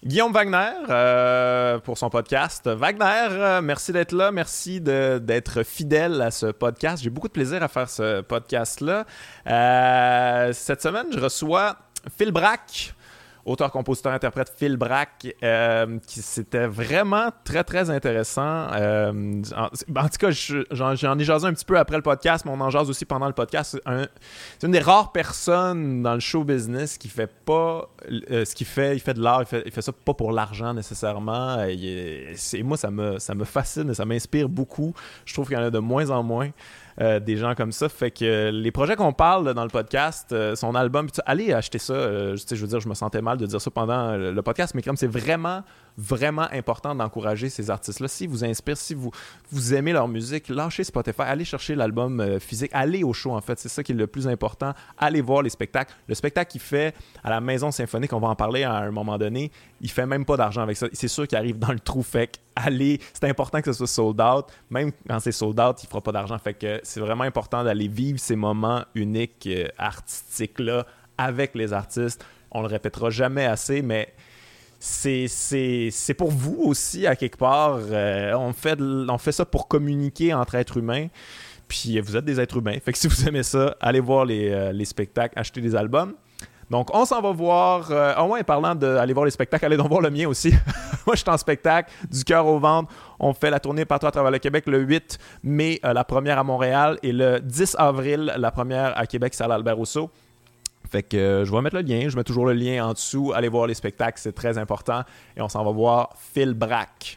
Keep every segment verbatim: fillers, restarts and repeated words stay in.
Guillaume Wagner euh, pour son podcast. Wagner, euh, merci d'être là. Merci de, d'être fidèle à ce podcast. J'ai beaucoup de plaisir à faire ce podcast-là. Euh, cette semaine, je reçois Phil Brack, auteur, compositeur, interprète Phil Brack, euh, qui c'était vraiment très, très intéressant. Euh, en, en tout cas, je, j'en, j'en ai jasé un petit peu après le podcast, mais on en jase aussi pendant le podcast. C'est, un, c'est une des rares personnes dans le show business qui fait pas euh, ce qu'il fait. Il fait de l'art, il fait, il fait ça pas pour l'argent nécessairement. Il est, c'est, moi, ça me, ça me fascine et ça m'inspire beaucoup. Je trouve qu'il y en a de moins en moins. Euh, des gens comme ça, fait que euh, les projets qu'on parle là, dans le podcast, euh, son album, pis allez acheter ça, euh, je veux dire, je me sentais mal de dire ça pendant euh, le podcast, mais comme c'est vraiment, vraiment important d'encourager ces artistes-là, s'ils vous inspirent, si vous, vous aimez leur musique, lâchez Spotify, allez chercher l'album euh, physique, allez au show en fait, c'est ça qui est le plus important, allez voir les spectacles, le spectacle qu'il fait à la Maison Symphonique, on va en parler à un moment donné, il fait même pas d'argent avec ça, c'est sûr qu'il arrive dans le trou, fait que allez, c'est important que ce soit sold out, même quand c'est sold out, il fera pas d'argent, fait que c'est vraiment important d'aller vivre ces moments uniques euh, artistiques-là avec les artistes. On le répétera jamais assez, mais c'est, c'est, c'est pour vous aussi, à quelque part. Euh, on, fait, on fait ça pour communiquer entre êtres humains, puis vous êtes des êtres humains. Fait que si vous aimez ça, allez voir les, euh, les spectacles, achetez des albums. Donc, on s'en va voir. Euh, au moins, parlant d'aller voir les spectacles, allez donc voir le mien aussi. Moi, je suis en spectacle, du cœur au ventre. On fait la tournée partout à travers le Québec le huit mai, euh, la première à Montréal, et le dix avril, la première à Québec, salle Albert-Rousseau. Fait que euh, je vais mettre le lien. Je mets toujours le lien en dessous. Allez voir les spectacles, c'est très important. Et on s'en va voir Phil Brack.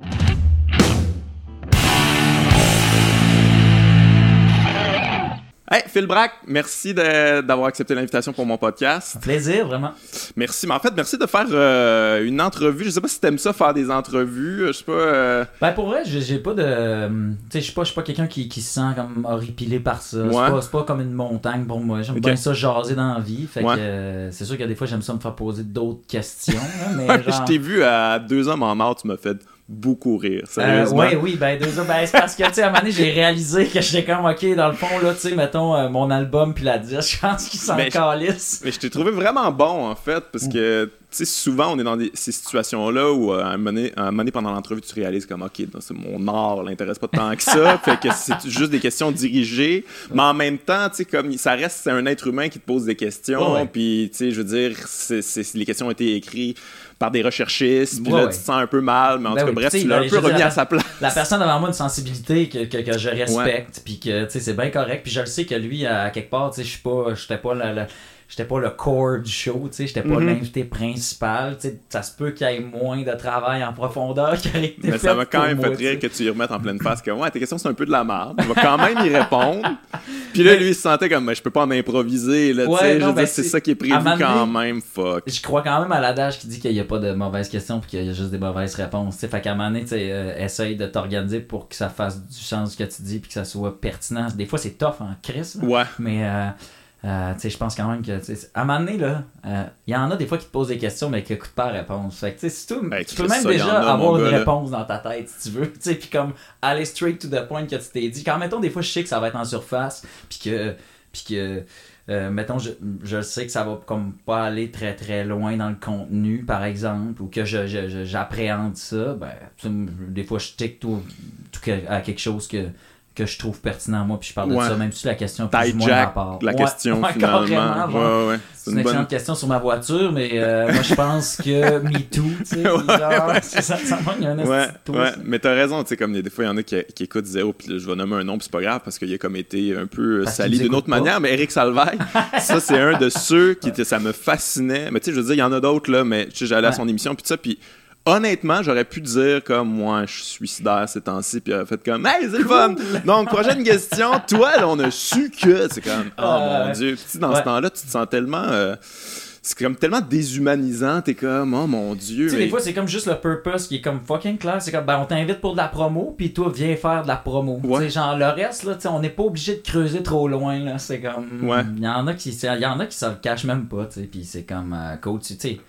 Hey, Phil Brack, merci de, d'avoir accepté l'invitation pour mon podcast. Un plaisir, vraiment. Merci, mais en fait, merci de faire euh, une entrevue. Je sais pas si t'aimes ça, faire des entrevues, je sais pas... Euh... Ben, pour vrai, j'ai, j'ai pas de... Tu sais, je suis pas, je suis pas quelqu'un qui, qui se sent comme horripilé par ça. Ouais. C'est, pas, c'est pas comme une montagne pour moi. J'aime okay. bien ça jaser dans la vie. Fait ouais. que euh, c'est sûr qu'il y a des fois, j'aime ça me faire poser d'autres questions. Là, mais ouais, genre... Je t'ai vu à Deux hommes en or, tu m'as fait... beaucoup rire, sérieusement. Euh, oui, oui, ben deux ben, c'est parce que, tu sais, à un moment donné, j'ai réalisé que j'étais comme, ok, dans le fond, là, tu sais, mettons, euh, mon album puis la disque, je pense qu'ils s'en calissent. Mais je t'ai trouvé vraiment bon, en fait, parce que, tu sais, souvent, on est dans des, ces situations-là où, à un moment donné, à un moment donné pendant l'entrevue, tu réalises comme, ok, non, c'est mon art l'intéresse pas tant que ça, fait que c'est juste des questions dirigées, mais en même temps, tu sais, comme, ça reste, c'est un être humain qui te pose des questions, ouais. puis, tu sais, je veux dire, c'est, c'est, les questions ont été écrites par des recherchistes, puis ouais, là, ouais. tu te sens un peu mal, mais en ben tout cas, oui, bref, tu l'as un peu remis la, à sa place. La personne devant moi a une sensibilité que, que, que je respecte, ouais. puis que, tu sais, c'est bien correct, puis je le sais que lui, à quelque part, tu sais, je suis pas, j'étais pas la, la j'étais pas le core du show, tu sais, j'étais pas mm-hmm. l'invité principal, tu sais, ça se peut qu'il y ait moins de travail en profondeur qui aurait été mais fait ça m'a quand même moi, fait rire t'sais. Que tu y remettes en pleine face que ouais, tes questions c'est un peu de la merde, on va quand même y répondre. Puis là, lui, il se sentait comme, je peux pas en improviser, là, tu sais, ouais, je veux ben, dire, c'est ça qui est prévu quand même, fuck. Je crois quand même à l'adage qui dit qu'il y a pas de mauvaises questions puis qu'il y a juste des mauvaises réponses, tu sais, fait qu'à un moment donné, tu sais, euh, essaye de t'organiser pour que ça fasse du sens ce que tu dis puis que ça soit pertinent. Des fois, c'est tough en crise, là, ouais. mais... Euh, Euh, tu sais, je pense quand même que, à un moment donné, là, il euh, y en a des fois qui te posent des questions, mais qui n'écoutent pas la réponse. Fait que, tu sais, c'est tout. Ben, tu peux même ça, déjà a, avoir une gars, réponse là. Dans ta tête, si tu veux. Tu sais, puis comme, aller straight to the point que tu t'es dit. Quand, mettons, des fois, je sais que ça va être en surface, puis que, puis que, euh, mettons, je, je sais que ça va comme pas aller très, très loin dans le contenu, par exemple, ou que je, je, je j'appréhende ça, ben, des fois, je tic tout, tout à quelque chose que, que je trouve pertinent moi, puis je parle de ouais. ça, même si la question plus ou moins à part. la ouais, question, ouais, finalement. Ouais, ouais, ouais. C'est, c'est une, une excellente bonne... question sur ma voiture, mais euh, moi, je pense que MeToo, tu sais, ouais, genre, ouais. ça, ça manque un ouais, ouais. Mais t'as raison, tu sais, comme des fois, il y en a qui, qui écoutent zéro, puis je vais nommer un nom, puis c'est pas grave, parce qu'il a comme été un peu parce sali d'une autre pas. manière, mais Éric Salvaille, ça, c'est un de ceux qui était, ça me fascinait. Mais tu sais, je veux dire, il y en a d'autres, là, mais tu sais, j'allais ouais. à son émission, puis tout ça, puis honnêtement, j'aurais pu dire comme moi, je suis suicidaire ces temps-ci, puis il aurait fait comme hey, c'est le fun! Donc, prochaine question, toi, là, on a su que c'est comme oh euh, mon Dieu, puis dans ouais. ce temps-là, tu te sens tellement. Euh, c'est comme tellement déshumanisant, t'es comme oh mon Dieu. Tu sais, mais... des fois, c'est comme juste le purpose qui est comme fucking clair. C'est comme ben, on t'invite pour de la promo, puis toi, viens faire de la promo. Ouais. Tu sais, genre le reste, là, tu sais, on n'est pas obligé de creuser trop loin, là. C'est comme. Ouais. Il y en a qui, il y en a qui se le cachent même pas, tu sais, puis c'est comme euh, coach, tu sais.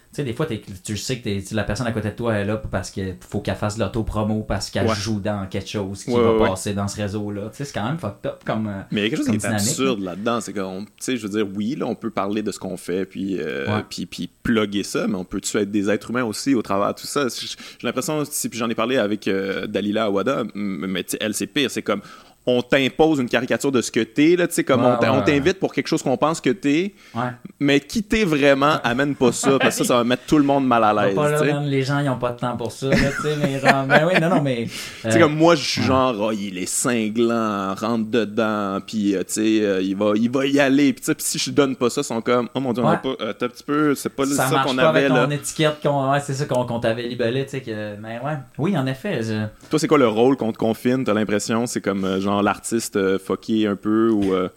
sais, des fois, tu sais que t'es, la personne à côté de toi est là parce qu'il faut qu'elle fasse l'auto-promo parce qu'elle ouais. joue dans quelque chose qui ouais, va ouais. passer dans ce réseau-là. Tu sais, c'est quand même fucked up comme mais il y a quelque chose qui est dynamique, absurde là. Là-dedans. C'est qu'on, tu sais, je veux dire, oui, là, on peut parler de ce qu'on fait puis, euh, ouais. puis, puis plugger ça, mais on peut-tu être des êtres humains aussi au travers de tout ça? J'ai l'impression, puis j'en ai parlé avec euh, Dalila Awada, mais elle, c'est pire. C'est comme... on t'impose une caricature de ce que t'es, là, tu sais, comme ouais, on, on t'invite ouais. pour quelque chose qu'on pense que t'es, ouais. mais qui t'es vraiment, amène pas ça, parce que ça, ça va mettre tout le monde mal à l'aise, pas là, même, les gens, ils ont pas de temps pour ça, tu sais, mais genre, ben oui, non, non, mais... Tu sais, euh, comme moi, je suis ouais. genre, oh, il est cinglant, rentre dedans, puis, euh, tu sais, euh, il, va, il va y aller, puis tu sais, si je donne pas ça, ils sont comme, oh mon Dieu, ouais. on a pas, euh, t'as un petit peu, c'est pas ça, ça qu'on pas avait, avec là. Ton étiquette, qu'on, ouais, c'est ça qu'on, qu'on t'avait libellé, tu sais, que, mais ouais, oui, en effet. Je... Toi, c'est quoi le rôle qu'on te confine, t'as l'impression, c'est comme, euh, genre, l'artiste euh, fucké un peu ou euh...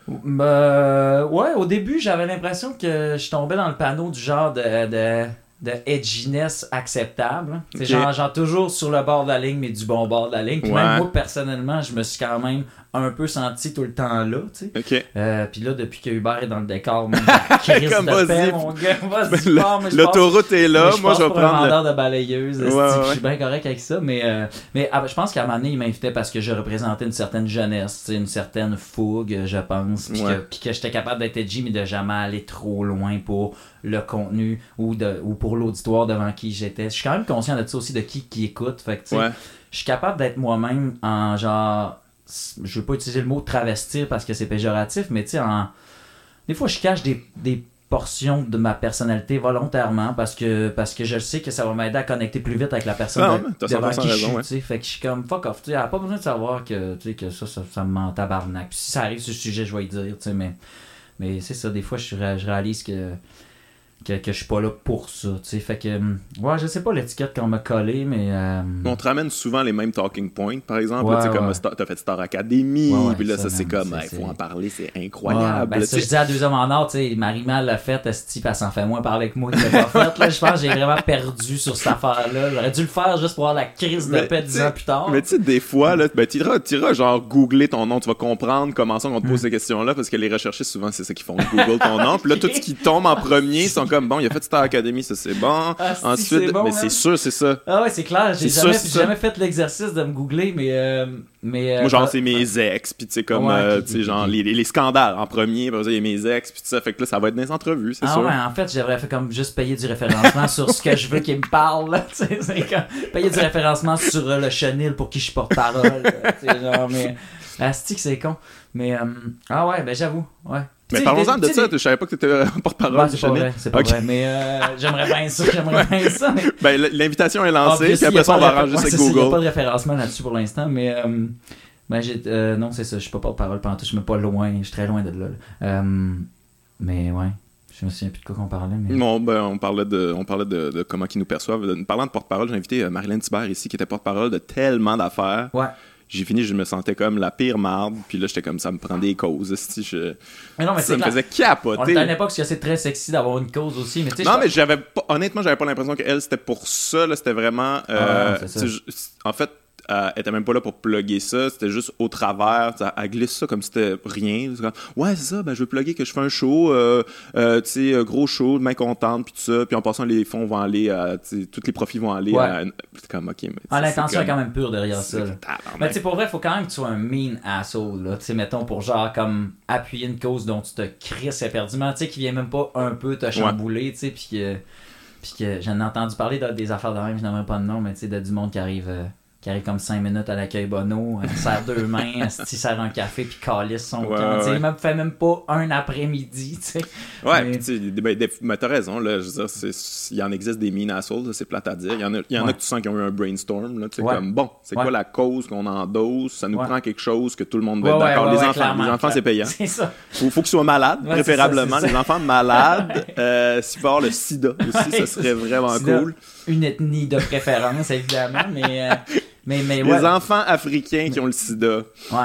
euh, ouais, au début j'avais l'impression que je tombais dans le panneau du genre de, de, de edginess acceptable. C'est okay. genre, genre toujours sur le bord de la ligne mais du bon bord de la ligne. Puis ouais. même moi personnellement je me suis quand même un peu senti tout le temps là, tu sais. Okay. Euh, puis là, depuis que Hubert est dans le décor, même crise de paix, mon gars, vas-y, le, fort, mais je l'autoroute passe, est là, je moi je vais prendre un vendeur le... de balayeuse, ouais, ouais, ouais. Je suis bien correct avec ça, mais euh, mais ah, je pense qu'à un moment donné, il m'invitait parce que je représentais une certaine jeunesse, une certaine fougue, je pense, puis ouais. que, que j'étais capable d'être edgy, mais de jamais aller trop loin pour le contenu ou de ou pour l'auditoire devant qui j'étais. Je suis quand même conscient de ça aussi, de qui qui écoute, fait que tu sais, ouais. je suis capable d'être moi-même en genre... je veux pas utiliser le mot travestir parce que c'est péjoratif, mais tu sais, en... des fois je cache des, des portions de ma personnalité volontairement parce que parce que je sais que ça va m'aider à connecter plus vite avec la personne non, de, devant qui je suis, ouais. tu sais, fait que je suis comme fuck off, tu sais, elle a pas besoin de savoir que tu sais que ça ça, ça me ment tabarnak. Puis si ça arrive sur ce sujet, je vais y dire, tu sais, mais mais c'est ça, des fois je, je réalise que Que, que je suis pas là pour ça, tu sais, fait que ouais, je sais pas l'étiquette qu'on m'a collée, mais euh... on te ramène souvent les mêmes talking points, par exemple, ouais, tu sais, ouais. comme Star, t'as fait Star Academy, puis ouais, ouais, là ça, ça c'est comme il faut en parler, c'est incroyable. Ouais, ben, là, ça, je dis à Deux hommes en or, tu sais, Marie-Mal l'a fait, Steve, elle s'en fait moins parler que moi qui l'a pas fait, là, je pense que j'ai vraiment perdu sur cette affaire-là, j'aurais dû le faire juste pour avoir la crise de paix dix ans plus tard. Mais tu sais, des fois, là, ben t'iras, t'iras genre googler ton nom, tu vas comprendre comment ça on te pose mm. ces questions-là, parce que les recherchistes souvent c'est ça qu'ils font, Google ton nom, puis là tout ce qui tombe en premier sont comme bon, il a fait Star Academy, ça c'est bon. Ah, ensuite, c'est bon, mais hein? C'est sûr, c'est ça. Ah ouais, c'est clair. J'ai, c'est jamais, sûr, j'ai jamais fait l'exercice de me googler, mais. Euh, mais euh, Moi, genre, c'est mes ex, puis tu sais, comme, ouais, euh, okay, tu sais, okay, genre, okay. Les, les scandales en premier, puis il y a mes ex, puis tout ça. Fait que là, ça va être dans les entrevues, c'est ah sûr. Ah ouais, en fait, j'aimerais fait comme juste payer du référencement sur ce que je veux qu'il me parle, là. Tu sais, c'est comme. Payer du référencement sur euh, le chenil pour qui je porte parole. Tu sais, genre, mais. Asti que c'est con. Mais. Euh, ah ouais, ben j'avoue, ouais. Mais t'sais, parlons-en de ça, des... je savais pas que t'étais porte-parole. Ben, c'est pas vrai, c'est pas okay. vrai, mais euh, j'aimerais bien ça, j'aimerais bien ça. Mais... Ben, l'invitation est lancée, puis après ça, on va arranger ça avec Google. Il n'y a pas de référencement là-dessus pour l'instant, mais euh, ben, j'ai, euh, non, c'est ça, je suis pas porte-parole pendant tout, je suis même pas loin, je suis très loin de là. là. Euh, mais ouais, je me souviens plus de quoi qu'on parlait. Mais... Bon, ben, on parlait de, on parlait de, de comment ils nous perçoivent. Parlant de porte-parole, j'ai invité Marilyn Thibert ici, qui était porte-parole de tellement d'affaires. Ouais. J'ai fini, je me sentais comme la pire marde, puis là, j'étais comme, ça me prend des causes, si je... Mais non, mais ça c'est me faisait capoter. On était à une époque où c'est très sexy d'avoir une cause aussi, mais tu sais... Non, mais j'avais pas... Honnêtement, j'avais pas l'impression qu'elle, c'était pour ça, là, c'était vraiment... Euh, ah, c'est ça. En fait, euh, elle était même pas là pour plugger ça, c'était juste au travers, elle glisse ça comme si c'était rien. C'est comme, ouais, c'est ça, ben je veux plugger que je fais un show, euh, euh, tu sais, gros show, main contente, puis tout ça, puis en passant, les fonds vont aller, à, tous les profits vont aller ouais. à... C'est comme, ok, mais... Ah, l'intention est quand même pure derrière ça. Ah, mais tu sais, pour vrai, il faut quand même que tu sois un mean asshole, là, tu sais, mettons, pour genre, comme, appuyer une cause dont tu te crisses éperdument, tu sais, qui vient même pas un peu te chambouler, ouais. tu sais, puis que... Puis que j'en ai entendu parler de, des affaires de même, je n'aimerais pas de nom, mais tu sais, de du monde qui arrive... Euh, qui arrive comme cinq minutes à l'accueil Bono, euh, serre deux mains, il sert un café, puis calisse son ouais, camp. Ouais. Il ne fait même pas un après-midi, tu sais. Ouais, mais... tu sais, ben, ben, t'as raison, là, je veux dire, il y en existe des mean assholes, c'est plate à dire. Il y en a, il y en ouais. a que tu sens qui ont eu un brainstorm, là, tu sais, ouais. comme, bon, c'est ouais. quoi la cause qu'on endosse, ça nous ouais. prend quelque chose que tout le monde va être ouais, d'accord. Ouais, les, ouais, enfants, les enfants, c'est payant. C'est ça. Il faut qu'ils soient malades, ouais, préférablement. C'est ça, c'est les ça. enfants malades, euh, s'il faut avoir le sida aussi, ouais, ça serait vraiment sida, cool. Une ethnie de préférence, évidemment, mais... Euh... Mais, mais, les ouais. enfants africains qui ont le sida. Ouais.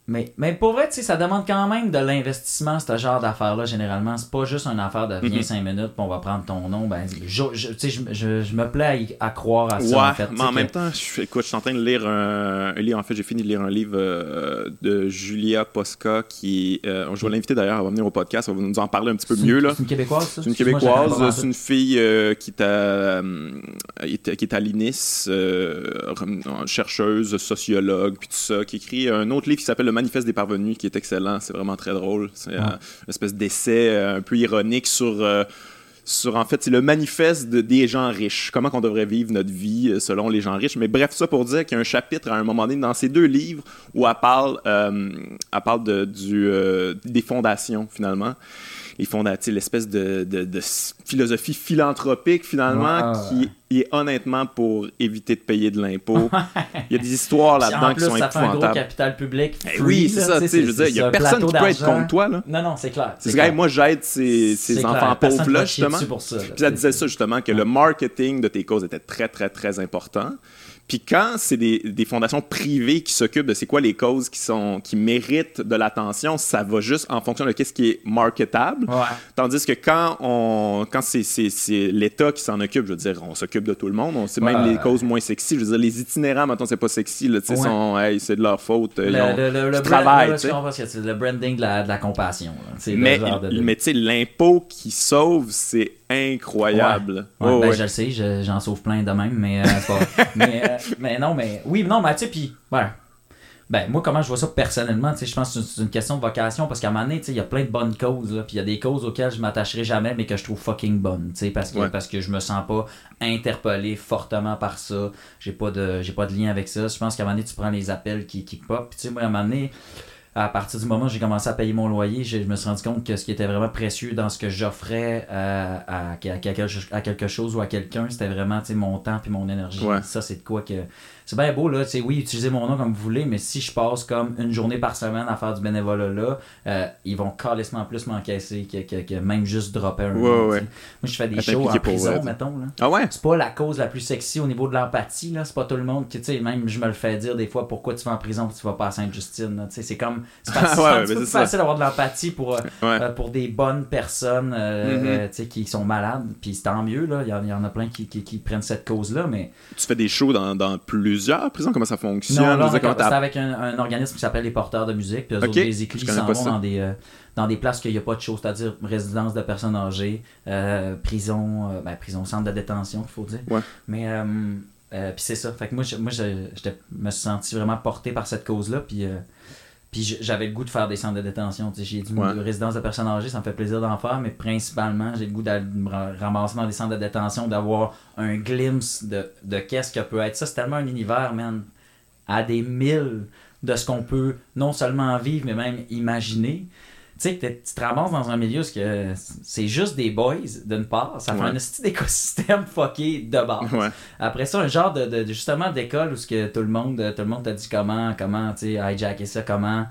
Mais, mais pour vrai, tu sais, ça demande quand même de l'investissement, ce genre d'affaires-là, généralement. C'est pas juste une affaire de viens cinq minutes, puis on va prendre ton nom. Ben, je, je, tu sais, je, je, je me plais à, y, à croire à ça, ouais, en fait. Mais en que... même temps, je, écoute, je suis en train de lire un, un livre. En fait, j'ai fini de lire un livre euh, de Julia Posca, qui euh, je vais l'inviter d'ailleurs, elle va venir au podcast, elle va nous en parler un petit peu c'est mieux. Une, là. C'est une Québécoise, ça? C'est une Québécoise, c'est une fille euh, qui, est à, euh, qui est à l'I N I S, euh, chercheuse, sociologue, puis tout ça, qui écrit un autre livre qui s'appelle Le Manifeste des parvenus, qui est excellent, c'est vraiment très drôle. C'est ah. euh, une espèce d'essai euh, un peu ironique sur, euh, sur en fait, c'est le manifeste de, des gens riches. Comment qu'on devrait vivre notre vie euh, selon les gens riches. Mais bref, ça pour dire qu'il y a un chapitre à un moment donné dans ces deux livres où elle parle, euh, elle parle de, du, euh, des fondations, finalement. Les fondations, l'espèce de, de, de philosophie philanthropique, finalement, wow. qui est honnêtement pour éviter de payer de l'impôt. Il y a des histoires là-dedans plus, qui sont ça épouvantables. fait un gros capital public. Free, oui, c'est ça. Tu sais, je veux dire, il n'y a personne qui peut être contre toi. Là. Non, non, c'est clair. C'est clair. Moi, j'aide ces, ces enfants pauvres-là, justement. Pour ça, là. Puis ça disait ça, justement, que ouais. le marketing de tes causes était très, très, très important. Puis quand c'est des, des fondations privées qui s'occupent de c'est quoi les causes qui sont qui méritent de l'attention, ça va juste en fonction de qu'est-ce qui est marketable. Ouais. Tandis que quand on quand c'est, c'est, c'est l'État qui s'en occupe, je veux dire, on s'occupe de tout le monde. On sait ouais. même les causes moins sexy. Je veux dire, les itinérants, mettons, c'est pas sexy. Là, ouais. sont, hey, c'est de leur faute. Le, ils ont le, le, le travail. Brand, là, c'est le branding de la, de la compassion. Là. Mais, de... mais tu sais, l'impôt qui sauve, c'est incroyable. Ouais. Ouais, oh, ben, ouais. Je le sais, je, j'en sauve plein de même, mais, euh, c'est pas... mais, euh, mais non, mais oui, non, mais tu sais, puis, ouais. Ben, moi, comment je vois ça personnellement, tu sais, je pense que c'est une question de vocation, parce qu'à un moment donné, tu sais, il y a plein de bonnes causes, là, puis il y a des causes auxquelles je m'attacherai jamais, mais que je trouve fucking bonnes, tu sais, parce que, ouais. parce que je me sens pas interpellé fortement par ça, j'ai pas de, j'ai pas de lien avec ça, je pense qu'à un moment donné, tu prends les appels qui, qui pop, puis tu sais, moi, à un moment donné, à partir du moment où j'ai commencé à payer mon loyer, je me suis rendu compte que ce qui était vraiment précieux dans ce que j'offrais à, à, à, à quelque chose ou à quelqu'un, c'était vraiment mon temps et mon énergie. Ouais. Ça, c'est de quoi que... C'est bien beau, là, tu sais, oui, utilisez mon nom comme vous voulez, mais si je passe comme une journée par semaine à faire du bénévolat là, euh, ils vont calissement plus m'encaisser que, que, que même juste dropper un ouais, nom, ouais. Moi, je fais des shows en prison, pour, mettons. Là. Ah ouais? C'est pas la cause la plus sexy au niveau de l'empathie, là. C'est pas tout le monde qui, tu sais, même je me le fais dire des fois, pourquoi tu vas en prison et tu vas pas à Sainte-Justine, tu sais, c'est comme... C'est pas ouais, ouais, plus facile d'avoir de l'empathie pour, euh, ouais. euh, pour des bonnes personnes euh, mm-hmm. euh, tu sais, qui sont malades, puis c'est tant mieux, là. Il y, y en a plein qui, qui, qui prennent cette cause-là, mais... Tu fais des shows dans, dans plusieurs prisons? Comment ça fonctionne? Non, là, on a, c'est avec un, un organisme qui s'appelle les Porteurs de musique, puis eux okay. autres, les écrits s'en vont dans des, euh, dans des places qu'il n'y a pas de show, c'est-à-dire résidence de personnes âgées, euh, prison, euh, ben, prison, centre de détention, il faut dire. Ouais. Mais... Euh, euh, puis c'est ça, fait que moi, je, moi je, je me suis senti vraiment porté par cette cause-là, puis... Euh, Puis j'avais le goût de faire des centres de détention. T'sais, j'ai dit ouais. de résidence de personnes âgées, ça me fait plaisir d'en faire, mais principalement, j'ai le goût de me ramasser dans des centres de détention, d'avoir un glimpse de, de qu'est-ce que peut être. Ça, c'est tellement un univers, man, à des milles de ce qu'on peut non seulement vivre, mais même imaginer. Tu sais, tu te ramasses dans un milieu où c'est juste des boys, d'une part. Ça fait ouais. un petit écosystème fucké de base. Ouais. Après ça, un genre de, de justement d'école où ce que tout le monde tout le monde t'a dit comment, comment tu sais, hijacker ça, comment...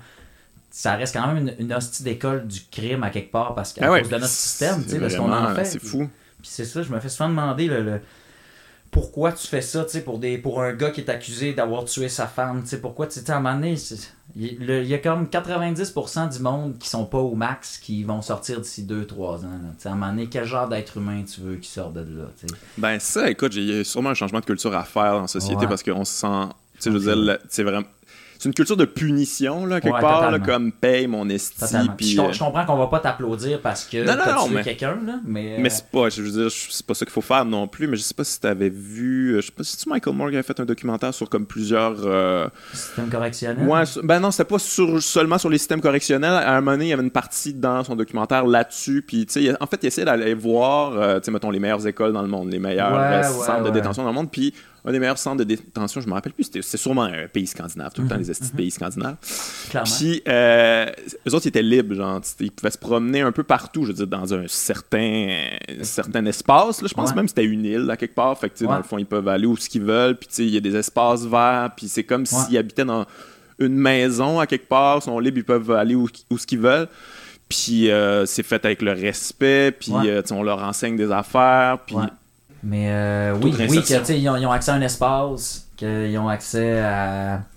Ça reste quand même une, une hostie d'école du crime à quelque part parce qu'à ah ouais, cause de notre système, tu sais, de ce qu'on en fait. C'est fou. Puis c'est ça, je me fais souvent demander le... le pourquoi tu fais ça, tu sais, pour, des, pour un gars qui est accusé d'avoir tué sa femme, tu sais, pourquoi, tu sais, à un moment donné, il y a comme quatre-vingt-dix pour cent du monde qui sont pas au max, qui vont sortir d'ici deux trois ans, tu sais, à un moment donné, quel genre d'être humain tu veux qui sort de là, tu sais? Ben ça, écoute, il y a sûrement un changement de culture à faire dans la société ouais. parce qu'on se sent, tu sais, je veux dire, c'est vraiment... C'est une culture de punition, là, quelque ouais, part, là, comme paye mon esti. Puis je, je comprends qu'on va pas t'applaudir parce que non, non, t'as non, tué mais... quelqu'un, là, mais... Mais c'est pas, je veux dire, c'est pas ça qu'il faut faire non plus, mais je sais pas si t'avais vu... Je sais pas si tu Michael Moore qui avait fait un documentaire sur comme plusieurs... Euh... Systèmes correctionnels? Ouais, ben non, c'était pas sur, seulement sur les systèmes correctionnels. À un moment donné, il y avait une partie dans son documentaire là-dessus, puis tu sais, en fait, il essayait d'aller voir, euh, tu sais, mettons, les meilleures écoles dans le monde, les meilleurs ouais, centres ouais, de ouais. détention dans le monde, puis... Un des meilleurs centres de détention, je me rappelle plus, c'était, c'est sûrement un pays scandinave, tout le mm-hmm. temps les estis mm-hmm. pays scandinaves. Clairement. Puis, euh, eux autres, ils étaient libres, genre, ils pouvaient se promener un peu partout, je veux dire, dans un certain, un certain espace. Là, je pense ouais. même que c'était une île, là, quelque part. Fait que, tu sais, ouais. dans le fond, ils peuvent aller où ce qu'ils veulent. Puis, tu sais, il y a des espaces verts. Puis, c'est comme ouais. s'ils habitaient dans une maison, à quelque part. Ils sont libres, ils peuvent aller où, où ce qu'ils veulent. Puis, euh, c'est fait avec le respect. Puis, ouais. euh, on leur enseigne des affaires. Puis... Ouais. Mais euh, oui, oui que, ils, ont, ils ont accès à un espace, qu'ils ont accès à,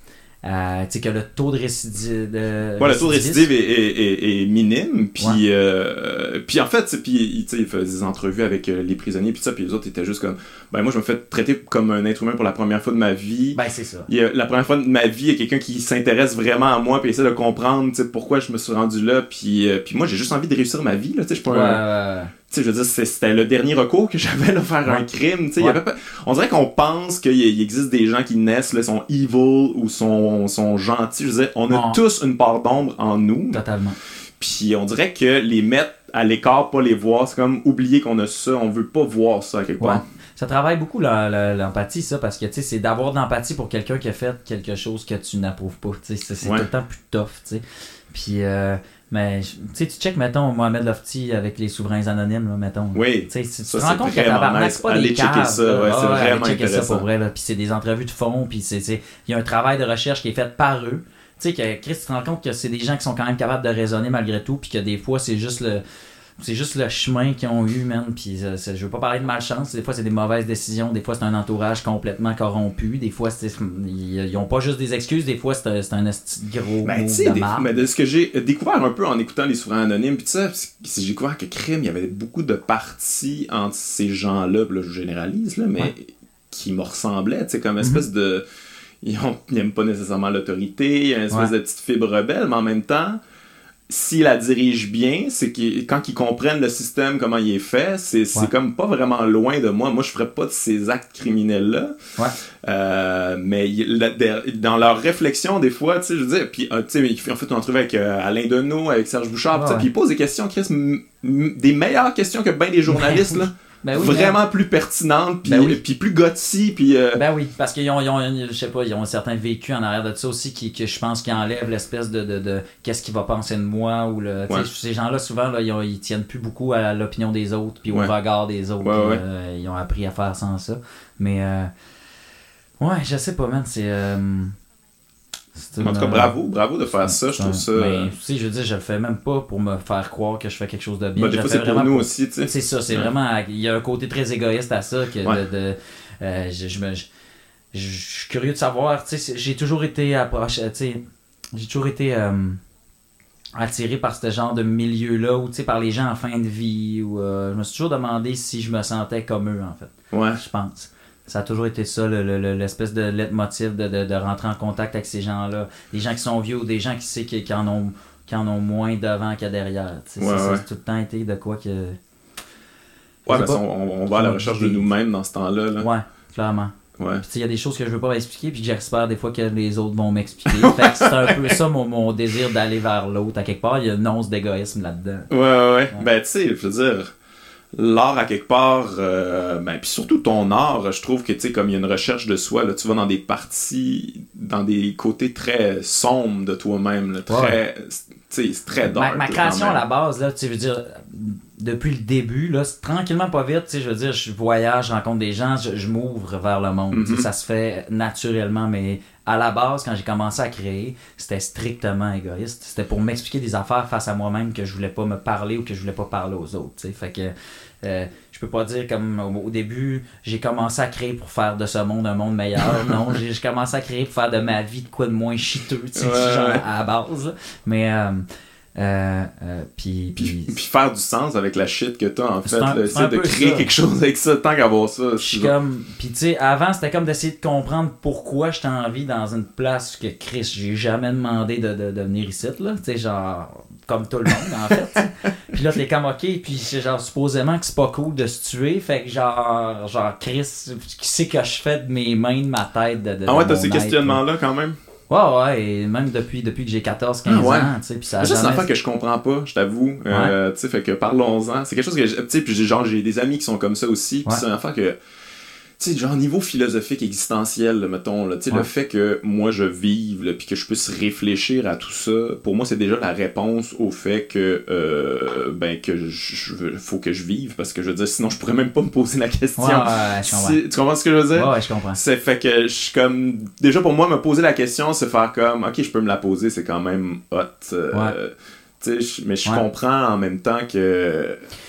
Euh, tu sais, que le taux de récidive... De ouais, le taux de récidive est, est, est, est minime. Puis, ouais. euh, puis en fait, puis, il faisait des entrevues avec euh, les prisonniers, puis ça, puis les autres étaient juste comme... Ben moi, je me fais traiter comme un être humain pour la première fois de ma vie. Ben, c'est ça. Il y a, la première fois de ma vie, il y a quelqu'un qui s'intéresse vraiment à moi, puis essaie de comprendre, tu sais, pourquoi je me suis rendu là. Puis, euh, puis moi, j'ai juste envie de réussir ma vie, là, tu sais, je suis pas ouais, un... ouais. Tu sais, je veux dire, c'était le dernier recours que j'avais là, faire ouais. un crime. Tu sais, ouais. y avait pas... On dirait qu'on pense qu'il y existe des gens qui naissent, là, sont evil ou sont, sont gentils. Je veux dire, on a oh. tous une part d'ombre en nous. Totalement. Puis on dirait que les mettre à l'écart, pas les voir, c'est comme oublier qu'on a ça. On veut pas voir ça quelque part. Ouais. Ça travaille beaucoup la, la, l'empathie, ça, parce que tu sais, c'est d'avoir de l'empathie pour quelqu'un qui a fait quelque chose que tu n'approuves pas. Tu sais, c'est, c'est ouais. tout le temps plus tough, tu sais. Puis... Euh... Mais tu sais, tu check, mettons, Mohamed Lofty avec les souverains anonymes, là, mettons. Oui. Tu sais, tu ça, te rends compte que tabarnak, c'est pas allez des caves. Ça, ouais, ah, c'est ouais, vraiment checker intéressant. Ça pour vrai, là. Puis c'est des entrevues de fond, puis c'est, c'est, il y a un travail de recherche qui est fait par eux. Tu sais, que Chris, tu te rends compte que c'est des gens qui sont quand même capables de raisonner malgré tout, puis que des fois, c'est juste le... C'est juste le chemin qu'ils ont eu, man. Puis euh, je veux pas parler de malchance. Des fois, c'est des mauvaises décisions. Des fois, c'est un entourage complètement corrompu. Des fois, c'est, ils, ils ont pas juste des excuses. Des fois, c'est un, c'est un esti gros ben, mot de des, marde. Mais de ce que j'ai découvert un peu en écoutant les souverains anonymes, puis ça, c'est, j'ai découvert que crime, il y avait beaucoup de parties entre ces gens-là. Là, je généralise, là, mais ouais. qui me ressemblaient. Tu sais, comme espèce mm-hmm. de... Ils n'aiment pas nécessairement l'autorité. Il y a une espèce ouais. de petite fibre rebelle, mais en même temps... S'ils la dirigent bien, c'est que quand ils comprennent le système, comment il est fait, c'est, c'est ouais. comme pas vraiment loin de moi. Moi, je ferais pas de ces actes criminels-là. Ouais. Euh, mais dans leur réflexion, des fois, tu sais, je veux dire, puis, tu sais, ils ont fait une entrevue avec euh, Alain Deneau, avec Serge Bouchard, ouais, ouais. puis ils posent des questions, Chris, m- m- des meilleures questions que bien des journalistes, là. Ben oui, vraiment ben... plus pertinente, puis, ben oui. puis plus gothy, puis... Euh... Ben oui, parce qu'ils ont, ils ont, je sais pas, ils ont un certain vécu en arrière de ça aussi, qui, que je pense qui enlève l'espèce de, de, de qu'est-ce qu'il va penser de moi, ou le... Ouais. Ces gens-là, souvent, là, ils, ont, ils tiennent plus beaucoup à l'opinion des autres, puis au ouais. regard des autres. Ouais, ouais. Euh, ils ont appris à faire sans ça. Mais, euh... ouais, je sais pas, man, c'est... Euh... En tout cas, bravo, bravo de faire ça, je trouve ça... Mais, tu sais, je veux dire, je le fais même pas pour me faire croire que je fais quelque chose de bien. Bah, des fois, c'est pour nous pour... aussi, tu sais. C'est ça, c'est ouais. vraiment... Il y a un côté très égoïste à ça, que ouais. de... de euh, je, je, me, je, je suis curieux de savoir, tu sais, j'ai toujours été approché, tu sais, j'ai toujours été euh, attiré par ce genre de milieu-là, ou tu sais, par les gens en fin de vie, ou euh, je me suis toujours demandé si je me sentais comme eux, en fait. Ouais. Je pense. Ça a toujours été ça, le, le, l'espèce de leitmotiv de, de, de rentrer en contact avec ces gens-là. Des gens qui sont vieux ou des gens qui savent qui, qui, en, ont, qui en ont moins devant que derrière. Ouais, ça, ouais. ça a tout le temps été de quoi que... Ouais, parce qu'on on, on va à la recherche de nous-mêmes dans ce temps-là. Là. Ouais, clairement. Ouais. Il y a des choses que je veux pas m'expliquer puis que j'espère des fois que les autres vont m'expliquer. Fait que c'est un peu ça mon, mon désir d'aller vers l'autre. À quelque part, il y a une once d'égoïsme là-dedans. Ouais, ouais, ouais. Ben, tu sais, je veux dire... L'art, à quelque part, euh, ben, puis surtout ton art, je trouve que, tu sais, comme il y a une recherche de soi, là, tu vas dans des parties, dans des côtés très sombres de toi-même, là, très, ouais. tu sais, c'est très dark. Ma, ma création à la base, là, tu sais, je veux dire, depuis le début, là, c'est tranquillement pas vite, tu sais, je veux dire, je voyage, je rencontre des gens, je, je m'ouvre vers le monde, mm-hmm. tu sais, ça se fait naturellement, mais à la base, quand j'ai commencé à créer, c'était strictement égoïste. C'était pour m'expliquer des affaires face à moi-même que je voulais pas me parler ou que je voulais pas parler aux autres, tu sais, fait que Euh, je peux pas dire comme au, au début j'ai commencé à créer pour faire de ce monde un monde meilleur. Non, j'ai, j'ai commencé à créer pour faire de ma vie de quoi de moins chiteux, tu sais, ouais, genre ouais. à la base. Mais euh, euh, euh, puis, puis, puis faire du sens avec la shit que t'as en fait, un, là, essayer de créer ça. Quelque chose avec ça tant qu'à voir ça. Je suis comme, puis tu sais, avant c'était comme d'essayer de comprendre pourquoi j'étais en vie dans une place que Chris, j'ai jamais demandé de, de, de venir ici là, tu sais, genre comme tout le monde en fait. Puis là t'es comme ok, puis c'est genre supposément que c'est pas cool de se tuer, fait que genre genre Chris, qui sait que je fais de mes mains, de ma tête, de, de ah ouais, de t'as ces questionnements là quand même. Ouais, ouais, et même depuis, depuis que j'ai quatorze quinze ah ouais. ans, tu sais, puis ça a jamais... Ça, c'est une affaire que je comprends pas, je t'avoue, ouais. euh, tu sais, fait que parlons-en, c'est quelque chose que, tu sais, puis genre, j'ai des amis qui sont comme ça aussi, puis ouais. c'est une affaire que, tu sais, genre, niveau philosophique, existentiel, là, mettons, tu sais, ouais. le fait que moi, je vive, là, puis que je puisse réfléchir à tout ça, pour moi, c'est déjà la réponse au fait que, euh, ben, que je, je, faut que je vive, parce que, je veux dire, sinon, je pourrais même pas me poser la question. Ouais, ouais, je comprends. Si, tu comprends ce que je veux dire? Ouais, ouais, je comprends. C'est fait que, je suis comme, déjà, pour moi, me poser la question, c'est faire comme, ok, je peux me la poser, c'est quand même hot, euh, ouais. tu sais, mais je ouais. comprends en même temps que...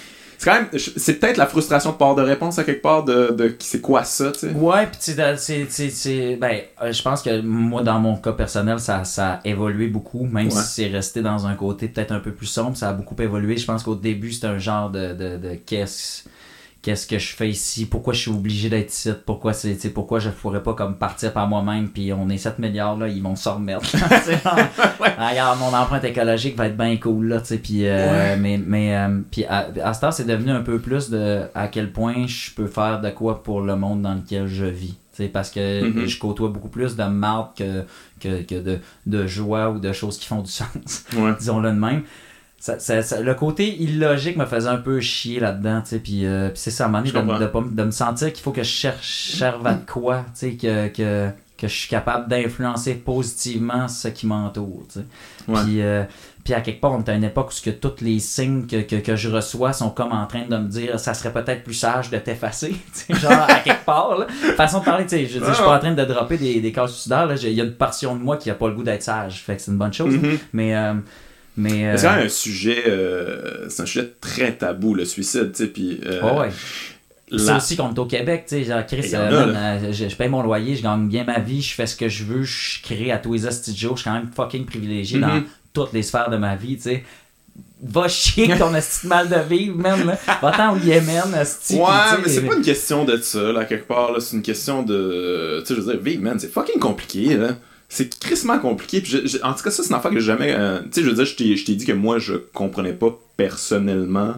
c'est quand même, c'est peut-être la frustration de part de réponse à quelque part de, de c'est quoi ça, tu sais. Ouais, puis c'est, c'est, c'est, ben, je pense que moi, dans mon cas personnel, ça, ça a évolué beaucoup, même ouais. si c'est resté dans un côté peut-être un peu plus sombre, ça a beaucoup évolué. Je pense qu'au début, c'était un genre de, de, de qu'est-ce, qu'est-ce que je fais ici, pourquoi je suis obligé d'être ici, pourquoi c'est, tu sais, pourquoi je pourrais pas comme partir par moi-même, puis on est sept milliards, là, ils vont se remettre. ouais. Regarde, mon empreinte écologique va être bien cool, là, tu sais, puis, euh, ouais. mais, mais, euh, puis à, à ce temps, c'est devenu un peu plus de à quel point je peux faire de quoi pour le monde dans lequel je vis. T'sais, parce que mm-hmm. je côtoie beaucoup plus de marde que, que, que de, de joie ou de choses qui font du sens, ouais. disons-le de même. Ça, ça, ça, le côté illogique me faisait un peu chier là-dedans, tu sais, puis euh, c'est ça, à un moment donné, de, de, de, de me sentir qu'il faut que je cherche serve à de quoi, tu sais, que, que, que je suis capable d'influencer positivement ce qui m'entoure, tu sais. Ouais. Puis, euh, puis à quelque part, on est à une époque où que tous les signes que, que, que je reçois sont comme en train de me dire ça serait peut-être plus sage de t'effacer, tu sais, genre à quelque part, là. Façon de parler, tu sais, je veux dire, je suis pas en train de dropper des, des cases suicidaires, là, il y a une portion de moi qui a pas le goût d'être sage, fait que c'est une bonne chose, mm-hmm. mais... Euh, Mais euh... c'est quand même un sujet, euh, c'est un sujet très tabou, le suicide, tu sais, puis... Euh, oh ouais. La... C'est aussi qu'on est au Québec, tu sais, genre, Chris, euh, man, euh, je, je paye mon loyer, je gagne bien ma vie, je fais ce que je veux, je crée à tous les hosties de jour, je suis quand même fucking privilégié mm-hmm. dans toutes les sphères de ma vie, tu sais. Va chier ton esti de mal de vivre, man, là. Va-t'en au Yémen, esti. Ouais, mais c'est pas une question de ça, là, quelque part, là, c'est une question de... Tu sais, je veux dire, vivre, man, c'est fucking compliqué, là. C'est crissement compliqué. Puis je, je, en tout cas, ça, c'est une affaire que j'ai jamais... Euh, tu sais, je veux dire, je t'ai, je t'ai dit que moi, je comprenais pas personnellement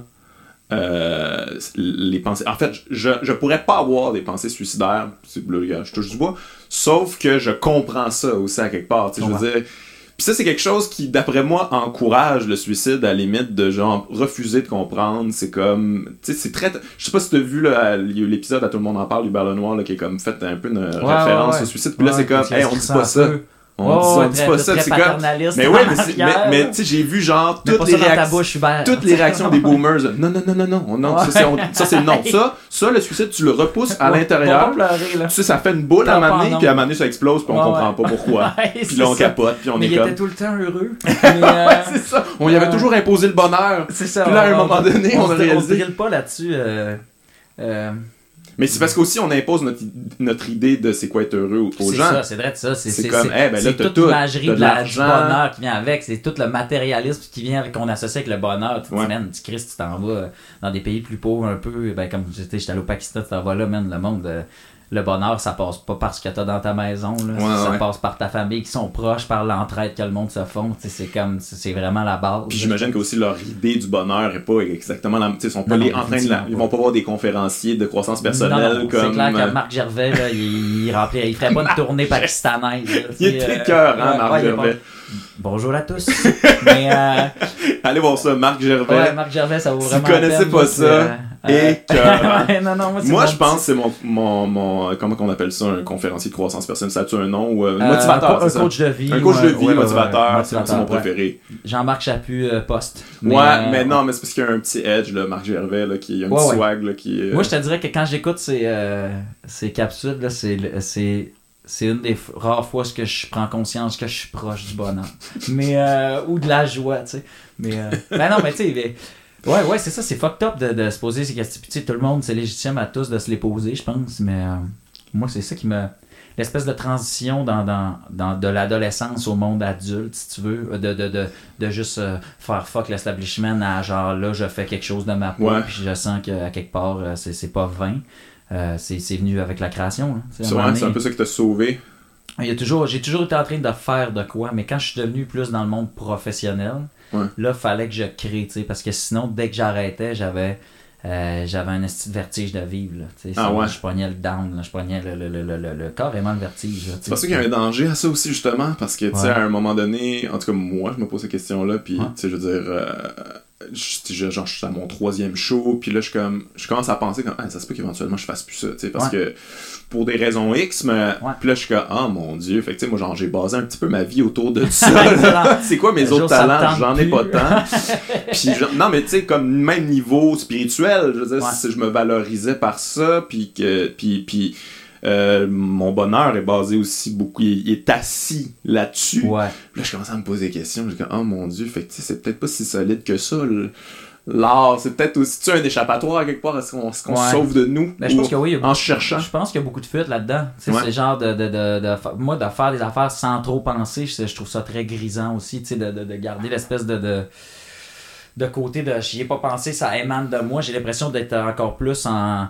euh, les pensées... En fait, je, je pourrais pas avoir des pensées suicidaires. C'est bleu, regarde, je touche du bois. Sauf que je comprends ça aussi à quelque part. Tu sais, je veux dire... Puis ça, c'est quelque chose qui, d'après moi, encourage le suicide à la limite de genre refuser de comprendre. C'est comme... Tu sais, c'est très... Je sais pas si t'as vu là, l'épisode à Tout le monde en parle, Hubert Lenoir, là, qui est comme fait un peu une ouais, référence ouais, ouais. au suicide. Puis ouais, là, c'est comme, hey, on dit pas ça. Peu. On oh, dit, ouais, on dit pas ça, c'est comme... Mais ouais, mais, c'est, mais, mais tu sais, j'ai vu genre toutes les, réac... bouche, toutes les réactions des boomers. Non, non, non, non, non, non, ouais. ça, c'est, on... ça c'est non. Ça, ça, le suicide, tu le repousses à l'intérieur. Pleurer, tu sais, ça fait une boule à un moment donné, puis à un moment donné, ça explose, puis on ouais, comprend ouais. pas pourquoi. Ouais, puis là, on ça. capote, puis on mais est il comme... était tout le temps heureux. Mais euh... ouais, c'est ça. On y avait toujours imposé le bonheur. C'est ça. Puis là, à un moment donné, on a réalisé... On se drille pas là-dessus. Mais c'est parce qu'aussi on impose notre, notre idée de c'est quoi être heureux aux c'est gens. C'est ça, c'est vrai de ça. C'est, c'est, c'est comme, c'est, hey, ben là, c'est toute tout, l'imagerie de la, du bonheur qui vient avec. C'est tout le matérialisme qui vient avec, qu'on associe avec le bonheur. Tu te ouais. dis, man, tu Christ, tu t'en vas dans des pays plus pauvres un peu. Ben, comme j'étais, j'étais allé au Pakistan, tu t'en vas là, man, le monde... Euh, le bonheur, ça passe pas par ce que t'as dans ta maison, là. Ouais, ça ouais. passe par ta famille qui sont proches, par l'entraide que le monde se font. T'sais, c'est comme, c'est vraiment la base. Puis j'imagine qu'aussi leur idée du bonheur est pas exactement la. Ils sont pas non, les, non, en train de la, ils vont pas voir des conférenciers de croissance personnelle non, non, comme. C'est clair que Marc Gervais, là, il, il remplit, il ferait pas une tournée pakistanaise. Là, il était euh, cœur, hein, Marc ouais, Gervais. Pas... Bonjour à tous. Mais euh... allez voir ça, Marc Gervais. Ouais, Marc Gervais, ça vaut vraiment. Si vous connaissez pas ça. Euh... Et que... ouais, non, non, moi, moi je pense que c'est mon, mon, mon... Comment on appelle ça, un conférencier de croissance personnelle? Ça a-tu un nom? Ou, euh, motivateur, un, c'est un coach de vie. Un coach ouais, de vie, ouais, motivateur, ouais, c'est, c'est mon préféré. Jean-Marc Chaput, euh, poste. Mais, ouais, euh... mais non, mais c'est parce qu'il y a un petit edge, là, Marc Gervais, là, qui a un ouais, petit ouais. swag, là, qui euh... Moi, je te dirais que quand j'écoute ces, euh, ces capsules, là, c'est... c'est... C'est une des rares fois que je prends conscience que je suis proche du bonheur. Mais, euh, ou de la joie, tu sais. Mais, euh, ben non, mais tu sais, mais, ouais, ouais, c'est ça, c'est fucked up de, de se poser ces questions. Tu sais, tout le monde, c'est légitime à tous de se les poser, je pense. Mais, euh, moi, c'est ça qui me. L'espèce de transition dans, dans, dans de l'adolescence au monde adulte, si tu veux, de, de, de, de juste euh, faire fuck l'establishment à genre là, je fais quelque chose de ma peau, ouais. Puis je sens qu'à quelque part, euh, c'est, c'est pas vain. Euh, c'est, c'est venu avec la création. Là. C'est, vrai, c'est un peu ça qui t'a sauvé. Il y a toujours, j'ai toujours été en train de faire de quoi, mais quand je suis devenu plus dans le monde professionnel, ouais. Là, il fallait que je crée, parce que sinon, dès que j'arrêtais, j'avais, euh, j'avais un esti de vertige de vivre. Là, ah ouais. Je pognais le down, là, je pognais le, le, le, le, le, le carrément le vertige. Là, c'est pour ça qu'il y a un danger à ça aussi, justement, parce que, tu sais, ouais. À un moment donné, en tout cas, moi, je me pose cette question-là, puis, ouais. Tu sais, je veux dire... Euh, Je, genre je suis à mon troisième show puis là je comme je commence à penser comme ah, ça se peut qu'éventuellement je fasse plus ça tu sais parce ouais. que pour des raisons X mais ouais. Puis là je suis comme ah oh, mon dieu fait que tu sais moi genre j'ai basé un petit peu ma vie autour de ça c'est quoi mes le autres talents j'en ai pas tant puis non mais tu sais comme même niveau spirituel je veux dire ouais. Si je me valorisais par ça puis que puis puis Euh, mon bonheur est basé aussi beaucoup, il est assis là-dessus. Ouais. Là, je commence à me poser des questions. Je dis, oh mon dieu, fait que c'est peut-être pas si solide que ça. Le, l'art, c'est peut-être aussi un échappatoire à quelque part, est-ce qu'on, est-ce qu'on ouais. se sauve de nous ben, je pense que oui, en cherchant? Je pense qu'il y a beaucoup de fuites là-dedans. Ouais. C'est genre de, de, de, de, de, moi, de faire des affaires sans trop penser, je, je trouve ça très grisant aussi, de, de, de garder l'espèce de... de de côté de j'y ai pas pensé, ça émane de moi. J'ai l'impression d'être encore plus en,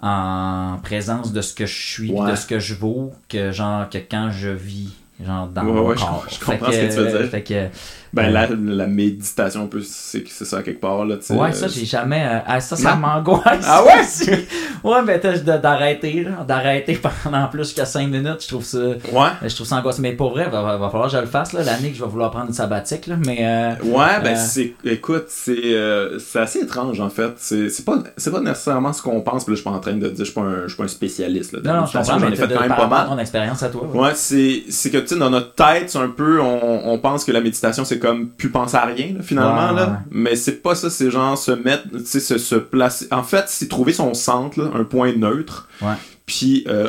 en présence de ce que je suis, ouais. de ce que je vaux, que genre que quand je vis genre dans ouais, mon ouais, corps. Je, je comprends que, ce que tu veux dire. Fait que, ben, euh, la, la méditation, un peu, c'est, c'est ça, quelque part. Là, ouais, euh, ça, j'ai jamais... Euh, ça, ça non. m'angoisse. Ah ouais? ouais, ben, t'as d'arrêter, là, d'arrêter pendant plus que cinq minutes, je trouve ça... Ouais. Je trouve ça angoissant. Mais pour vrai, il va, va falloir que je le fasse, là, l'année que je vais vouloir prendre une sabbatique, là, mais... Euh, ouais, ben, euh, c'est... Écoute, c'est, euh, c'est assez étrange, en fait. C'est, c'est, pas, c'est pas nécessairement ce qu'on pense, puis là, je suis pas en train de dire, je suis pas un, je suis pas un spécialiste, là. Non, non, je comprends, j'en ai fait de, quand même pas mal. ton expérience à toi. Ouais, ouais c'est, c'est que, tu sais, dans notre tête, c'est un peu, on, on pense que la méditation, c'est comme plus penser à rien, là, finalement, ouais, là. Ouais. Mais c'est pas ça, c'est genre se mettre, tu sais, se, se placer. En fait, c'est trouver son centre, là, un point neutre. Ouais. Puis, euh,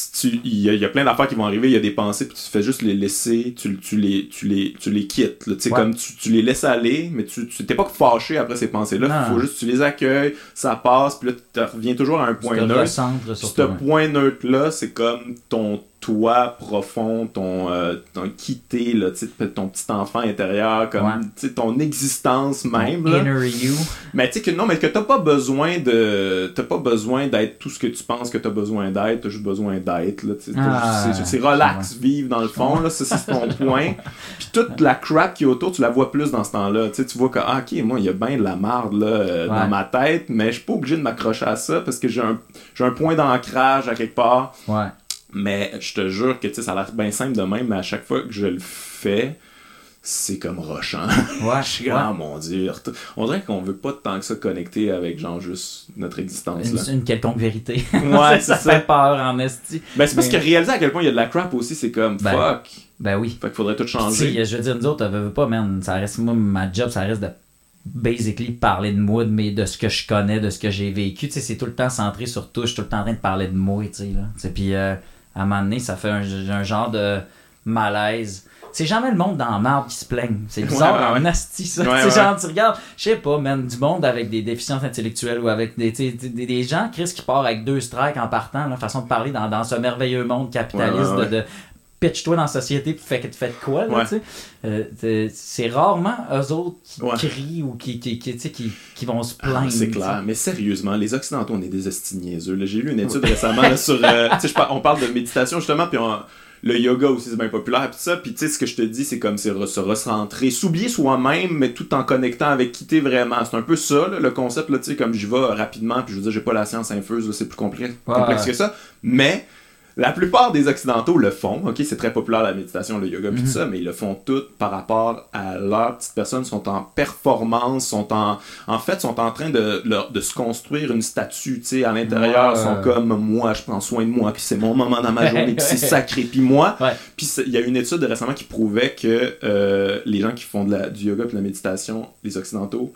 il y, y a plein d'affaires qui vont arriver, il y a des pensées, puis tu fais juste les laisser, tu, tu, les, tu, les, tu les quittes. Tu sais, ouais. comme tu, tu les laisses aller, mais tu, tu t'es pas fâché après ces pensées-là. Il faut juste que tu les accueilles, ça passe, puis là, tu reviens toujours à un point neutre. Ce point neutre-là, c'est comme ton toi profond, ton, euh, ton quitté, là, ton petit enfant intérieur, comme ouais. ton existence même. Là. Inner you. Mais tu sais que non, mais que t'as pas besoin de. T'as pas besoin d'être tout ce que tu penses que t'as besoin d'être, t'as juste besoin d'être. Là, ah, c'est, c'est relax, ouais. vivre dans le fond, là, ça, c'est ton point. Puis toute la crap qui est autour, tu la vois plus dans ce temps-là. T'sais, tu vois que, ah, ok, moi, il y a bien de la marde là, euh, ouais. dans ma tête, mais je suis pas obligé de m'accrocher à ça parce que j'ai un, j'ai un point d'ancrage à quelque part. Ouais. Mais je te jure que ça a l'air bien simple de même, mais à chaque fois que je le fais, c'est comme rochant. Ouais, je suis ouais. ah mon Dieu. On dirait qu'on veut pas tant que ça connecter avec genre juste notre existence. Une, là. une quelconque vérité. Ouais, ça, c'est ça fait peur en esti. Ben c'est parce mais... que réaliser à quel point il y a de la crap aussi, c'est comme ben, fuck. Ben oui. Fait qu'il faudrait tout changer. Puis, je veux dire, nous autres, on veut pas, man. Ça reste, moi, ma job, ça reste de basically parler de moi, de, mes, de ce que je connais, de ce que j'ai vécu. Tu sais, c'est tout le temps centré sur tout. Je suis tout le temps en train de parler de moi, tu sais, là. T'sais, puis euh, à un moment donné, ça fait un, un genre de malaise. C'est jamais le monde dans la marde qui se plaigne. C'est bizarre, ouais, ouais, en asti, ça. Ouais, ouais. Genre, tu regardes, je sais pas, man, du monde avec des déficiences intellectuelles ou avec des, des, des, des gens, Chris, qui part avec deux strikes en partant, là, façon de parler dans, dans ce merveilleux monde capitaliste ouais, ouais, ouais. de... de pitch-toi dans la société puis fais, fais de quoi, là, ouais. tu sais. Euh, c'est rarement eux autres qui ouais. crient ou qui, qui, qui, qui, qui vont se plaindre. Ah, c'est clair, t'sais. Mais sérieusement, les Occidentaux, on est des esti-niaiseux. J'ai lu une étude récemment là, sur... Euh, tu sais, on parle de méditation, justement, puis on... le yoga aussi, c'est bien populaire, puis ça, puis tu sais, ce que je te dis, c'est comme c'est re- se recentrer, s'oublier soi-même, mais tout en connectant avec qui t'es vraiment. C'est un peu ça, là, le concept, là, tu sais, comme j'y vais rapidement, puis je veux dire, j'ai pas la science infuse, là, c'est plus complexe, ouais. complexe que ça, mais... La plupart des Occidentaux le font, ok, c'est très populaire la méditation, le yoga, puis mm-hmm. tout ça, mais ils le font tout par rapport à leur petite personne, sont en performance, sont en, en fait, sont en train de, de, de se construire une statue, tu sais, à l'intérieur, ouais. sont comme moi, je prends soin de moi, puis c'est mon moment dans ma journée, puis c'est sacré, puis moi, ouais. puis il y a une étude récemment qui prouvait que euh, les gens qui font de la, du yoga puis de la méditation, les Occidentaux,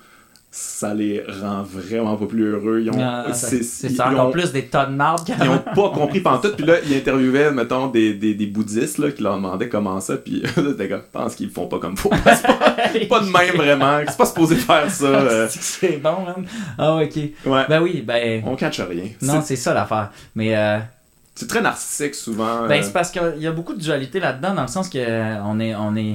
ça les rend vraiment pas plus heureux. Ils ont, ah, c'est, c'est ils, ça, ils encore ont, plus des tonnes de marde. Ils ont pas compris pantoute. Puis là, ils interviewaient, mettons, des, des, des bouddhistes là, qui leur demandaient comment ça. Puis t'es comme, je pense qu'ils le font pas comme faut. C'est pas, pas de même vraiment. C'est pas supposé faire ça. Euh... c'est bon, man. Ah, ok. Ouais. Ben oui, ben. On catch rien. Non, c'est, c'est ça l'affaire. Mais. Euh... C'est très narcissique souvent. Ben, euh... c'est parce qu'il y a beaucoup de dualité là-dedans, dans le sens que euh, on est. On est...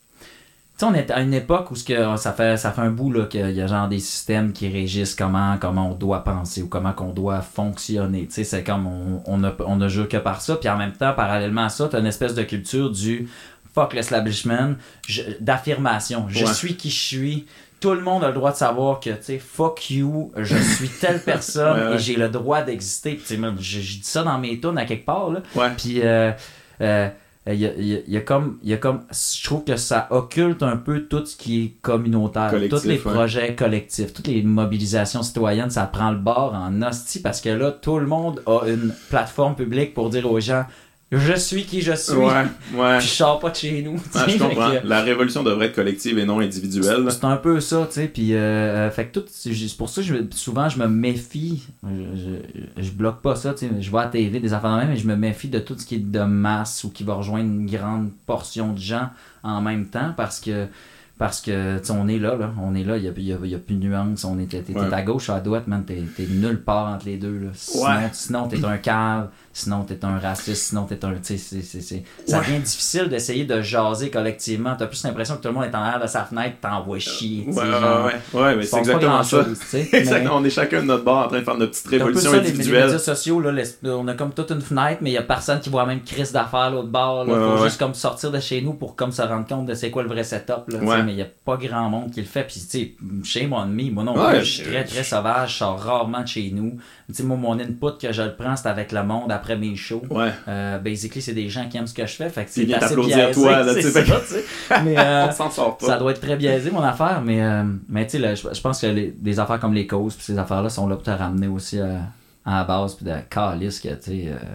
Tu sais, on est à une époque où que ça fait ça fait un bout là qu'il y a genre des systèmes qui régissent comment comment on doit penser ou comment qu'on doit fonctionner. Tu sais, c'est comme on on a on ne jure que par ça, puis en même temps parallèlement à ça, t'as une espèce de culture du fuck l'establishment, je, d'affirmation. Je ouais. suis qui je suis. Tout le monde a le droit de savoir que, tu sais, fuck you, je suis telle personne ouais, ouais. et j'ai le droit d'exister. Tu sais, je, je dis ça dans mes tunes à quelque part là. Ouais. Puis euh, euh, Il y, a, il, y a, il y a comme il y a comme je trouve que ça occulte un peu tout ce qui est communautaire, collectif, tous les ouais. projets collectifs, toutes les mobilisations citoyennes, ça prend le bord en hostie parce que là tout le monde a une plateforme publique pour dire aux gens je suis qui je suis. Ouais, ouais. Puis je sors pas de chez nous. Ah, je comprends. Que, la révolution devrait être collective et non individuelle. C'est, c'est un peu ça, tu sais. Puis, euh, fait que tout, c'est pour ça que je, souvent je me méfie. Je, je, je bloque pas ça, tu sais. Je vois à la T V des affaires de même, mais je me méfie de tout ce qui est de masse ou qui va rejoindre une grande portion de gens en même temps parce que Parce que, tu sais, on est là, là. On est là, il n'y a, y a, y a plus de nuance. On est, t'es, t'es ouais. à gauche, à droite, man. T'es, t'es nulle part entre les deux, là. Sinon, ouais. sinon t'es un cave, sinon t'es un raciste, sinon t'es un... Tu sais, c'est, c'est, c'est... ça devient ouais. difficile d'essayer de jaser collectivement. T'as plus l'impression que tout le monde est en l'air de sa fenêtre, t'envoies chier. Ouais, genre, ouais, ouais, mais c'est exactement ça. Exactement. On est chacun de notre bord en train de faire notre petite révolution ça, individuelle. Les médias sociaux, là, les, on a comme toute une fenêtre, mais il n'y a personne qui voit même crise d'affaires l'autre bord. Il ouais, faut ouais. juste comme sortir de chez nous pour comme se rendre compte de c'est quoi le vrai setup. Là, ouais. Mais il n'y a pas grand monde qui le fait. Puis, tu sais, chez mon ami, moi non ouais, je suis très, très sauvage. Je sors rarement de chez nous. Tu sais, moi, mon input que je le prends, c'est avec le monde après mes shows. Ouais. Euh, basically, c'est des gens qui aiment ce que je fais. Fait que c'est assez biaisé. À toi, là, c'est ça, tu sais. Mais euh, on s'en sort pas. Ça doit être très biaisé, mon affaire. Mais, euh, mais tu sais, je, je pense que les, des affaires comme les causes, puis ces affaires-là sont là pour te ramener aussi à, à la base, puis de calice que, tu sais... Euh,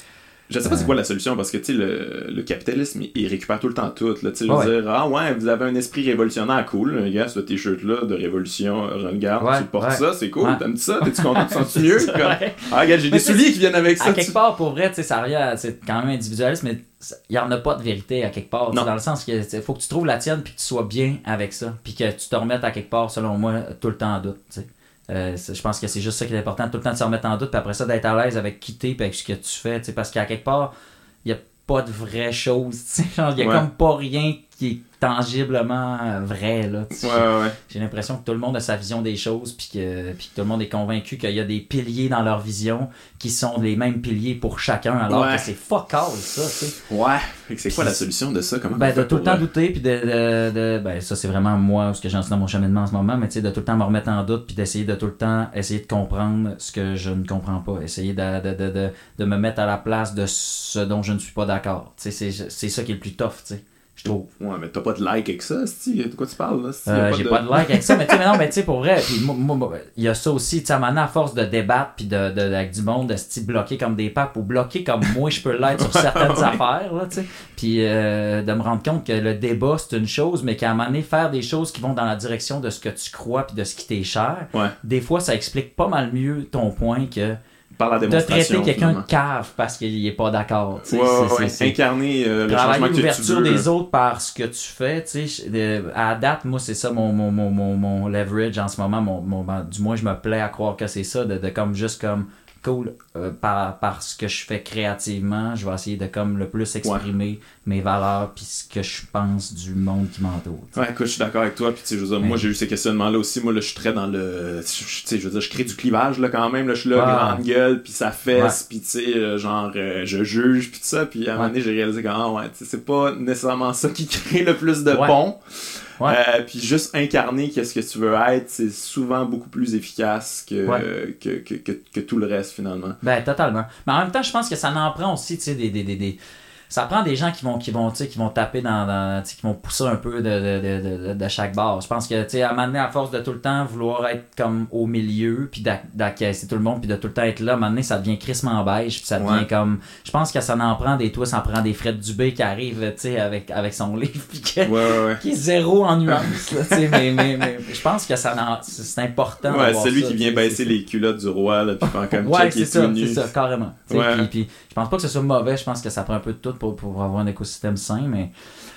Je sais pas c'est quoi la solution parce que tu sais le, le capitalisme il récupère tout le temps tout là, tu sais je veux ouais. dire ah ouais vous avez un esprit révolutionnaire cool gars ce t-shirt là de révolution regarde ouais, tu portes ouais. ça c'est cool ouais. t'aimes ça t'es-tu content tu sens mieux comme... ah regarde j'ai mais des souliers qui viennent avec ça à quelque tu... part pour vrai tu sais ça revient c'est quand même individualiste mais il y en a pas de vérité à quelque part dans le sens que faut que tu trouves la tienne puis que tu sois bien avec ça puis que tu te remettes à quelque part selon moi tout le temps en doute tu sais. Euh, je pense que c'est juste ça qui est important, tout le temps de se remettre en doute, puis après ça, d'être à l'aise avec qui t'es, puis avec ce que tu fais, parce qu'à quelque part, il n'y a pas de vraies choses, il n'y a ouais. comme pas rien qui est tangiblement vrai, là. Ouais, ouais. J'ai l'impression que tout le monde a sa vision des choses, puis que, puis que tout le monde est convaincu qu'il y a des piliers dans leur vision qui sont les mêmes piliers pour chacun, alors ouais. que c'est fuck all, ça, tu sais. Ouais. C'est quoi la solution de ça? Comment ben, de tout le temps euh... douter, puis de, de, de... Ben, ça, c'est vraiment moi, ce que j'en suis dans mon cheminement en ce moment, mais tu sais, de tout le temps me remettre en doute, puis d'essayer de tout le temps essayer de comprendre ce que je ne comprends pas. Essayer de, de, de, de, de me mettre à la place de ce dont je ne suis pas d'accord. Tu sais, c'est, c'est ça qui est le plus tough, tu sais. Je trouve. Ouais, mais t'as pas de like avec ça, c'ti? De quoi tu parles, là? Euh, pas j'ai de... pas de like avec ça, mais tu sais, non, mais tu sais, pour vrai, puis moi, il y a ça aussi, tu sais, à un moment donné, à force de débattre, puis de, de, avec du monde, de se bloquer comme des papes, ou bloquer comme moi, je peux l'être sur certaines ouais. affaires, là, tu sais. Puis euh, de me rendre compte que le débat, c'est une chose, mais qu'à un moment donné, faire des choses qui vont dans la direction de ce que tu crois, puis de ce qui t'est cher, ouais. des fois, ça explique pas mal mieux ton point que. Par la démonstration, de traiter quelqu'un finalement. De cave parce qu'il n'est pas d'accord. Ouais, c'est, ouais, c'est, incarner euh, le changement que tu veux. L'ouverture des autres par ce que tu fais. De, à date, moi, c'est ça mon, mon, mon, mon, mon leverage en ce moment. Mon, mon, du moins, je me plais à croire que c'est ça. De, de comme juste comme cool, euh, par, par ce que je fais créativement, je vais essayer de comme le plus exprimer ouais. mes valeurs puis ce que je pense du monde qui m'entoure. T'sais. Ouais, écoute, je suis d'accord avec toi. Puis, tu sais, je veux dire, moi, j'ai eu ces questionnements-là aussi. Moi, là, je suis très dans le. Tu sais, je veux dire, je crée du clivage, là, quand même. Là, je suis là, ouais. grande gueule, puis ça fesse, ouais. puis, tu sais, euh, genre, euh, je juge, puis tout ça. Puis, à un moment donné, j'ai réalisé que, ah, ouais, tu sais, c'est pas nécessairement ça qui crée le plus de ouais. ponts. Ouais. Euh, puis juste incarner qu'est-ce que tu veux être, c'est souvent beaucoup plus efficace que, ouais. euh, que, que, que, que tout le reste finalement. Ben totalement. Mais en même temps, je pense que ça en prend aussi, tu sais, des, des, des, des... ça prend des gens qui vont qui vont tu sais qui vont taper dans, dans qui vont pousser un peu de, de, de, de chaque barre. Je pense que tu sais à un moment donné, à force de tout le temps vouloir être comme au milieu puis d'acquiescer tout le monde puis de tout le temps être là, à un moment donné ça devient crissement beige puis ça devient ouais. comme je pense que ça en prend des toi ça en prend des Fred Dubé qui arrive tu sais avec avec son livre puis que, ouais, ouais, ouais. qui est zéro en nuance là, tu sais mais, mais mais je pense que ça en, c'est important ouais c'est lui ça, qui vient baisser les culottes du roi là puis faire comme ouais, check c'est ça, c'est ça carrément ouais. puis, puis je pense pas que ce soit mauvais, je pense que ça prend un peu de tout pour, pour avoir un écosystème sain, mais,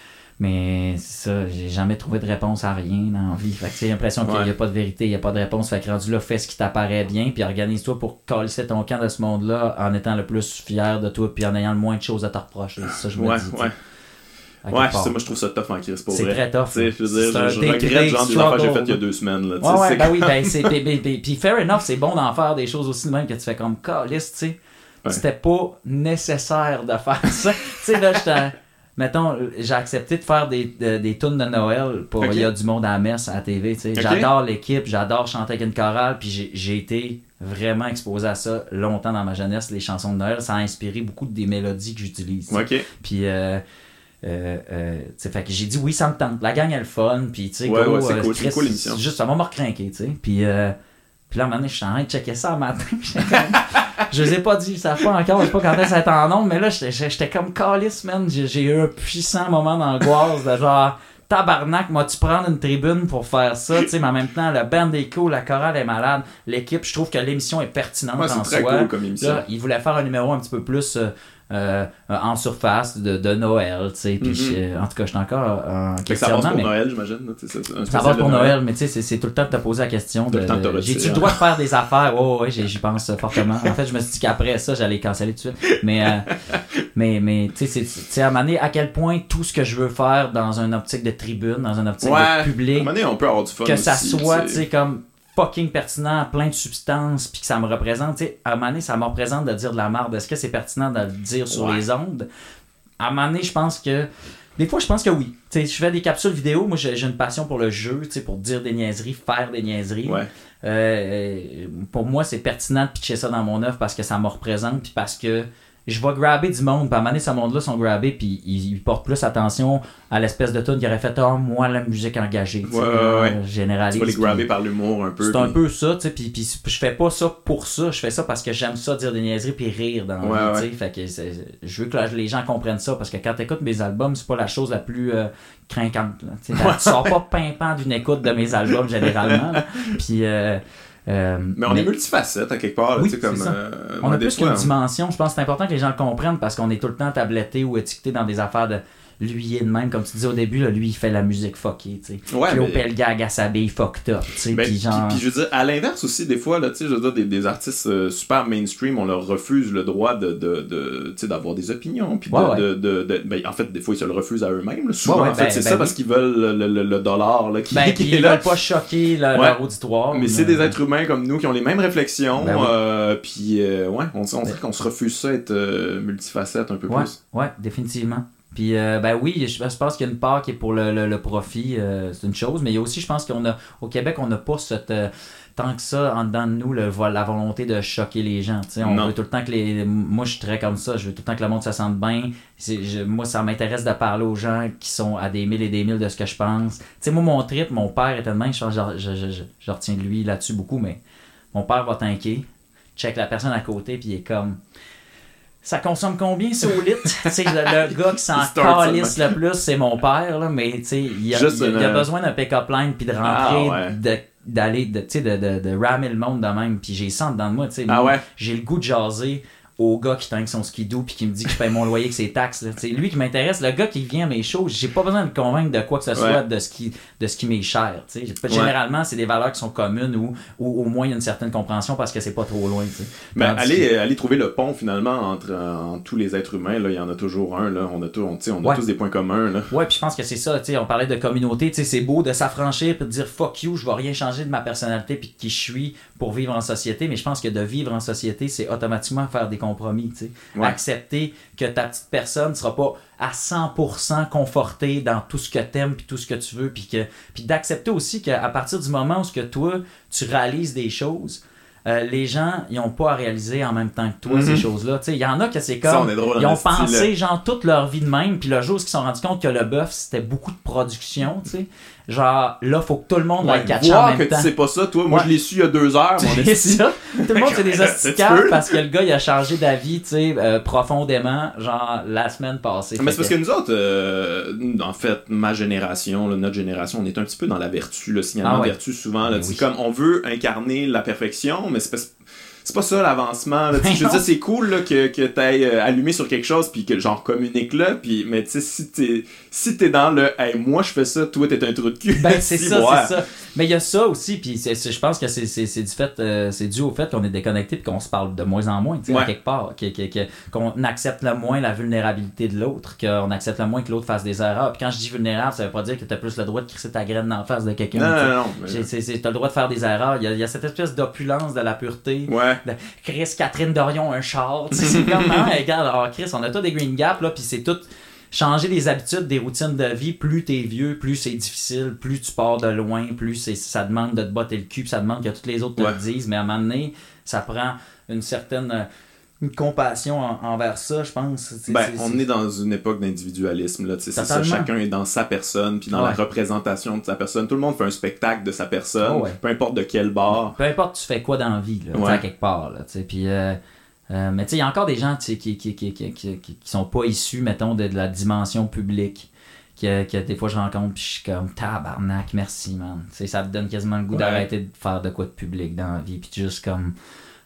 mais c'est ça, j'ai jamais trouvé de réponse à rien dans la vie. Fait que j'ai l'impression ouais. qu'il n'y a pas de vérité, il n'y a pas de réponse. Fait que rendu là, fais ce qui t'apparaît bien, puis organise-toi pour calisser ton camp de ce monde-là en étant le plus fier de toi, puis en ayant le moins de choses à te reprocher. C'est ça je me ouais, dis. Ouais. Ouais, c'est, moi je trouve ça tough en crise pour c'est vrai. C'est très tough. Je veux dire, je, je regrette genre des affaires que j'ai faites il y a deux semaines. Là, ouais, ouais, ben oui, ben c'est. Puis fair enough, c'est bon d'en faire des choses aussi de même que tu fais comme calice, tu sais. Ouais. C'était pas nécessaire de faire ça. Tu sais, là, j'étais. Mettons, j'ai accepté de faire des, des, des tunes de Noël pour okay. Il y a du monde à la messe à la T V. Tu sais. Okay. J'adore l'équipe, j'adore chanter avec une chorale, puis j'ai, j'ai été vraiment exposé à ça longtemps dans ma jeunesse, les chansons de Noël. Ça a inspiré beaucoup des mélodies que j'utilise. Okay. Puis. Euh, Euh, euh, fait que j'ai dit oui ça me tente la gang elle le fun puis tu sais ouais, go, ouais, c'est euh, cool, Chris, c'est cool l'émission juste ça va me recrinquer tu sais puis euh, puis là à un moment donné je suis en train de checker ça le matin je les ai pas dit ça fait pas encore je sais pas quand est-ce que ça va être en ondes mais là j'étais, j'étais comme calice man j'ai, j'ai eu un puissant moment d'angoisse de genre tabarnak m'as-tu prendre une tribune pour faire ça tu sais mais en même temps le band est cool la chorale est malade l'équipe je trouve que l'émission est pertinente ouais, en très soi cool comme émission. Là, ils voulaient faire un numéro un petit peu plus euh, euh, en surface de, de Noël, tu sais. Puis mm-hmm. en tout cas, je suis encore en questionnement. Ça passe pour mais... Noël, j'imagine. C'est ça, c'est ça passe pour Noël, Noël mais tu sais, c'est, c'est tout le temps de te poser la question de, de j'ai-tu le droit de faire des affaires? Oh, oui, j'y pense fortement. En fait, je me suis dit qu'après ça, j'allais canceller tout de suite. Mais, euh, mais, mais tu sais, c'est à un moment donné, à quel point tout ce que je veux faire dans une optique de tribune, dans une optique ouais, de public, à un moment donné, on peut avoir du fun que aussi, ça soit, tu sais, comme fucking pertinent, plein de substances, puis que ça me représente, tu sais, à un moment donné, ça me représente de dire de la merde. Est-ce que c'est pertinent de le dire sur ouais. les ondes? À un moment donné, je pense que... Des fois, je pense que oui. Tu sais, je fais des capsules vidéo. Moi, j'ai, j'ai une passion pour le jeu, tu sais, pour dire des niaiseries, faire des niaiseries. Ouais. Euh, pour moi, c'est pertinent de pitcher ça dans mon œuvre parce que ça me représente, puis parce que je vais grabber du monde, puis à un moment donné, ce monde-là sont grabbés, puis ils, ils portent plus attention à l'espèce de tune qui aurait fait « Ah, oh, moi, la musique engagée. » Ouais, ouais, ouais. Généralise. Tu vas les grabber par l'humour un peu. C'est puis... un peu ça, tu sais, puis, puis je fais pas ça pour ça, je fais ça parce que j'aime ça, dire des niaiseries, puis rire dans ouais, la vie, ouais. tu sais, fait que c'est, je veux que les gens comprennent ça, parce que quand t'écoutes mes albums, c'est pas la chose la plus euh, craquante, là. Tu sais, tu sors pas pimpant d'une écoute de mes albums, généralement, là. Puis... Euh, Euh, mais on mais... est multifacette à quelque part. Là, oui, comme, euh, on a plus qu'une on... dimension. Je pense que c'est important que les gens le comprennent parce qu'on est tout le temps tabletté ou étiqueté dans des affaires de lui il est de même. Comme tu disais au début, là, lui il fait la musique fuckée. Ouais, Claude mais... Pelgag à s'habiller fucked up. Ben, puis genre... je veux dire, à l'inverse aussi, des fois, là, je veux dire, des, des artistes euh, super mainstream, on leur refuse le droit de, de, de, d'avoir des opinions. Puis ouais, de, ouais. de, de, de, ben, en fait, des fois, ils se le refusent à eux-mêmes. Là. Souvent, ouais, ouais, en fait, ben, c'est ben, ça oui. parce qu'ils veulent le, le, le dollar là, qui, ben, qui ils est là. veulent pas choquer le, ouais. leur auditoire. Mais, mais c'est des êtres humains comme nous qui ont les mêmes réflexions. Ben, oui. euh, puis, euh, ouais, on, on dirait qu'on se refuse ça être euh, multifacette un peu ouais, plus. Ouais, définitivement. Puis, euh, ben oui, je, je pense qu'il y a une part qui est pour le, le, le profit, euh, c'est une chose, mais il y a aussi, je pense qu'on a, au Québec, on n'a pas cette, euh, tant que ça, en dedans de nous, le, la volonté de choquer les gens, tu sais, on non. veut tout le temps que les, moi je suis très comme ça, je veux tout le temps que le monde se sente bien, c'est, je, moi ça m'intéresse de parler aux gens qui sont à des milles et des milles de ce que je pense, tu sais, moi mon trip, mon père était de même, je, je, je, je, je retiens de lui là-dessus beaucoup, mais mon père va tanker, check la personne à côté, puis il est comme... Ça consomme combien ça au litre? T'sais, le, le gars qui s'en calisse le plus, c'est mon père, là, mais t'sais, il, a, il, a, il a besoin d'un pick-up line puis de rentrer, ah, ouais. de, d'aller, de, de, de, de ramer le monde de même. Puis j'ai ça dedans de moi. Ah, moi ouais? J'ai le goût de jaser au gars qui tank son skidoo puis qui me dit que je paye mon loyer avec ses taxes. C'est lui qui m'intéresse. Le gars qui vient à mes shows, j'ai pas besoin de le convaincre de quoi que ce soit, ouais. de ce qui, de ce qui m'est cher. T'sais. Généralement, ouais. c'est des valeurs qui sont communes ou, ou au moins il y a une certaine compréhension parce que c'est pas trop loin. Ben, allez, que... allez trouver le pont finalement entre, entre tous les êtres humains. Là. Il y en a toujours un. Là. On a, tout, on, on a ouais. tous des points communs. Là. Ouais, puis je pense que c'est ça. On parlait de communauté. C'est beau de s'affranchir et de dire fuck you, je vais rien changer de ma personnalité puis de qui je suis pour vivre en société. Mais je pense que de vivre en société, c'est automatiquement faire des compromis. T'sais. Ouais. Accepter que ta petite personne ne sera pas à cent pour cent confortée dans tout ce que t'aimes puis tout ce que tu veux puis que puis d'accepter aussi qu'à partir du moment où ce que toi tu réalises des choses, euh, les gens ils ont pas à réaliser en même temps que toi mm-hmm. ces choses-là. Tu sais, il y en a que c'est comme ça, ils ont pensé style. genre toute leur vie de même puis le jour où ils se sont rendus compte que le bœuf c'était beaucoup de production, tu sais. Genre, là, faut que tout le monde ouais, aille catcher en même que temps. Tu sais pas ça, toi. Moi, ouais. je l'ai su il y a deux heures. C'est ça. Tout le monde, c'est des hosticables parce que le gars, il a changé d'avis, tu sais, euh, profondément, genre, la semaine passée. Mais c'est parce que, que nous autres, euh, en fait, ma génération, là, notre génération, on est un petit peu dans la vertu, le signalement ah, ouais. de vertu, souvent. Là, oui. Comme, on veut incarner la perfection, mais c'est parce c'est pas ça l'avancement là. Je veux dire c'est cool là, que, que t'ailles euh, allumé sur quelque chose puis que genre communique là puis mais tu sais si t'es si t'es dans le hey moi je fais ça toi t'es un trou de cul ben c'est ça ouais. c'est ça mais il y a ça aussi puis c'est, c'est, je pense que c'est, c'est, c'est du fait euh, c'est dû au fait qu'on est déconnecté puis qu'on se parle de moins en moins tu sais ouais. quelque part que, que, que, qu'on accepte le moins la vulnérabilité de l'autre qu'on accepte le moins que l'autre fasse des erreurs puis quand je dis vulnérable ça veut pas dire que t'as plus le droit de crisser ta graine en face de quelqu'un non non, non mais... c'est, c'est, t'as le droit de faire des erreurs il y a, il y a cette espèce d'opulence de la pureté ouais de Chris Catherine Dorion un char tu sais c'est comme non regarde alors Chris on a tous des Green Gap là puis c'est tout changer les habitudes des routines de vie plus t'es vieux plus c'est difficile plus tu pars de loin plus c'est, ça demande de te botter le cul ça demande que tous les autres te ouais. le disent mais à un moment donné ça prend une certaine une compassion en, envers ça, je pense. Ben, c'est, on c'est... est dans une époque d'individualisme. Là, c'est ça, chacun est dans sa personne, puis dans ouais. la représentation de sa personne. Tout le monde fait un spectacle de sa personne, oh ouais. peu importe de quel bord. Peu importe tu fais quoi dans la vie, là, ouais. à quelque part. Là, puis, euh, euh, mais il y a encore des gens qui, qui, qui, qui, qui, qui, qui sont pas issus, mettons, de, de la dimension publique. Que, que des fois je rencontre, puis je suis comme tabarnak, merci, man. T'sais, ça te donne quasiment le goût ouais. d'arrêter de faire de quoi de public dans la vie, puis juste comme...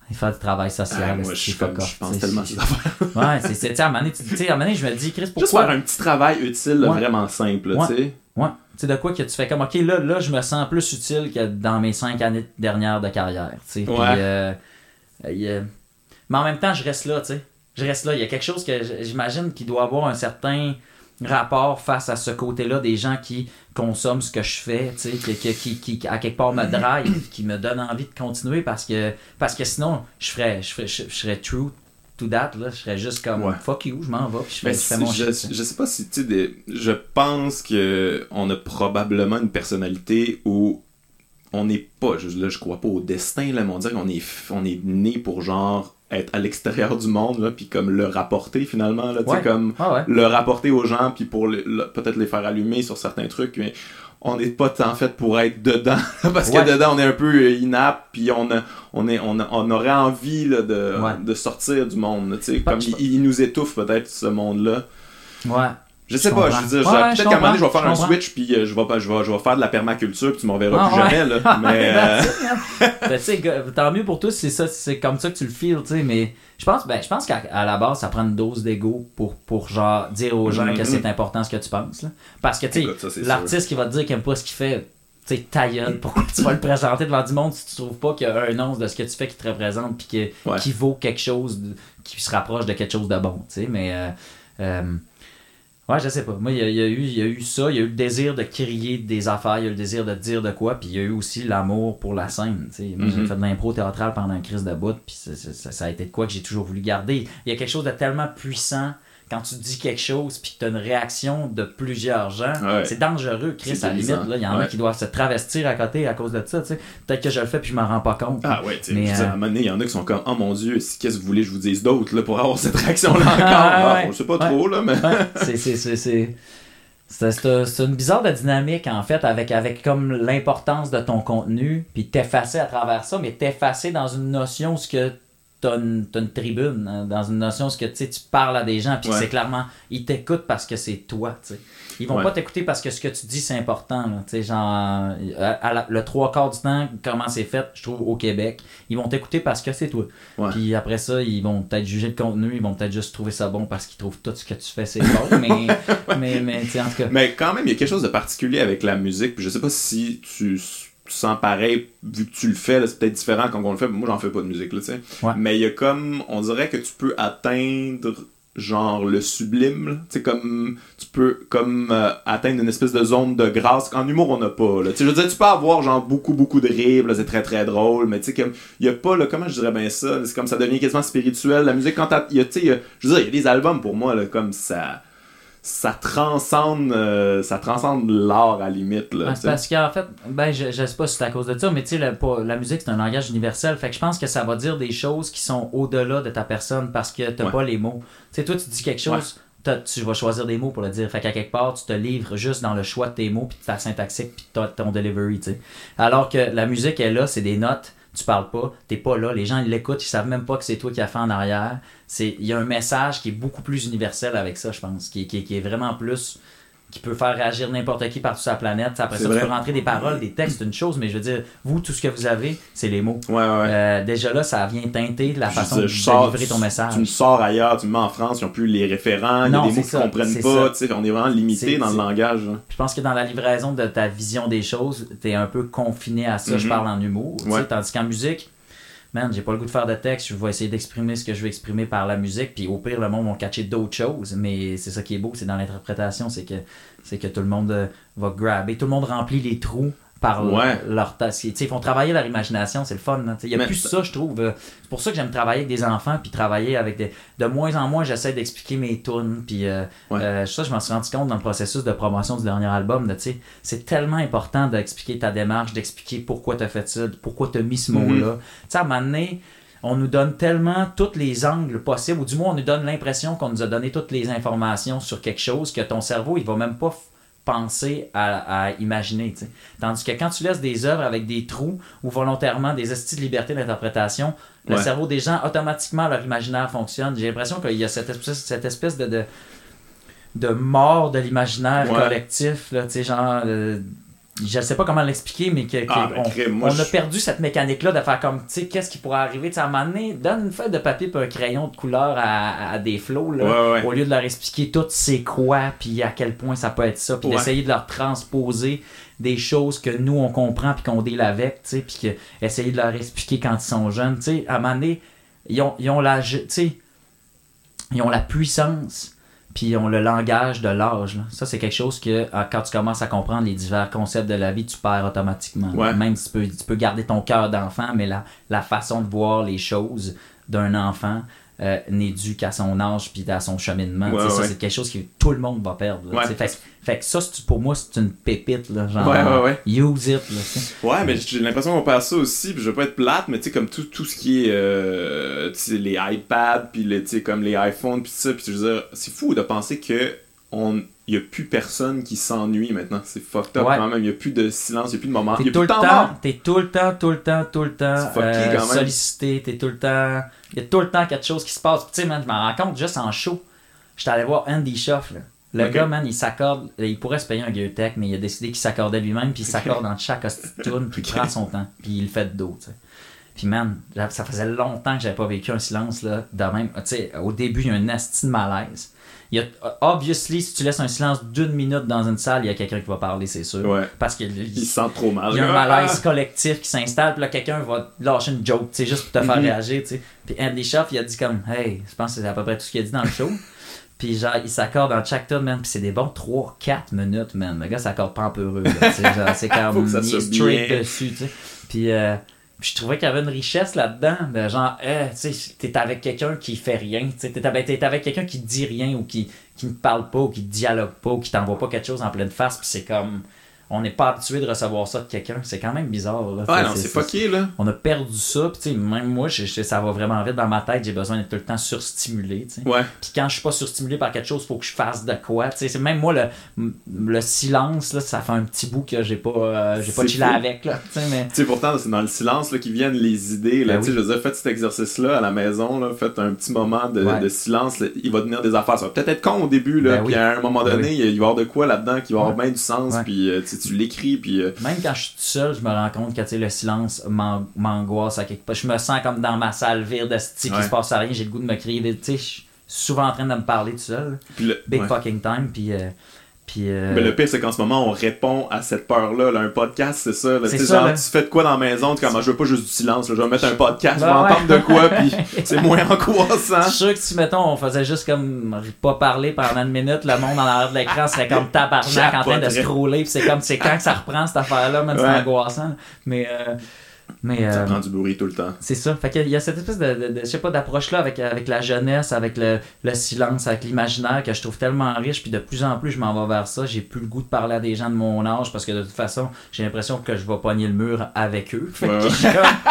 Faire du travail social. Ah, moi, je, comme, je pense tellement à ces affaires. Ouais, c'est, c'est, tu sais, à un moment donné, tu sais, à un moment donné, je me dis, Chris, pourquoi... Juste faire un petit travail utile, là, ouais. vraiment simple, ouais. tu sais. Ouais. Tu sais, de quoi que tu fais comme, OK, là, là, je me sens plus utile que dans mes cinq années dernières de carrière, tu sais. Ouais. Puis, euh, euh, mais en même temps, je reste là, tu sais. Je reste là. Il y a quelque chose que j'imagine qui doit avoir un certain rapport face à ce côté-là des gens qui consomment ce que je fais, tu sais, qui, qui, qui, qui à quelque part me drive, qui me donne envie de continuer parce que parce que sinon je ferais je ferais je, je serais true to that, là, je serais juste comme ouais. fuck you, je m'en vais puis je fais, je fais mon je, shit. Je sais pas si tu sais des... je pense que on a probablement une personnalité où on n'est pas je, là je crois pas au destin là, mais on dirait qu'on est on est né pour genre être à l'extérieur du monde là puis comme le rapporter finalement là, tu sais ouais. comme ah ouais. le rapporter aux gens puis pour le, le, peut-être les faire allumer sur certains trucs, mais on n'est pas en fait pour être dedans parce ouais. que dedans on est un peu inapte puis on a, on est on, a, on aurait envie là, de ouais. de sortir du monde, tu sais comme il, il nous étouffe peut-être ce monde là. Ouais. Je sais je pas, comprends. je veux dire, ouais, peut-être qu'à un moment donné, je vais faire je un comprends. switch, puis euh, je, vais, je, vais, je vais faire de la permaculture, puis tu m'en verras ah, plus ouais. jamais, là. Mais, euh... ben, tu sais, tant mieux pour toi, c'est ça, c'est comme ça que tu le feels, tu sais, mais je pense, ben, je pense qu'à à la base, ça prend une dose d'ego pour, pour genre, dire aux gens mm-hmm. que c'est important ce que tu penses, là. Parce que, tu sais, l'artiste sûr. qui va te dire qu'il aime pas ce qu'il fait, tu sais, ta gueule, pourquoi tu vas le présenter devant du monde si tu trouves pas qu'il y a un once de ce que tu fais qui te représente, puis que, ouais. qui vaut quelque chose, de, qui se rapproche de quelque chose de bon, tu sais, mais, euh, euh, ouais, je sais pas. Moi, il y a, il y a eu, il y a eu ça, il y a eu le désir de crier des affaires, il y a eu le désir de dire de quoi, puis il y a eu aussi l'amour pour la scène. T'sais. Moi, mm-hmm. j'ai fait de l'impro théâtrale pendant une crise de bout, puis ça, ça, ça a été de quoi que j'ai toujours voulu garder. Il y a quelque chose de tellement puissant quand tu dis quelque chose, puis que tu as une réaction de plusieurs gens. Ouais. C'est dangereux, Chris, à la limite. Il y en ouais. a qui doivent se travestir à côté à cause de ça. T'sais. Peut-être que je le fais, puis je m'en rends pas compte. Ah ouais, tu sais, euh... à un moment donné, il y en a qui sont comme, oh mon Dieu, qu'est-ce que vous voulez que je vous dise d'autre là, pour avoir cette réaction-là encore? Ah, ouais. ah, je sais pas ouais. trop, là, mais. Ouais. c'est, c'est, c'est, c'est... C'est, c'est, c'est une bizarre de dynamique, en fait, avec, avec comme l'importance de ton contenu, puis t'effacer à travers ça, mais t'effacer dans une notion où ce que t'as une, t'as une tribune, hein, dans une notion où ce que tu parles à des gens, puis ouais. c'est clairement, ils t'écoutent parce que c'est toi, tu sais. Ils vont ouais. pas t'écouter parce que ce que tu dis, c'est important, tu sais, genre, à, à la, le trois quarts du temps, comment c'est fait, je trouve, au Québec, ils vont t'écouter parce que c'est toi. Ouais. Puis après ça, ils vont peut-être juger le contenu, ils vont peut-être juste trouver ça bon parce qu'ils trouvent tout ce que tu fais, c'est bon, mais, mais, mais tu sais, en tout cas. Mais quand même, il y a quelque chose de particulier avec la musique, puis je sais pas si tu... tu sens pareil, vu que tu le fais, là, c'est peut-être différent quand on le fait, moi j'en fais pas de musique, là, tu sais. Ouais. Mais il y a comme, on dirait que tu peux atteindre genre le sublime, tu sais, comme tu peux comme euh, atteindre une espèce de zone de grâce qu'en humour on n'a pas, là. Tu sais, je veux dire, tu peux avoir genre beaucoup beaucoup de rires, là, c'est très très drôle, mais tu sais, comme il y a pas, là, comment je dirais bien ça, c'est comme ça devient quasiment spirituel, la musique, quand t'as, y a, tu sais, je veux dire, il y a des albums pour moi, là, comme ça... ça transcende euh, ça transcende l'art à la limite là, ouais, parce qu'en fait ben je, je sais pas si c'est à cause de ça, mais tu sais la, la musique c'est un langage universel, fait que je pense que ça va dire des choses qui sont au-delà de ta personne parce que t'as ouais. pas les mots. Tu sais, toi tu dis quelque chose, ouais. tu vas choisir des mots pour le dire, fait qu'à quelque part tu te livres juste dans le choix de tes mots puis ta syntaxique puis ton delivery, tu sais. Alors que la musique est là, c'est des notes, tu parles pas, t'es pas là, les gens ils l'écoutent, ils savent même pas que c'est toi qui as fait en arrière. C'est, il y a un message qui est beaucoup plus universel avec ça, je pense, qui, qui, qui est vraiment plus, qui peut faire réagir n'importe qui partout sur la planète. Après c'est ça, vrai. Tu peux rentrer des paroles, des textes, c'est une chose, mais je veux dire, vous, tout ce que vous avez, c'est les mots. Ouais, ouais, ouais. Euh, déjà là, ça vient teinter la je façon dis, de sors, livrer ton message. Tu me sors ailleurs, tu me mets en France, ils n'ont plus les référents, il y a des mots qu'ils ne comprennent pas, tu sais, on est vraiment limité c'est, dans c'est... le langage. Hein. Je pense que dans la livraison de ta vision des choses, t'es un peu confiné à ça, mm-hmm. je parle en humour, ouais. tandis qu'en musique, man, j'ai pas le goût de faire de texte, je vais essayer d'exprimer ce que je veux exprimer par la musique, puis au pire, le monde va catcher d'autres choses, mais c'est ça qui est beau, c'est dans l'interprétation, c'est que, c'est que tout le monde va grabber, tout le monde remplit les trous par ouais. leur tasse. Ils font travailler leur imagination, c'est le fun. Il n'y a mais plus ça, je trouve. C'est pour ça que j'aime travailler avec des enfants, puis travailler avec des... De moins en moins, j'essaie d'expliquer mes tunes, puis euh, ouais. euh, ça, je m'en suis rendu compte dans le processus de promotion du dernier album. Là, c'est tellement important d'expliquer ta démarche, d'expliquer pourquoi tu as fait ça, pourquoi tu as mis ce mm-hmm. mot-là. À un moment donné, on nous donne tellement tous les angles possibles, ou du moins, on nous donne l'impression qu'on nous a donné toutes les informations sur quelque chose, que ton cerveau, il va même pas... penser à, à imaginer, t'sais. Tandis que quand tu laisses des œuvres avec des trous ou volontairement des estis de liberté d'interprétation, le ouais. cerveau des gens, automatiquement, leur imaginaire fonctionne. J'ai l'impression qu'il y a cette espèce, cette espèce de, de, de mort de l'imaginaire ouais. collectif, là, genre... Euh, je sais pas comment l'expliquer, mais que, que ah, ben, on, crème, moi, on je... a perdu cette mécanique-là de faire comme, tu sais, qu'est-ce qui pourrait arriver. T'sais, à un moment donné, donne une feuille de papier et un crayon de couleur à, à des flots, là, ouais, ouais. au lieu de leur expliquer tout c'est quoi, puis à quel point ça peut être ça, puis ouais. d'essayer de leur transposer des choses que nous, on comprend, puis qu'on deal avec, tu sais, puis que, essayer de leur expliquer quand ils sont jeunes. Tu sais, à un moment donné, ils ont, ils ont la, tu sais, ils ont la puissance... Puis ils ont le langage de l'âge. Là. Ça, c'est quelque chose que quand tu commences à comprendre les divers concepts de la vie, tu perds automatiquement. Ouais. Même si tu peux, tu peux garder ton cœur d'enfant, mais la, la façon de voir les choses d'un enfant euh, n'est due qu'à son âge puis à son cheminement. Ouais, ça, ouais. C'est quelque chose que tout le monde va perdre. Là, ouais. fait, fait que ça, pour moi, c'est une pépite. Là, genre, ouais, ouais, ouais. use it. Là, ouais, mais j'ai l'impression qu'on perd ça aussi. Puis je veux pas être plate, mais tu sais, comme tout, tout ce qui est euh, les iPads, puis les, comme les iPhones, puis ça. Puis je veux dire, c'est fou de penser que on... il n'y a plus personne qui s'ennuie maintenant. C'est fucked up ouais. quand même. Il n'y a plus de silence, il n'y a plus de moment. T'es il y a tout plus le de temps, temps, t'es tout le temps, tout le temps, tout le temps euh, sollicité. T'es tout le temps... Il y a tout le temps quelque chose qui se passe. Tu sais, man, je m'en rends compte juste en show. J'étais allé voir Andy Schaff, là. Le okay. gars, man, il s'accorde... Il pourrait se payer un gear tech, mais il a décidé qu'il s'accordait lui-même, puis il s'accorde dans chaque tune, puis il prend son temps, puis il le fait de dos, tu sais. Puis man, ça faisait longtemps que j'avais pas vécu un silence, là, de même. Tu sais, au début, il y a un asti de malaise. Il y a, obviously, si tu laisses un silence d'une minute dans une salle, il y a quelqu'un qui va parler, c'est sûr. Ouais. Parce qu'il il se sent trop mal. Il y a un malaise collectif qui s'installe, puis là, quelqu'un va lâcher une joke, tu sais, juste pour te faire mm-hmm. réagir, tu sais. Puis Andy Schaff, il a dit comme, hey, je pense que c'est à peu près tout ce qu'il a dit dans le show. Puis genre, il s'accorde dans chaque tune, man, puis c'est des bons trois quatre minutes, man. Le gars s'accorde pas en peureux, là, tu sais, genre, c'est comme, il est straight bien. Dessus, tu sais. Puis, euh, Puis je trouvais qu'il y avait une richesse là-dedans, de genre, eh, tu sais, t'es avec quelqu'un qui fait rien, tu sais, t'es avec, t'es avec quelqu'un qui dit rien ou qui, qui ne parle pas ou qui dialogue pas ou qui t'envoie pas quelque chose en pleine face, puis c'est comme, on n'est pas habitué de recevoir ça de quelqu'un, c'est quand même bizarre, là. Ouais, non, c'est, c'est fucké, là. On a perdu ça, puis tu sais, même moi, je, je, ça va vraiment vite dans ma tête, j'ai besoin d'être tout le temps surstimulé, tu sais. Ouais. Puis quand je suis pas surstimulé par quelque chose, il faut que je fasse de quoi, tu sais, c'est même moi, le, le silence, là, ça fait un petit bout que j'ai pas, euh, j'ai pas chillé avec, là, tu sais, mais... Tu sais, pourtant, c'est dans le silence, là, qu'ils viennent les idées, là, ben tu sais, oui. Je veux dire, faites cet exercice-là à la maison, là, faites un petit moment de, ouais. de silence, là, il va devenir des affaires, ça va peut-être être con au début, là, ben puis oui. à un moment donné, ben oui. il va y avoir de quoi là-dedans qui va avoir ouais. bien du sens, ouais. puis euh, tu l'écris, puis même quand je suis tout seul, je me rends compte que le silence m'angoisse à quelque part. Je me sens comme dans ma salle vide de style ouais. qui se passe à rien, j'ai le goût de me crier. Tu sais, je suis souvent en train de me parler tout seul. Le, Big ouais. fucking time. Puis, euh, puis, euh... Mais le pire, c'est qu'en ce moment, on répond à cette peur-là. Là. Un podcast, c'est ça. Là. C'est ça genre, là. Tu fais de quoi dans la maison? Tu comme, je veux pas juste du silence. Là. Je vais mettre un podcast, ben je vais ouais. entendre de quoi, puis c'est moins angoissant. Je suis sûr que si, mettons, on faisait juste comme pas parler pendant une minute, le monde en arrière de l'écran serait comme tabarnak en train de scroller, puis c'est comme, c'est quand que ça reprend cette affaire-là, même ouais. c'est angoissant. Mais... Euh... Mais, ça euh, prend du bruit tout le temps. C'est ça. Fait qu'il y a cette espèce de, de, de je sais pas, d'approche-là avec, avec la jeunesse, avec le, le silence, avec l'imaginaire que je trouve tellement riche. Puis de plus en plus, je m'en vais vers ça. J'ai plus le goût de parler à des gens de mon âge parce que de toute façon, j'ai l'impression que je vais pogner le mur avec eux. Fait ouais. que je,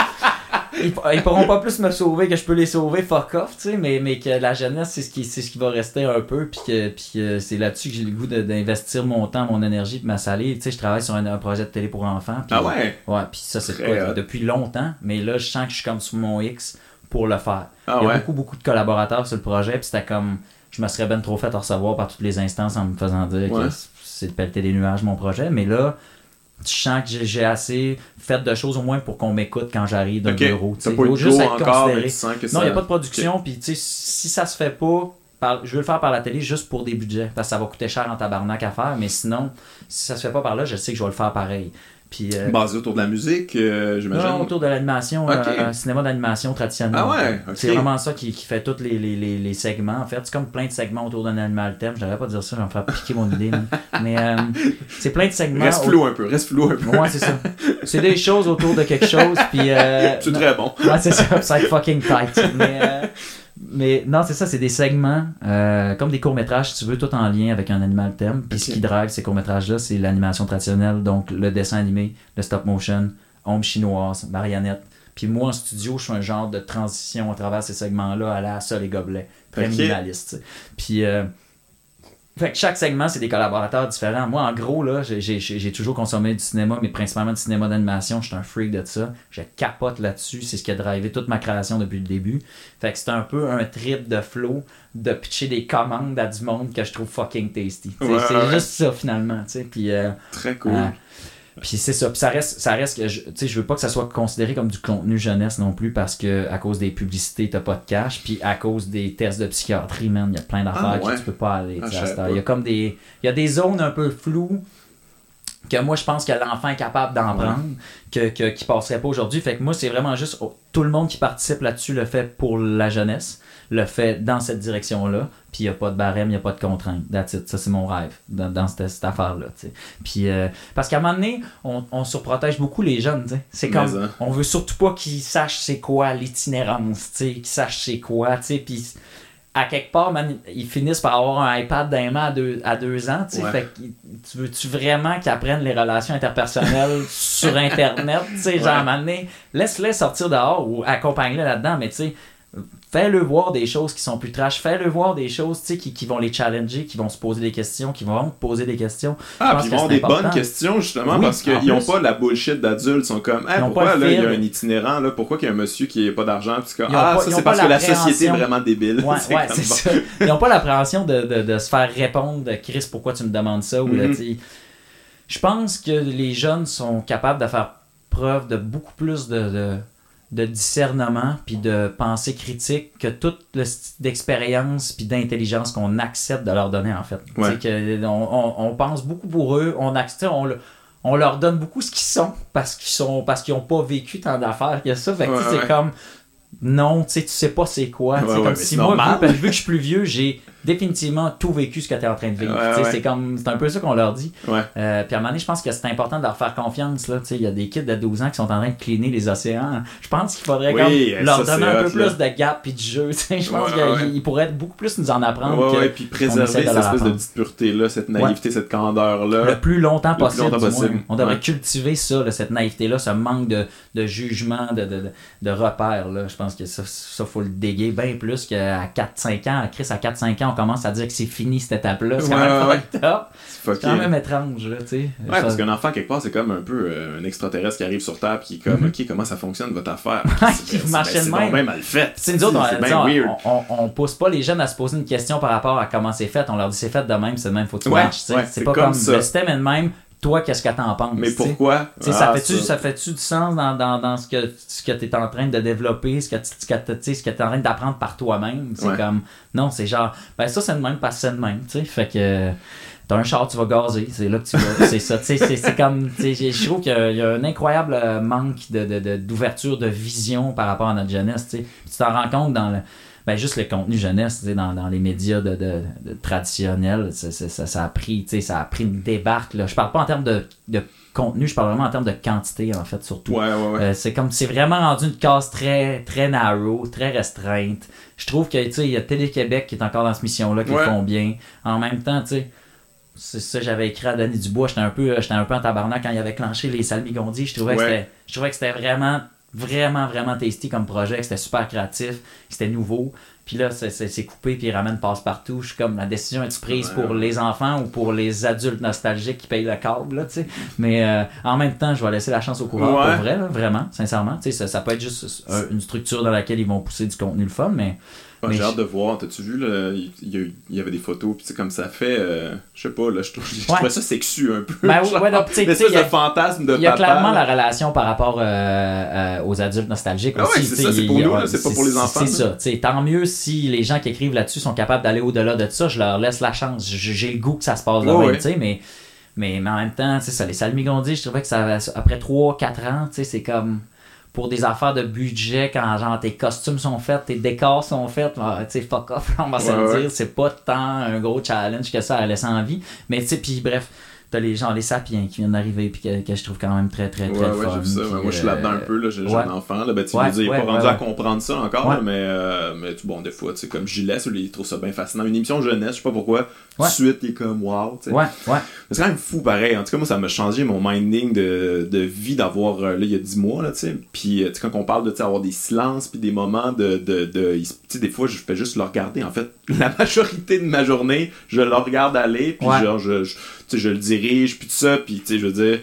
ils, ils pourront pas plus me sauver que je peux les sauver, fuck off, tu sais, mais, mais que la jeunesse, c'est ce qui, c'est ce qui va rester un peu, puis que puis, euh, c'est là-dessus que j'ai le goût de, d'investir mon temps, mon énergie, puis ma salive. Tu sais, je travaille sur un, un projet de télé pour enfants. Pis, ah ouais? Ouais, puis ça, c'est pas, depuis longtemps, mais là, je sens que je suis comme sur mon X pour le faire. Ah Il y a ouais? beaucoup, beaucoup de collaborateurs sur le projet, puis c'était comme, je me serais ben trop fait recevoir par toutes les instances en me faisant dire ouais. que c'est de pelleter des nuages, mon projet, mais là, je sens que j'ai, j'ai assez fait de choses au moins pour qu'on m'écoute quand j'arrive d'un okay. bureau. T'as pas eu juste être encore, considéré. Que non, il n'y a pas de production. Puis okay. si ça se fait pas, par, je veux le faire par la télé juste pour des budgets. Parce que ça va coûter cher en tabarnak à faire. Mais sinon, si ça se fait pas par là, je sais que je vais le faire pareil. Puis, euh, basé autour de la musique, euh, j'imagine? Non, autour de l'animation, okay. euh, cinéma d'animation traditionnel. Ah ouais? Okay. C'est vraiment ça qui, qui fait tous les, les, les, les segments. En fait, c'est comme plein de segments autour d'un animal thème. Je devrais pas dire ça, je vais me faire piquer mon idée. Mais euh, c'est plein de segments. Reste flou au... un peu, reste flou un peu. Ouais, c'est ça. C'est des choses autour de quelque chose. Puis, euh, c'est très bon. Ouais, c'est ça. Ça va être fucking tight. Mais... Euh, Mais non, c'est ça, c'est des segments, euh, comme des courts-métrages, si tu veux, tout en lien avec un animal thème. Puis okay. ce qui drive ces courts-métrages-là, c'est l'animation traditionnelle, donc le dessin animé, le stop-motion, ombre chinoise, marionnette. Puis moi, en studio, je fais un genre de transition à travers ces segments-là à la Sol et Gobelet, très okay. minimaliste. T'sais. Puis, euh, fait que chaque segment, c'est des collaborateurs différents. Moi, en gros, là, j'ai, j'ai, j'ai toujours consommé du cinéma, mais principalement du cinéma d'animation. Je suis un freak de ça. Je capote là-dessus. C'est ce qui a drivé toute ma création depuis le début. Fait que c'est un peu un trip de flow de pitcher des commandes à du monde que je trouve fucking tasty. Ouais, c'est ouais. juste ça, finalement. T'sais. Puis, euh, très cool. Euh, Puis c'est ça. Puis ça reste, ça reste que je, tu sais, je veux pas que ça soit considéré comme du contenu jeunesse non plus parce que à cause des publicités, t'as pas de cash. Puis à cause des tests de psychiatrie, man, il y a plein d'affaires ah, ouais. que tu peux pas aller. Ah, il y a comme des, il y a des zones un peu floues que moi je pense que l'enfant est capable d'en ouais. prendre, que, que, qui passerait pas aujourd'hui. Fait que moi c'est vraiment juste oh, tout le monde qui participe là-dessus le fait pour la jeunesse, le fait dans cette direction-là, puis il n'y a pas de barème, il n'y a pas de contrainte. That's it. Ça c'est mon rêve dans, dans cette, cette affaire-là. T'sais. Puis euh, parce qu'à un moment donné, on, on surprotège beaucoup les jeunes. T'sais. C'est comme ça. On veut surtout pas qu'ils sachent c'est quoi l'itinérance, qu'ils sachent c'est quoi, puis à quelque part, man, ils finissent par avoir un iPad dans les mains à deux, à deux ans. Ouais. Fait que, tu veux-tu vraiment qu'ils apprennent les relations interpersonnelles sur Internet? Ouais. Genre, à un moment donné, laisse-les sortir dehors ou accompagne-les là-dedans, mais tu sais, fais-le voir des choses qui sont plus trash, fais-le voir des choses qui, qui vont les challenger, qui vont se poser des questions, qui vont te poser des questions. Ah, puis ils vont avoir des bonnes questions justement oui, parce qu'ils n'ont pas la bullshit d'adultes. Ils sont comme, hey, pourquoi là il y a un itinérant, là, pourquoi qu'il y a un monsieur qui n'a pas d'argent? Puis comme, ah, pas, ça c'est parce que la société est vraiment débile. Ouais, c'est, ouais, c'est ça. Ils n'ont pas l'appréhension de, de, de se faire répondre de Chris, pourquoi tu me demandes ça? Ou mm-hmm. là, je pense que les jeunes sont capables de faire preuve de beaucoup plus de. de de discernement puis de pensée critique que toute le style d'expérience puis d'intelligence qu'on accepte de leur donner en fait. Ouais. Que on, on, on pense beaucoup pour eux, on accepte, on, on leur donne beaucoup ce qu'ils sont parce qu'ils sont parce qu'ils ont pas vécu tant d'affaires que ça. Fait que ouais, c'est ouais. comme non, tu sais, tu sais pas c'est quoi. Ouais, ouais, comme si moi, vu, vu que je suis plus vieux, j'ai définitivement tout vécu ce que tu es en train de vivre. Ouais, ouais. C'est comme c'est un peu ça qu'on leur dit. Ouais. Euh, puis à un moment donné, je pense que c'est important de leur faire confiance. Il y a des kids de douze ans qui sont en train de cleaner les océans. Je pense qu'il faudrait oui, comme, leur donner un peu plus là. de gap et de jeu. Je pense ouais, qu'ils ouais. pourraient beaucoup plus nous en apprendre. Ouais, que ouais, puis préserver cette espèce de petite pureté-là, cette naïveté, ouais. cette candeur-là. Le plus longtemps possible. Le plus longtemps possible. On devrait ouais. cultiver ça, là, cette naïveté-là, ce manque de, de jugement, de, de, de, de repères. Là. Je pense que ça, ça faut le déguer bien plus qu'à quatre cinq ans. Chris, à quatre cinq ans, on commence à dire que c'est fini cette étape-là. C'est quand ouais, même ouais. top. C'est, c'est quand même étrange, là, tu sais. Ouais, ça... parce qu'un enfant, quelque part, c'est comme un peu euh, un extraterrestre qui arrive sur Terre et qui est comme, mm-hmm. OK, comment ça fonctionne votre affaire? Qui marche de même. C'est mal fait. C'est nous autres, on, on, on, on, on pousse pas les jeunes à se poser une question par rapport à comment c'est fait. On leur dit c'est fait de même, c'est de même, faut que tu ouais, marches. Ouais, c'est, c'est pas comme, comme le système est de même. Toi, qu'est-ce que t'en penses? Mais pourquoi? Ah, ça, fait-tu, ça. ça fait-tu du sens dans, dans, dans ce que, ce que tu es en train de développer, ce que tu es en train d'apprendre par toi-même? C'est ouais. comme, non, c'est genre, ben ça, c'est de même parce que c'est de même, tu sais. Fait que t'as un char, tu vas gazer, c'est là que tu vas. C'est ça, tu sais. C'est, c'est comme, tu sais, je trouve qu'il y a, il y a un incroyable manque de, de, de, d'ouverture, de vision par rapport à notre jeunesse, tu sais. Tu t'en rends compte dans le. Ben juste le contenu jeunesse, tu sais, dans, dans les médias de, de, de traditionnels, ça, ça, ça a pris, tu sais, ça a pris une débarque, là. Je parle pas en termes de, de contenu, je parle vraiment en termes de quantité, en fait, surtout. Ouais, ouais, ouais. Euh, c'est comme, c'est vraiment rendu une case très, très narrow, très restreinte. Je trouve que, tu sais, il y a Télé-Québec qui est encore dans cette mission-là, qui ouais. font bien. En même temps, tu sais, c'est ça, j'avais écrit à Denis Dubois, j'étais un peu, j'étais un peu en tabarnak quand il avait clenché les Salmigondis. Je trouvais ouais. que c'était, je trouvais que c'était vraiment, vraiment, vraiment tasty comme projet, que c'était super créatif, que c'était nouveau. Puis là, c'est, c'est, c'est coupé, puis ils ramènent passe-partout. Je suis comme, la décision est prise ouais, pour ouais. les enfants ou pour les adultes nostalgiques qui payent le câble, là, tu sais. Mais euh, en même temps, je vais laisser la chance au coureur, ouais. pour vrai, là, vraiment, sincèrement. Tu sais, ça, ça peut être juste un, une structure dans laquelle ils vont pousser du contenu le fun, mais... Ah, j'ai hâte de voir. T'as-tu vu, là, il, y, il y avait des photos, puis comme ça fait, euh, je sais pas, là, je trouve, je ouais. trouvais ça sexu un peu. Ben, ouais, donc, t'sais, l'espèce de fantasme de papa. Il y a clairement la relation par rapport euh, euh, aux adultes nostalgiques ah aussi. Ouais, c'est ça, c'est pour nous, là, c'est, c'est pas pour les enfants. C'est là. ça. Tant mieux si les gens qui écrivent là-dessus sont capables d'aller au-delà de ça, je leur laisse la chance. J'ai le goût que ça se passe de oh, même, ouais. tu sais, mais, mais, mais en même temps, tu sais, ça, les Salmigondis, je trouvais que ça, après trois quatre ans, tu sais, c'est comme... pour des affaires de budget, quand genre tes costumes sont faits, tes décors sont faits, tu sais, fuck off, on va ouais, se le ouais. dire, c'est pas tant un gros challenge que ça à laisser en vie. Mais tu sais, puis bref, t'as les gens, les sapiens qui viennent d'arriver, puis que, que je trouve quand même très, très, très ouais, fun. Ouais, j'ai vu ça. Moi, je suis là-dedans un peu, là, j'ai, ouais. j'ai un enfant, là, ben, tu ouais, veux dire, ouais, pas rendu ouais, à comprendre ça encore, ouais. là, mais, euh, mais bon, des fois, tu sais, comme j'y laisse, il trouve ça bien fascinant. Une émission jeunesse, je sais pas pourquoi, tout de suite, il est comme, wow, tu sais. Ouais, ouais. C'est quand même fou, pareil. En tout cas, moi, ça m'a changé mon minding de, de vie d'avoir, là, il y a dix mois, là, tu sais. Puis, tu sais, quand on parle de, tu sais, avoir des silences, puis des moments de, de, de, tu sais, des fois, je fais juste le regarder. En fait, la majorité de ma journée, je le regarde aller, puis ouais. genre, je, je tu sais, je le dirige, puis tout ça, puis tu sais, je veux dire,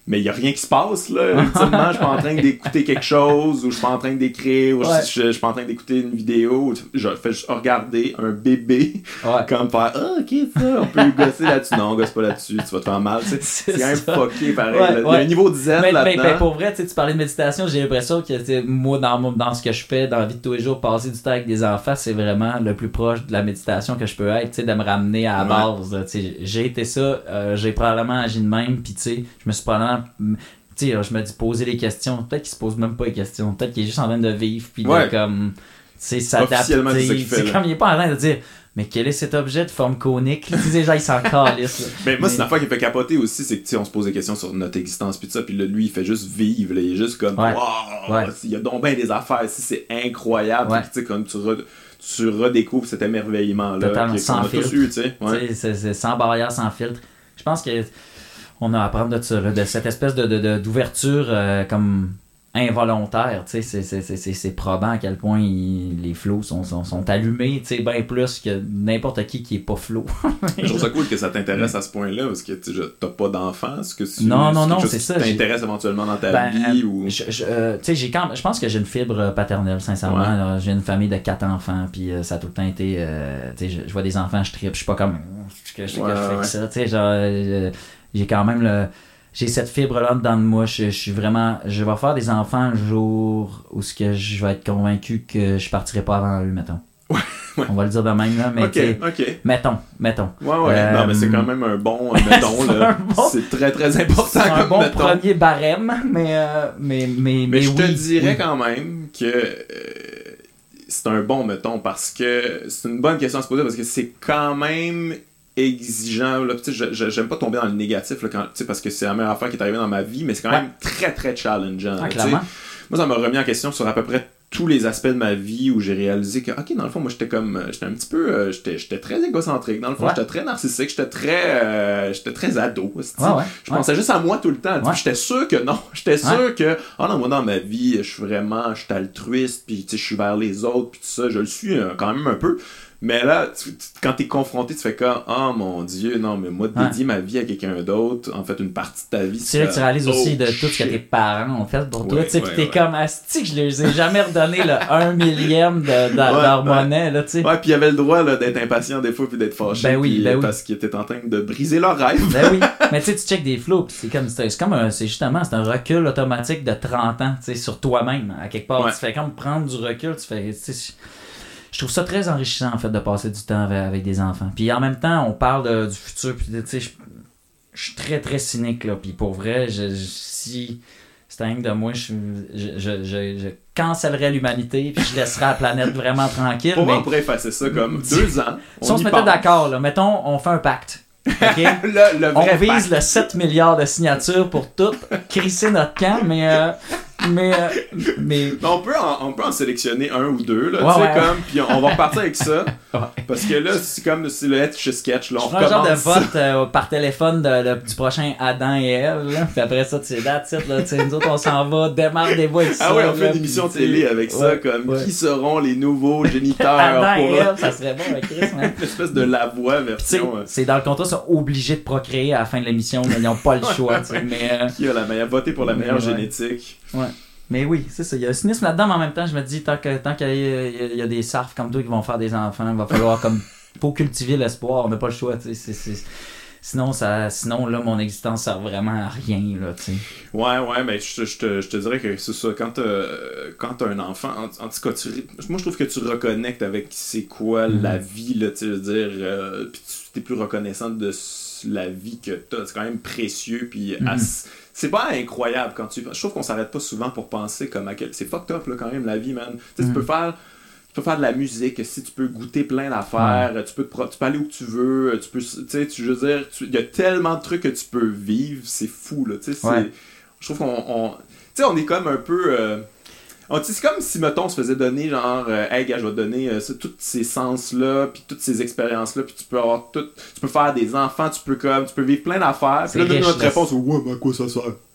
mais il y a rien qui se passe, là. Ultimement, je suis pas en train d'écouter quelque chose, ou je suis pas en train d'écrire, ou ouais. je, je, je suis pas en train d'écouter une vidéo, je fais juste regarder un bébé, ouais. comme faire, ah, oh, ok, ça, on peut gosser là-dessus. Non, on gosse pas là-dessus, tu vas te faire mal, tu sais. C'est, c'est quand même fucké, pareil. Ouais, ouais. Il y a un niveau de zen mais, là-dedans. Mais, mais pour vrai, tu parlais de méditation, j'ai l'impression que, moi, dans, dans ce que je fais, dans la vie de tous les jours, passer du temps avec des enfants, c'est vraiment le plus proche de la méditation que je peux être, tu sais, de me ramener à la base, ouais. tu sais. J'ai été ça, euh, j'ai probablement agi de même, puis tu sais, je me suis probablement... Tu sais, je me dis poser les questions. Peut-être qu'il se pose même pas les questions. Peut-être qu'il est juste en train de vivre. Puis ouais. de comme. Tu sais, s'adapter. C'est, c'est comme il est pas en train de dire. Mais quel est cet objet de forme conique? Tu sais, genre, il s'en calisse. Mais moi, c'est une affaire qui me fait capoter aussi. C'est que, tu sais, on se pose des questions sur notre existence. Puis tout ça. Puis là, lui, il fait juste vivre. Là. Il est juste comme. Waouh! Wow, ouais. Il y a donc bien des affaires ici. C'est incroyable. Ouais. Puis tu sais, comme tu, re, tu redécouvres cet émerveillement-là. Totalement. Sans filtre. Eu, tu sais. Ouais. C'est, c'est sans barrière, sans filtre. Je pense que. On a à apprendre de ça, là, de cette espèce de, de, de, d'ouverture euh, comme involontaire, tu sais, c'est, c'est, c'est, c'est, c'est probant à quel point il, les flots sont, sont, sont allumés, tu sais, bien plus que n'importe qui qui est pas flow. Je trouve ça cool que ça t'intéresse à ce point-là, parce que tu t'as pas d'enfant, est-ce que tu, non, non, non, c'est ça. T'intéresses éventuellement dans ta ben, vie euh, ou... Je, je, euh, tu sais, j'ai quand, je pense que j'ai une fibre paternelle, sincèrement. Ouais. Là, j'ai une famille de quatre enfants, puis euh, ça a tout le temps été, euh, tu sais, je, je vois des enfants, je tripe, je suis pas comme, ce que je, ouais, que je fais ouais. que ça, tu sais, genre, euh, j'ai quand même le... J'ai cette fibre-là dedans de moi. Je, je suis vraiment... Je vais faire des enfants un jour où ce que je vais être convaincu que je partirai pas avant eux, mettons. Ouais, ouais. On va le dire de même, là, mais OK, OK. Mettons, mettons. Ouais, ouais. Euh, non, mais c'est quand même un bon mettons, c'est là. Bon, c'est très, très important c'est comme un bon mettons. premier barème, mais... Euh, mais, mais, mais, mais je oui, te dirais oui. quand même que... Euh, c'est un bon mettons, parce que... C'est une bonne question à se poser, parce que c'est quand même... exigeant, là, je, je, j'aime pas tomber dans le négatif là, quand, parce que c'est la meilleure affaire qui est arrivée dans ma vie, mais c'est quand ouais. même très très challengeant. Ah, là, moi ça m'a remis en question sur à peu près tous les aspects de ma vie où j'ai réalisé que ok, dans le fond moi j'étais comme j'étais un petit peu euh, j'étais, j'étais très égocentrique, dans le fond ouais. j'étais très narcissique, j'étais très euh, j'étais très ado, ouais, ouais. je pensais ouais. juste à moi tout le temps, ouais. j'étais sûr que non, j'étais sûr ouais. que oh non, moi dans ma vie je suis vraiment je suis altruiste, puis je suis vers les autres, puis tout ça, je le suis euh, quand même un peu. Mais là, tu, tu, quand t'es confronté, tu fais comme « Oh mon Dieu, non, mais moi, dédier ouais. ma vie à quelqu'un d'autre, en fait, une partie de ta vie... » C'est là que tu réalises aussi oh, de tout ce que tes parents ont fait pour toi, tu sais, pis t'es ouais. comme « Asti que je les ai jamais redonné le un millième de, de, de ouais, leur ouais. monnaie, là, tu sais. » Ouais, pis il y avait le droit là, d'être impatient des fois, puis d'être fâché, ben oui, pis, ben oui. parce qu'ils étaient en train de briser leur rêve. Ben oui, mais tu sais, tu check des flots, pis c'est comme, c'est, c'est comme un, c'est justement, c'est un recul automatique de trente ans, tu sais, sur toi-même, à quelque part. Ouais. Tu fais comme prendre du recul, tu fais... Tu sais, je trouve ça très enrichissant, en fait, de passer du temps avec, avec des enfants. Puis en même temps, on parle de, du futur, puis tu sais, je, je suis très, très cynique, là. Puis pour vrai, je, je, si c'était un de moi, je, je, je, je, je cancellerais l'humanité, puis je laisserais la planète vraiment tranquille. Pour mais... moi, on pourrait effacer ça comme deux ans. Si on se mettait d'accord, là, mettons, on fait un pacte. Okay? le, le on vise pacte. Le sept milliards de signatures pour tout crisser notre camp, mais... Euh, Mais, euh, mais... mais on peut en, on peut en sélectionner un ou deux là, ouais, tu sais ouais. comme puis on, on va repartir avec ça ouais. parce que là c'est comme c'est le Etch sketch là, on je prends un genre de ça. vote euh, par téléphone de, de, du prochain Adam et Ève là. Puis après ça tu sais that's it là, tu sais, nous autres on s'en va démarrez-vous avec ça. Ah ouais, on fait là, une émission télé avec ouais, ça comme ouais. qui seront les nouveaux géniteurs Adam pour et Ève, ça serait bon avec Chris, hein? Une espèce de la voix version. Euh... C'est dans le contrat, ils sont obligés de procréer à la fin de l'émission, mais ils n'ont pas le choix, tu sais, mais euh... qui a la meilleure voté pour la meilleure ouais. génétique. Ouais. Mais oui, c'est ça. Il y a un cynisme là-dedans, mais en même temps, je me dis, tant, que, tant qu'il y a, il y a des sarfs comme toi qui vont faire des enfants, il va falloir comme faut cultiver l'espoir. On n'a pas le choix. Tu sais, c'est, c'est... Sinon, ça, sinon, là, mon existence sert vraiment à rien. Là, tu sais. Ouais, ouais, mais je, je, te, je te dirais que c'est ça. Quand t'as, quand t'as un enfant, en, en tout cas, tu, moi, je trouve que tu reconnectes avec c'est quoi mm-hmm. la vie. Là, tu veux dire, euh, puis tu es plus reconnaissant de la vie que t'as. C'est quand même précieux. Puis mm-hmm. à, c'est pas incroyable quand tu... Je trouve qu'on s'arrête pas souvent pour penser comme à quel... C'est fucked up, là, quand même, la vie, man. Tu sais, mm. tu peux faire... Tu peux faire de la musique, si tu peux goûter plein d'affaires, mm. tu, peux te... tu peux aller où tu veux, tu peux... Tu sais, tu... je veux dire, il tu... y a tellement de trucs que tu peux vivre, c'est fou, là, tu sais, c'est... Ouais. Je trouve qu'on... On... Tu sais, on est comme un peu... Euh... On, c'est comme si, mettons, on se faisait donner, genre, euh, hey, gars, je vais te donner euh, tous ces sens-là, puis toutes ces expériences-là, puis tu peux avoir tout. Tu peux faire des enfants, tu peux comme, tu peux vivre plein d'affaires. Puis là, donner notre réponse, ouais, mais à quoi ça sert?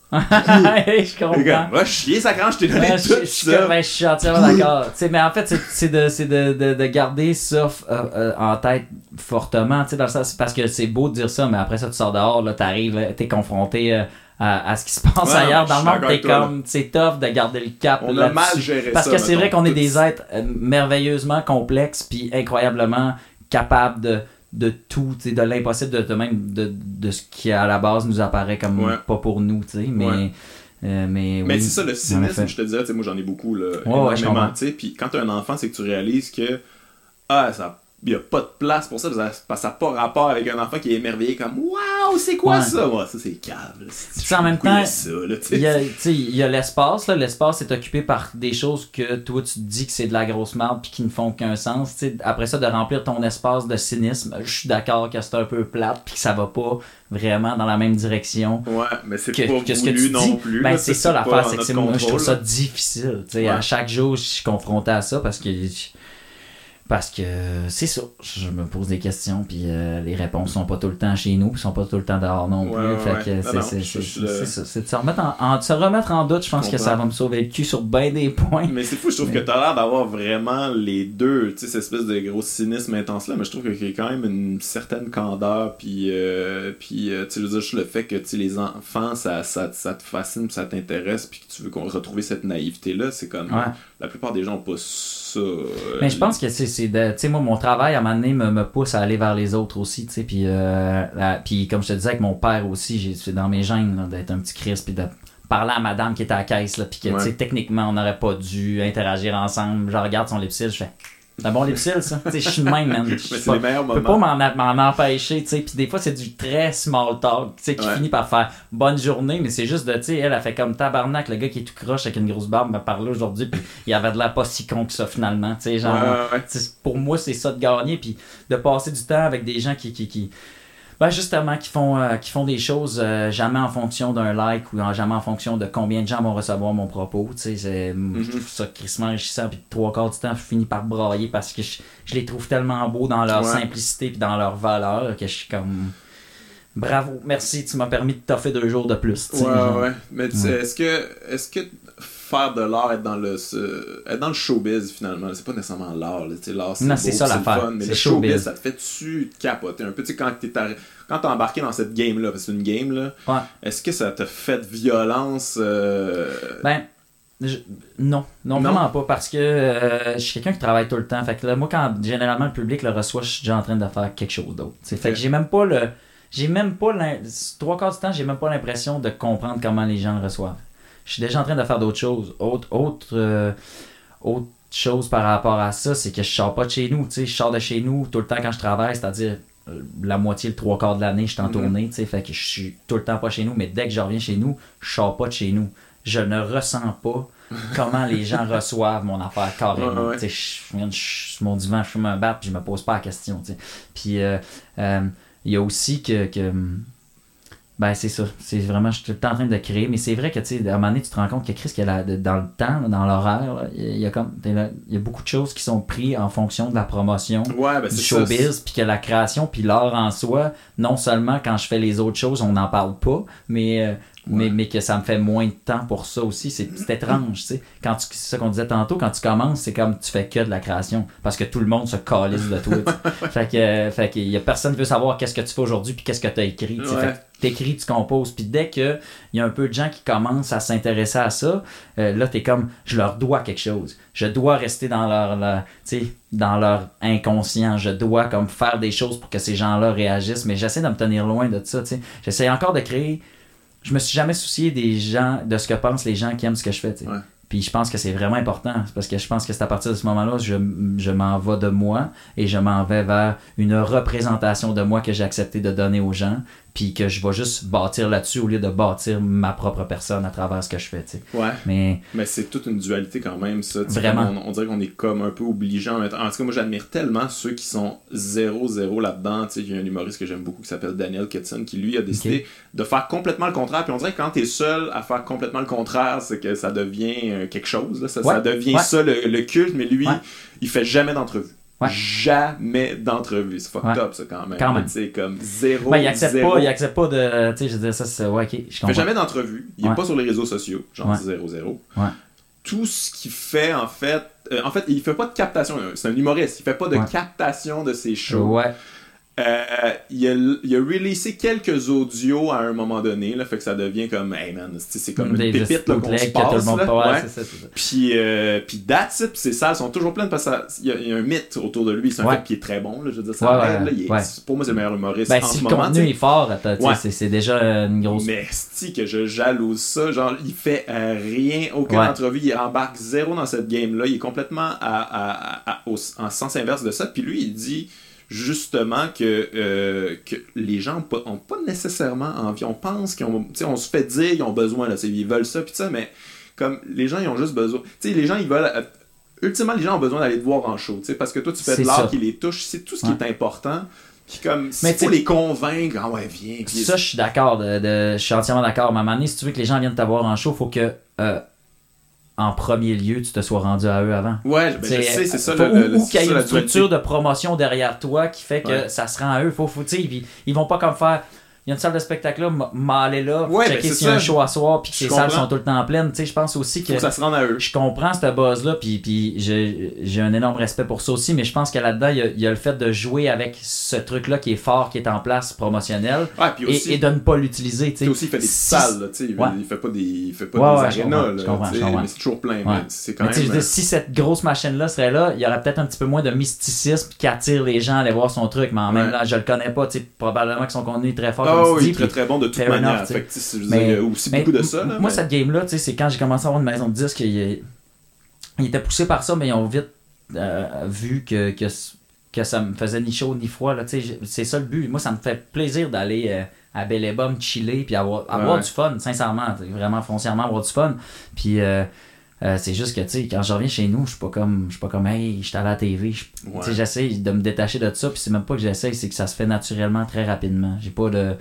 je comprends. Va chier, ça quand je t'ai donné ouais, tout je, je, ça. Ben, je suis entièrement d'accord. T'sais, mais en fait, c'est, c'est, de, c'est de, de, de garder ça euh, euh, en tête fortement. Dans le sens, parce que c'est beau de dire ça, mais après ça, tu sors dehors, là, t'arrives, t'es confronté euh, à, à ce qui se passe ouais, ailleurs dans le monde. T'es comme, c'est tough de garder le cap. On a mal géré parce ça. Parce que c'est vrai qu'on est des êtres euh, merveilleusement complexes puis incroyablement capables de de tout, de l'impossible, de, de même de, de ce qui à la base nous apparaît comme ouais. pas pour nous, tu sais, mais, ouais. euh, mais mais oui, c'est ça le cynisme, je te dirais, moi j'en ai beaucoup là, ouais, énormément, tu sais, puis quand t'as un enfant, c'est que tu réalises que ah ça il n'y a pas de place pour ça, parce que ça n'a pas rapport avec un enfant qui est émerveillé comme « Waouh, c'est quoi ouais. ça? » Ouais, ça, c'est cave. Puis en même temps, il y, a, y a l'espace. Là. L'espace est occupé par des choses que toi, tu te dis que c'est de la grosse merde puis qui ne font qu'un sens. T'sais, après ça, de remplir ton espace de cynisme, je suis d'accord que c'est un peu plate puis que ça va pas vraiment dans la même direction. Ouais, mais c'est que, pas que ce voulu que tu non dis. plus. Ben, là, c'est, c'est ça l'affaire, c'est que c'est, moi, je trouve ça là. difficile. Ouais. À chaque jour, je suis confronté à ça parce que... Parce que c'est ça, je me pose des questions, puis euh, les réponses sont pas tout le temps chez nous, puis sont pas tout le temps dehors non plus. Ouais, fait ouais. que non, c'est, non, c'est, je, c'est, je, c'est, c'est ça. C'est de se remettre en, en, de se remettre en doute, je pense que ça va me sauver le cul sur bien des points. Mais c'est fou, je trouve mais... que t'as l'air d'avoir vraiment les deux, tu sais, cette espèce de gros cynisme intense-là, mais je trouve qu'il y a quand même une certaine candeur, puis, euh, puis euh, tu sais, je veux dire, juste le fait que, tu sais, les enfants, ça, ça, ça te fascine, puis ça t'intéresse, puis que tu veux qu'on retrouve cette naïveté-là, c'est comme... Ouais. La plupart des gens ont pas ça. Euh, mais je pense que c'est, c'est de... Tu sais, moi, mon travail, à un moment donné, me, me pousse à aller vers les autres aussi, tu sais, puis euh, puis comme je te disais, avec mon père aussi, j'ai, c'est dans mes gènes, là, d'être un petit Christ, puis de parler à madame qui était à la caisse, là, puis que, ouais. tu sais, techniquement, on n'aurait pas dû interagir ensemble. Je regarde son lipsil, je fais... C'est un bon lipsil, ça. Tu sais, je suis de même, man. Je c'est les meilleurs moments. peux pas m'en, m'en empêcher, tu sais. Puis des fois, c'est du très small talk, tu sais, qui ouais. finit par faire bonne journée, mais c'est juste de, tu sais, elle a fait comme tabarnak, le gars qui est tout croche avec une grosse barbe m'a parlé aujourd'hui, puis il avait de l'air pas si con que ça, finalement, tu sais, genre. Ouais, ouais. Pour moi, c'est ça de gagner, puis de passer du temps avec des gens qui. qui, qui Ben justement, qui font, euh, qui font des choses euh, jamais en fonction d'un like ou jamais en fonction de combien de gens vont recevoir mon propos. Tu sais, c'est, mm-hmm. je trouve ça crissement enrichissant. Puis trois quarts du temps, je finis par brailler parce que je, je les trouve tellement beaux dans leur ouais. simplicité et dans leur valeur que je suis comme... Bravo, merci, tu m'as permis de toffer deux jours de plus. Ouais, genre. ouais. Mais tu sais, ouais. est-ce que, est-ce que faire de l'art, être dans le, ce, être dans le showbiz finalement, c'est pas nécessairement l'art. Là, l'art c'est non, beau, c'est ça c'est l'affaire. le fun, mais c'est le showbiz, showbiz, ça te fait-tu capoter un peu? Tu sais, quand t'es, quand t'es embarqué dans cette game-là, parce que c'est une game, là, ouais. est-ce que ça te fait violence? Euh... Ben, je, non, non, non, vraiment pas, parce que euh, je suis quelqu'un qui travaille tout le temps. Fait que là, moi, quand généralement le public le reçoit, je suis déjà en train de faire quelque chose d'autre. Okay. Fait que j'ai même pas le. J'ai même pas trois quarts du temps, j'ai même pas l'impression de comprendre comment les gens le reçoivent. Je suis déjà en train de faire d'autres choses. Autre, autre, euh, autre chose par rapport à ça, c'est que je sors pas de chez nous. Je sors de chez nous tout le temps quand je travaille, c'est-à-dire euh, la moitié, le trois quarts de l'année, je suis en mm-hmm. tournée. T'sais, fait que je suis tout le temps pas chez nous, mais dès que je reviens chez nous, je sors pas de chez nous. Je ne ressens pas comment les gens reçoivent mon affaire carrément. Ouais, ouais. Je viens sur mon divan, je fume un bat, puis je me pose pas la question. T'sais. Puis euh, euh, il y a aussi que, que ben c'est ça, c'est vraiment, je suis tout le temps en train de créer, mais c'est vrai que, tu sais, à un moment donné, tu te rends compte que Chris, qu'il y a la, dans le temps, là, dans l'horaire, là, il y a comme, il y a beaucoup de choses qui sont prises en fonction de la promotion ouais, ben du c'est showbiz, puis que la création, puis l'art en soi, non seulement quand je fais les autres choses, on n'en parle pas, mais... Euh, Ouais. Mais, mais que ça me fait moins de temps pour ça aussi. C'est, c'est étrange, tu sais. Quand tu, c'est ça qu'on disait tantôt, quand tu commences, c'est comme tu fais que de la création. Parce que tout le monde se calisse de toi. Fait que, fait qu'il y a personne qui veut savoir qu'est-ce que tu fais aujourd'hui puis qu'est-ce que tu as écrit. Ouais. Fait que t'écris, tu composes. Puis dès qu'il y a un peu de gens qui commencent à s'intéresser à ça, euh, là, t'es comme, je leur dois quelque chose. Je dois rester dans leur, leur tu sais, dans leur inconscient. Je dois comme faire des choses pour que ces gens-là réagissent. Mais j'essaie de me tenir loin de ça, tu sais. J'essaie encore de créer... Je me suis jamais soucié des gens, de ce que pensent les gens qui aiment ce que je fais, tu sais. Ouais. Puis je pense que c'est vraiment important, parce que je pense que c'est à partir de ce moment-là je, je m'en vais de moi et je m'en vais vers une représentation de moi que j'ai accepté de donner aux gens, puis que je vais juste bâtir là-dessus au lieu de bâtir ma propre personne à travers ce que je fais, tu sais. Ouais. Mais, mais c'est toute une dualité quand même, ça. Vraiment. On, on dirait qu'on est comme un peu obligeant. En tout cas, moi, j'admire tellement ceux qui sont zéro zéro là-dedans. Tu sais, il y a un humoriste que j'aime beaucoup qui s'appelle Daniel Kitson, qui lui a décidé okay. de faire complètement le contraire. Puis on dirait que quand t'es seul à faire complètement le contraire, c'est que ça devient quelque chose. Là. Ça, ouais. ça devient ouais. ça, le, le culte. Mais lui, ouais. il fait jamais d'entrevue. Ouais. Jamais d'entrevue. C'est fucked ouais. up, ça, quand même. Quand même. C'est comme zéro. Ben, il accepte zéro. pas, il accepte pas de. Tu sais, je veux dire, ça, c'est. Ouais, ok. Je il fait jamais d'entrevue. Il ouais. est pas sur les réseaux sociaux. Genre ouais. zéro zéro. Ouais. Tout ce qu'il fait, en fait. Euh, en fait, il fait pas de captation. C'est un humoriste. Il fait pas de ouais. captation de ses shows. Ouais. Euh, il, a, il a releasé quelques audios à un moment donné, là, fait que ça devient comme, hey man, c'est, c'est comme une pépite là, qu'on se passe. Là, ouais. Ouais, c'est ça, c'est ça. Puis, euh, puis that's it, puis ses salles sont toujours pleines parce qu'il y, y a un mythe autour de lui. C'est un ouais. fait qui est très bon, là, je veux dire, ça ouais, aide, là, il est, ouais. pour moi, c'est le meilleur humoriste ben, en si ce le moment. contenu est fort, ouais. c'est, c'est déjà une grosse... Mais c'est que je jalouse ça, genre, il fait euh, rien, aucune ouais. entrevue, il embarque zéro dans cette game-là, il est complètement à, à, à, à, au, en sens inverse de ça, puis lui, il dit... justement que, euh, que les gens n'ont pas, ont pas nécessairement envie. On pense qu'ils ont... on se fait dire qu'ils ont besoin, là, ils veulent ça, pis ça, mais comme les gens, ils ont juste besoin... Tu sais, les gens, ils veulent... Euh, ultimement, les gens ont besoin d'aller te voir en show, parce que toi, tu fais c'est de l'art ça. Qui les touche, c'est tout ce qui ouais. est important. Puis comme, s'il faut les convaincre, ah ouais, viens. Pis... Ça, je suis d'accord, de, de, je suis entièrement d'accord. Mais à un moment donné, si tu veux que les gens viennent te voir en show, il faut que... Euh, en premier lieu, tu te sois rendu à eux avant. Ouais, ben je sais, c'est ça. Faut, le, le, ou qu'il y ait une structure dualité. de promotion derrière toi qui fait que ouais. ça se rend à eux. Faut, faut, ils, ils vont pas comme faire... Il y a une salle de spectacle là, m'aller là, ouais, checker s'il y a un show à soir, puis que les salles sont tout le temps pleines. Je pense aussi que... Faut que ça se rende à eux. Je comprends ce buzz-là, puis, puis j'ai, j'ai un énorme respect pour ça aussi, mais je pense que là-dedans, il y a, il y a le fait de jouer avec ce truc-là qui est fort, qui est en place, promotionnel, ouais, puis aussi, et, et de ne pas l'utiliser. Puis aussi, il fait des si... salles, là, il, ouais. il fait pas des, il fait pas ouais, des ouais, arénas, je comprends, je comprends, mais c'est toujours plein. Ouais. Mais c'est quand mais même... Dire, si cette grosse machine-là serait là, il y aurait peut-être un petit peu moins de mysticisme qui attire les gens à aller voir son truc, mais en même temps, ouais. je le connais pas, probablement que son contenu est très fort. Oh, comme oui, dis, très très bon de toute manière. Fait que, je mais, il y a aussi beaucoup de ça. Là, moi, mais... cette game-là, c'est quand j'ai commencé à avoir une maison de disques, il, il était poussé par ça, mais ils ont vite euh, vu que, que, que ça me faisait ni chaud ni froid. Là, c'est ça le but. Moi, ça me fait plaisir d'aller euh, à Belle et Bomme chiller puis avoir, avoir ouais. du fun, sincèrement. Vraiment foncièrement avoir du fun. Puis... Euh, Euh, c'est juste que, tu sais, quand je reviens chez nous, je suis pas comme, je suis pas comme, hey, je suis allé à la T V. Ouais. J'essaie de me détacher de ça, puis c'est même pas que j'essaie, c'est que ça se fait naturellement très rapidement. J'ai pas de.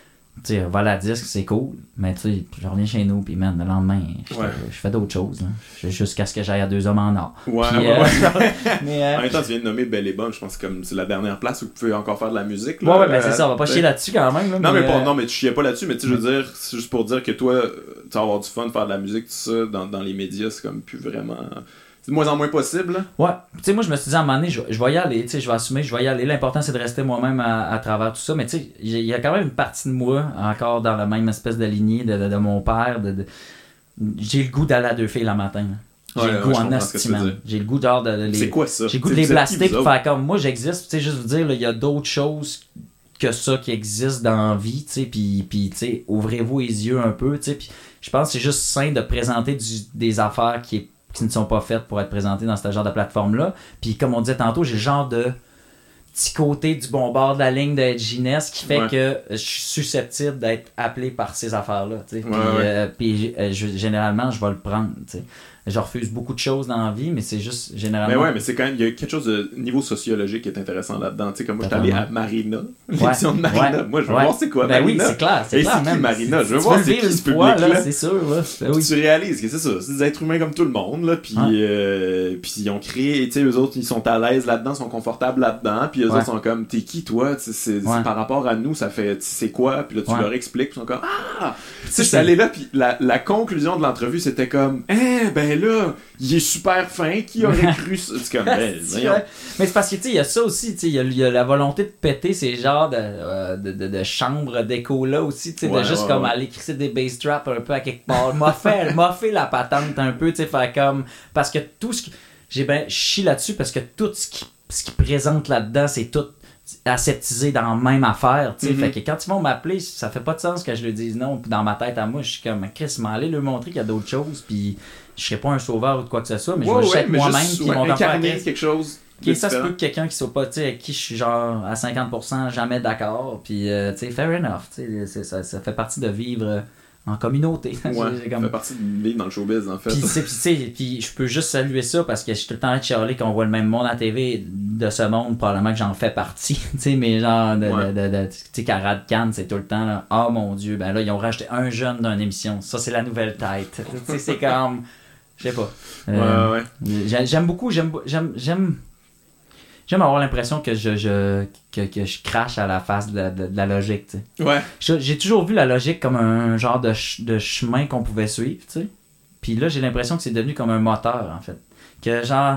Tu sais, va à la disque, c'est cool, mais tu sais, je reviens chez nous, puis man, le lendemain, je ouais. fais d'autres choses. Jusqu'à ce que j'aille à Deux Hommes en or. Ouais, puis, ouais, euh, ouais. mais, euh... En même temps, tu viens de nommer Belle et Bonne, je pense que comme c'est la dernière place où vous pouvez encore faire de la musique. Là, ouais, ouais, ben euh, c'est ça, on va pas chier là-dessus quand même. Là, non, mais, mais, pas, euh... non, mais tu chiais pas là-dessus, mais tu sais, je veux dire, c'est juste pour dire que toi, tu vas avoir du fun, faire de la musique, tout ça, dans, dans les médias, c'est comme plus vraiment. C'est de moins en moins possible. Là. Ouais. Tu sais, moi, je me suis dit à un moment donné, je, je vais y aller, tu sais, je vais assumer, je vais y aller. L'important, c'est de rester moi-même à, à travers tout ça. Mais tu sais, il y a quand même une partie de moi, encore dans la même espèce de lignée de, de, de mon père. De, de... J'ai le goût d'aller à Deux Filles le matin. Là. J'ai ouais, le goût ouais, en estimant. J'ai le goût genre de, de les... C'est quoi ça? J'ai le goût de les blaster pour faire comme moi, j'existe. Tu sais, juste vous dire, il y a d'autres choses que ça qui existent dans la vie, tu sais, puis, puis tu sais, ouvrez-vous les yeux un peu, tu sais, puis je pense que c'est juste sain de présenter du, des affaires qui est qui ne sont pas faites pour être présentées dans ce genre de plateforme-là. Puis comme on disait tantôt, j'ai le genre de petit côté du bon bord de la ligne de Ginès qui fait ouais. que je suis susceptible d'être appelé par ces affaires-là. Ouais, puis, ouais. euh, puis euh, je, généralement, je vais le prendre. T'sais. Je refuse beaucoup de choses dans la vie, mais c'est juste généralement... Mais ouais, mais c'est quand même... Il y a quelque chose de niveau sociologique qui est intéressant là-dedans. Tu sais, comme moi, je suis allé à Marina, l'émission ouais. de Marina. Ouais. Moi, je veux ouais. voir c'est quoi, ben Marina. Oui, c'est clair, c'est Et clair. c'est qui, Marina? Je veux tu voir c'est qui ce public-là. Là, c'est sûr, là. Ben oui. Tu réalises que c'est ça. C'est des êtres humains comme tout le monde, là. Puis, ouais. euh, puis ils ont créé... Tu sais, eux autres, ils sont à l'aise là-dedans, sont confortables là-dedans. Puis eux ouais. autres sont comme, t'es qui, toi? C'est, c'est, ouais. c'est par rapport à nous, ça fait... C'est quoi? Puis là, tu ouais. leur expliques. Puis ils sont comme, ah! Tu sais, je suis allé là, puis la, la conclusion de l'entrevue, c'était comme, eh, ben là... Il est super fin, qui aurait cru ça? C'est comme, ben, mais c'est parce que, tu sais, il y a ça aussi, tu sais, il y, y a la volonté de péter ces genres de, euh, de, de, de chambres d'écho-là aussi, tu sais, ouais, de juste ouais, comme ouais. aller crisser des bass traps un peu à quelque part. M'a fait, m'a fait la patente un peu, tu sais, faire comme... Parce que tout ce qui... J'ai ben chie là-dessus parce que tout ce qui, ce qui présente là-dedans, c'est tout aseptisé dans la même affaire, tu sais, mm-hmm. fait que quand ils vont m'appeler, ça fait pas de sens que je leur dise non, puis dans ma tête à moi, je suis comme, Chris, m'en aller leur montrer qu'il y a d'autres choses, puis je serai pas un sauveur ou de quoi que ce soit, mais ouais, je vais ouais, le moi-même, puis ils vont incarner quelque chose. Okay, ça se peut que quelqu'un qui soit pas, tu sais, avec qui je suis genre à cinquante pour cent jamais d'accord, puis euh, tu sais, fair enough, tu sais, ça, ça fait partie de vivre en communauté. Ouais, comme... ça fait partie de vivre dans le showbiz, en fait. Puis, tu sais, puis je peux juste saluer ça parce que je suis tout le temps à chialer qu'on voit le même monde à la T V de ce monde, probablement que j'en fais partie, tu sais, mais genre, de, ouais. de, de, de, tu sais, Carade Cannes, c'est tout le temps, là, oh mon Dieu, ben là, ils ont rajouté un jeune dans une émission, ça, c'est la nouvelle tête. Tu sais, c'est comme, je sais pas. Euh, ouais, ouais. J'aime beaucoup, j'aime, j'aime, j'aime, j'aime avoir l'impression que je, je que, que je crache à la face de la, de, de la logique, tu sais. Ouais. J'ai toujours vu la logique comme un genre de, ch- de chemin qu'on pouvait suivre, tu sais. Puis là, j'ai l'impression que c'est devenu comme un moteur, en fait. Que genre,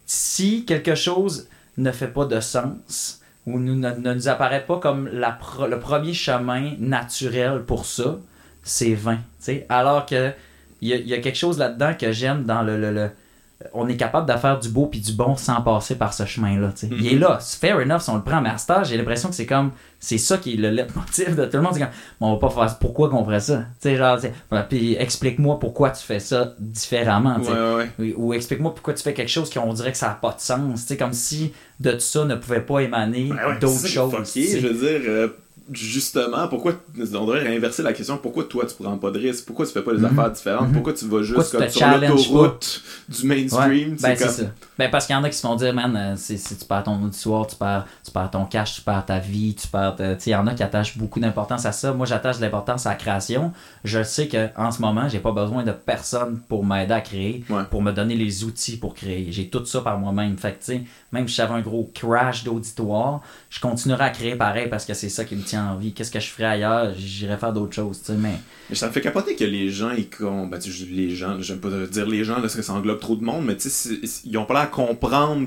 si quelque chose ne fait pas de sens ou nous, ne, ne nous apparaît pas comme la pro- le premier chemin naturel pour ça, c'est vain, tu sais. Alors que il y, y a quelque chose là-dedans que j'aime dans le... le, le on est capable de faire du beau puis du bon sans passer par ce chemin-là. Mm-hmm. Il est là, c'est fair enough si on le prend, mais à ce stade, j'ai l'impression que c'est comme, c'est ça qui est le leitmotiv de tout le monde. C'est comme, on va pas faire, pourquoi qu'on ferait ça? T'sais, genre, t'sais, puis explique-moi pourquoi tu fais ça différemment. Ouais, ouais, ouais. Ou, ou explique-moi pourquoi tu fais quelque chose qu'on dirait que ça n'a pas de sens. T'sais, comme si de tout ça ne pouvait pas émaner ouais, ouais, d'autres choses. Fucké, je veux dire... Euh... Justement, pourquoi on devrait réinverser la question, pourquoi toi tu prends pas de risque, pourquoi tu fais pas des mm-hmm. affaires différentes, mm-hmm. pourquoi tu vas juste comme sur l'autoroute du mainstream. Ouais. Ben, c'est comme... ça. Ben, parce qu'il y en a qui se font dire, man, si tu perds ton auditoire, tu perds, tu perds ton cash, tu perds ta vie, tu perds. Tu sais, il y en a qui attachent beaucoup d'importance à ça. Moi, j'attache de l'importance à la création. Je sais qu'en ce moment, j'ai pas besoin de personne pour m'aider à créer, ouais. pour me donner les outils pour créer. J'ai tout ça par moi-même. Fait que, tu sais, même si j'avais un gros crash d'auditoire, je continuerai à créer pareil parce que c'est ça qui me tient en vie. Qu'est-ce que je ferais ailleurs? J'irais faire d'autres choses, tu sais, mais... mais ça me fait capoter que les gens, ils... Ben, tu sais, les gens, j'aime pas dire les gens, parce que ça englobe trop de monde, mais tu sais, ils ont pas l'air à comprendre...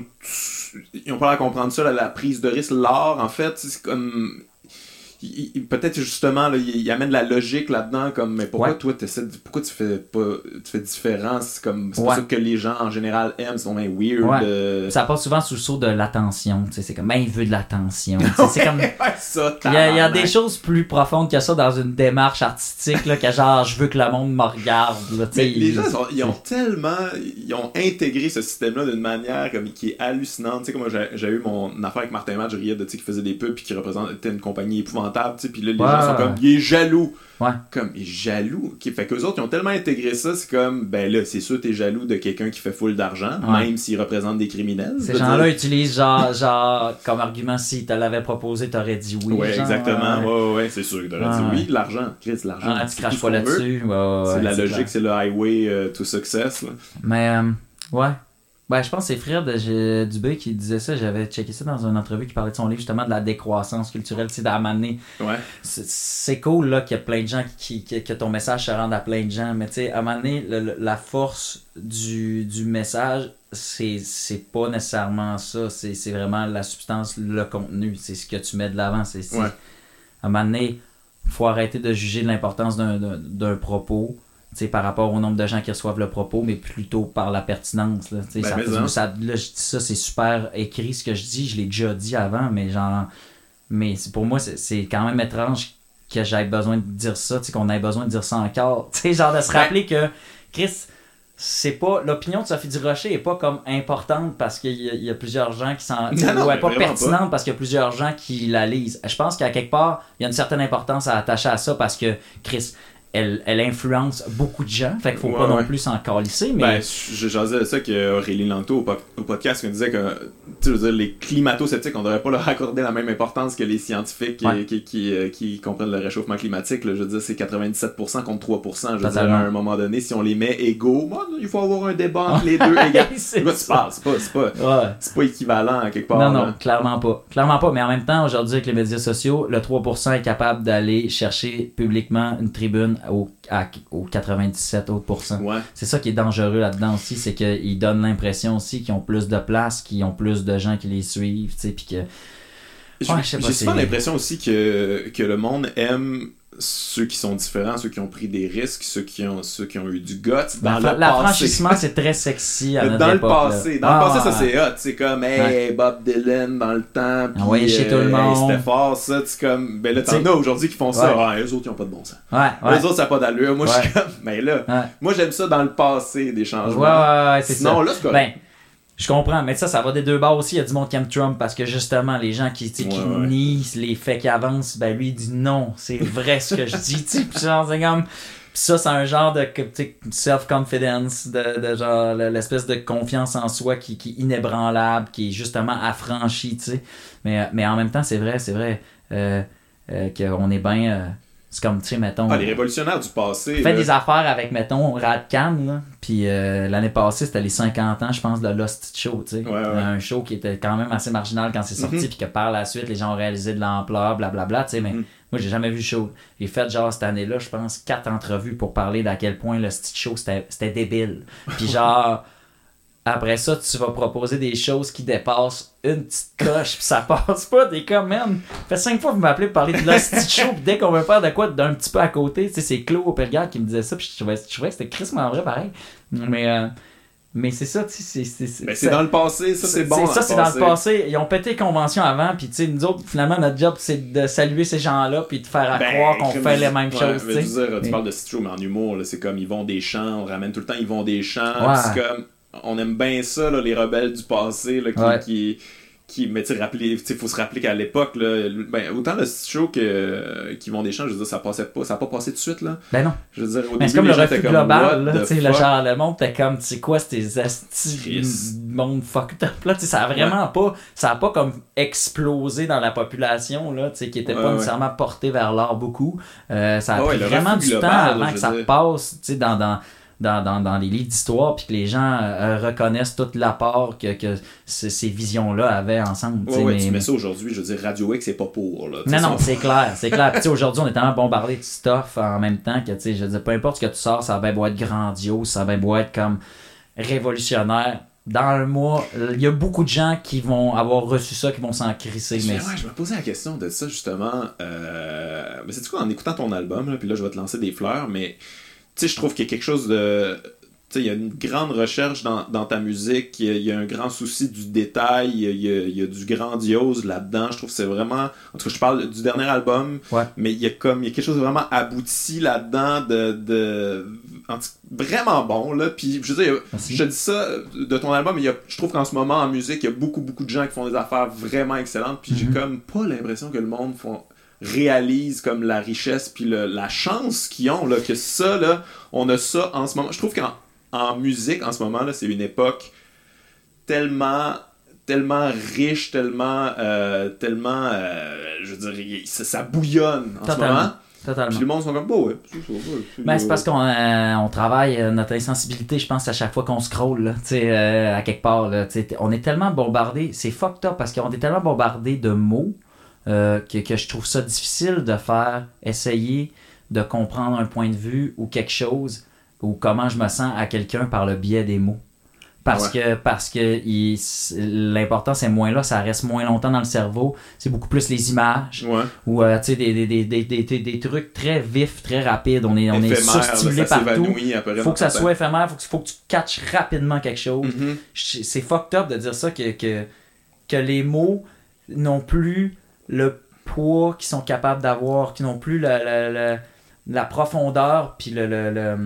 Ils ont pas l'air à comprendre ça, la, la prise de risque, l'art, en fait, c'est comme... Il, il, peut-être justement là, il, il amène de la logique là-dedans comme mais pourquoi ouais. toi t'essaies de, pourquoi tu fais pas tu fais différent c'est comme c'est ouais. pas ça que les gens en général aiment c'est vraiment weird ouais. euh... ça passe souvent sous le sceau de l'attention tu sais c'est comme ben il veut de l'attention c'est comme ça il y a, il y a des choses plus profondes que ça dans une démarche artistique là que genre je veux que le monde me regarde là, mais il, les gens sont, ils ont tellement ils ont intégré ce système-là d'une manière comme qui est hallucinante tu sais comme moi j'ai, j'ai eu mon affaire avec Martin Matt je riais de tu sais qui faisait des pubs puis qui représentait une compagnie épouvantable puis là les ouais, gens sont comme il est jaloux ouais. comme il est jaloux okay. Fait qu'eux autres ils ont tellement intégré ça c'est comme ben là c'est sûr t'es jaloux de quelqu'un qui fait full d'argent ouais. même s'il représente des criminels ces gens-là dire. Utilisent genre, genre comme argument si te l'avais proposé t'aurais dit oui ouais genre, exactement ouais ouais ouais c'est sûr que t'aurais ouais. dit oui l'argent Chris l'argent ah, tu craches pas là-dessus ouais, ouais, c'est ouais, la c'est logique clair. C'est le highway uh, to success là. Mais euh, ouais ben, je pense que c'est Fred de Dubé qui disait ça. J'avais checké ça dans une entrevue qui parlait de son livre justement de la décroissance culturelle, tu sais, d'à m'amener. Ouais. C'est, c'est cool là qu'il y a plein de gens qui, qui que ton message se rende à plein de gens, mais tu sais, à m'amener le, le, la force du, du message, c'est, c'est pas nécessairement ça. C'est, c'est vraiment la substance, le contenu. C'est ce que tu mets de l'avant. C'est, c'est... Ouais. À m'amener, faut arrêter de juger de l'importance d'un, d'un, d'un propos. T'sais, par rapport au nombre de gens qui reçoivent le propos, mais plutôt par la pertinence. Là, ben, ça, ça, ça, là, je dis ça, c'est super écrit ce que je dis, je l'ai déjà dit avant, mais genre, mais c'est, pour moi, c'est, c'est quand même étrange que j'aie besoin de dire ça, qu'on ait besoin de dire ça encore. T'sais, genre de se rappeler que, Chris, c'est pas, l'opinion de Sophie Durocher est pas comme importante parce qu'il y a, il y a plusieurs gens qui s'en... Non, non, ou elle est pas pertinente pas. Parce qu'il y a plusieurs gens qui la lisent. Je pense qu'à quelque part, il y a une certaine importance à attacher à ça parce que, Chris... Elle, elle influence beaucoup de gens, fait qu'il faut ouais, pas ouais. non plus s'en calisser, mais... Ben, je jasais de ça qu'Aurélie Lanto au, po- au podcast qui me disait que, tu veux dire, les climato-sceptiques, on devrait pas leur accorder la même importance que les scientifiques ouais. qui, qui, qui, qui comprennent le réchauffement climatique, là. Je veux dire, c'est quatre-vingt-dix-sept pour cent contre trois pour cent, je veux Totalement. dire, à un moment donné, si on les met égaux, bon, il faut avoir un débat entre les deux égaux. c'est quoi tu parles? C'est pas, c'est pas, ouais. c'est pas équivalent à quelque part. Non, non, là. clairement pas. Clairement pas, mais en même temps, aujourd'hui, avec les médias sociaux, le trois pour cent est capable d'aller chercher publiquement une tribune au, à, au quatre-vingt-dix-sept autres pourcents. Ouais. C'est ça qui est dangereux là-dedans aussi, c'est qu'ils donnent l'impression aussi qu'ils ont plus de place, qu'ils ont plus de gens qui les suivent, tu sais, puis que... Ouais, j'ai pas, souvent c'est... l'impression aussi que, que le monde aime ceux qui sont différents, ceux qui ont pris des risques, ceux qui ont, ceux qui ont eu du guts. Dans la, le l'affranchissement, c'est très sexy à notre dans époque. Le passé, dans ah, le passé, ça ouais. c'est hot. C'est comme, hey, ouais. Bob Dylan dans le temps. Pis, ouais, chez euh, tout le monde. Hey, c'était fort, ça. C'est comme, ben là, t'en as aujourd'hui qui font ça. Ouais. Ah, eux autres, ils ont pas de bon sens. Ouais, ouais. Eux autres, ça n'a pas d'allure. Moi, ouais. je suis comme, mais ben là, ouais. moi, j'aime ça dans le passé, des changements. Ouais, ouais, ouais, c'est Sinon, ça. là, c'est correct. Ben, je comprends, mais ça, ça va des deux bords aussi. Il y a du monde qui aime Trump parce que justement, les gens qui, ouais, qui ouais. nient les faits qui avancent, ben lui, il dit non, c'est vrai ce que je dis. Puis genre, c'est comme. Puis ça, c'est un genre de self-confidence, de, de genre l'espèce de confiance en soi qui, qui est inébranlable, qui est justement affranchie, tu sais. Mais, mais en même temps, c'est vrai, c'est vrai euh, euh, qu'on est bien. Euh, C'est comme, tu sais, mettons... Ah, les révolutionnaires du passé. Fait là. des affaires avec, mettons, Radcam, là. Puis euh, l'année passée, c'était les cinquante ans, je pense, de Lost Show, tu sais. Ouais, ouais. Un show qui était quand même assez marginal quand c'est sorti, mm-hmm. puis que par la suite, les gens ont réalisé de l'ampleur, blablabla, tu sais, mais mm-hmm. moi, j'ai jamais vu le show. J'ai fait, genre, cette année-là, je pense, quatre entrevues pour parler d'à quel point Lost Show, c'était, c'était débile. Puis genre... Après ça, tu vas proposer des choses qui dépassent une petite coche, puis ça passe pas. T'es comme, man, ça fait cinq fois que vous m'appelez pour parler de Lost Show, puis dès qu'on veut faire de quoi d'un petit peu à côté, tu sais, c'est Claude Opelgard qui me disait ça, puis je trouvais, je trouvais que c'était crissement vrai, pareil. Mais, euh, mais c'est ça, tu sais, c'est... c'est, c'est, mais c'est ça, dans le passé, ça, c'est, c'est bon. C'est, ça, c'est dans le passé. Ils ont pété les conventions avant, puis tu sais, nous autres, finalement, notre job, c'est de saluer ces gens-là, puis de faire à ben, croire qu'on fait les mêmes ouais, choses, tu sais. Je veux dire, tu mais... parles de Show, mais en humour, là, c'est comme, ils vont des chants, on ramène tout le temps, ils vont des chants, ouais. c'est comme... On aime bien ça, là, les rebelles du passé, là, qui, ouais. qui, qui... Mais tu sais, rappeler... faut se rappeler qu'à l'époque, là, ben, autant le show que, euh, qui vont des chants, je veux dire, ça passait pas, ça a pas passé tout de suite, là. Ben non. Je veux dire, au mais début, c'est comme le refus comme, global, là, tu sais, le genre, le monde, t'es comme, tu sais quoi, c'était asti monde fucked up, là, tu sais, ça a vraiment ouais. pas, ça a pas comme explosé dans la population, là, tu sais, qui était ouais, pas ouais. nécessairement porté vers l'art beaucoup. Euh, ça a oh, pris ouais, vraiment du global, temps avant que ça dire. passe, tu sais, dans, dans Dans, dans, dans les livres d'histoire, puis que les gens euh, reconnaissent tout l'apport que, que c- ces visions-là avaient ensemble. Ouais, ouais, mais, tu mets ça aujourd'hui, je veux dire, Radio X, c'est pas pour. Là, non, non, ça... c'est clair, c'est clair. Puis aujourd'hui, on est tellement bombardé de stuff en même temps que, tu sais, je veux dire, peu importe ce que tu sors, ça va bien beau être grandiose, ça va bien beau être comme révolutionnaire. Dans le mois, il y a beaucoup de gens qui vont avoir reçu ça, qui vont s'en crisser. Mais... Ouais, je me posais la question de ça, justement. Euh... Mais c'est-tu quoi, en écoutant ton album, là, puis là, je vais te lancer des fleurs, mais... Tu sais, je trouve qu'il y a quelque chose de... Tu sais, il y a une grande recherche dans, dans ta musique, il y, a, il y a un grand souci du détail, il y, a, il y a du grandiose là-dedans. Je trouve que c'est vraiment... En tout cas, je parle du dernier album, ouais. mais il y a comme... Il y a quelque chose de vraiment abouti là-dedans, de... de... En tout, vraiment bon, là. Puis, je veux dire, Merci. je te dis ça de ton album, mais il y a, je trouve qu'en ce moment, en musique, il y a beaucoup, beaucoup de gens qui font des affaires vraiment excellentes, puis mm-hmm. j'ai comme pas l'impression que le monde font... réalisent comme la richesse puis le, la chance qu'ils ont, là, que ça, là, on a ça en ce moment. Je trouve qu'en en musique, en ce moment, là, c'est une époque tellement tellement riche, tellement euh, tellement euh, je veux dire, ça, ça bouillonne en Totalement. ce moment. Totalement. Puis le monde sont comme, bah ouais, c'est ça, ouais, c'est, ben, c'est parce qu'on euh, on travaille euh, notre insensibilité, je pense, à chaque fois qu'on scrolle, là, tu sais, euh, à quelque part, là, tu sais, on est tellement bombardé, c'est fucked up parce qu'on est tellement bombardé de mots Euh, que, que je trouve ça difficile de faire essayer de comprendre un point de vue ou quelque chose ou comment je me sens à quelqu'un par le biais des mots. Parce ouais. que parce que il, l'important c'est moins là, ça reste moins longtemps dans le cerveau, c'est beaucoup plus les images ouais. ou euh, tu sais des, des, des, des, des, des trucs très vifs, très rapides, on est, on est surstimulé partout. Faut que ça soit éphémère, faut que, faut que tu catches rapidement quelque chose. Mm-hmm. C'est fucked up de dire ça que, que, que les mots n'ont plus le poids qu'ils sont capables d'avoir, qui n'ont plus la, la, la, la profondeur puis le, le, le,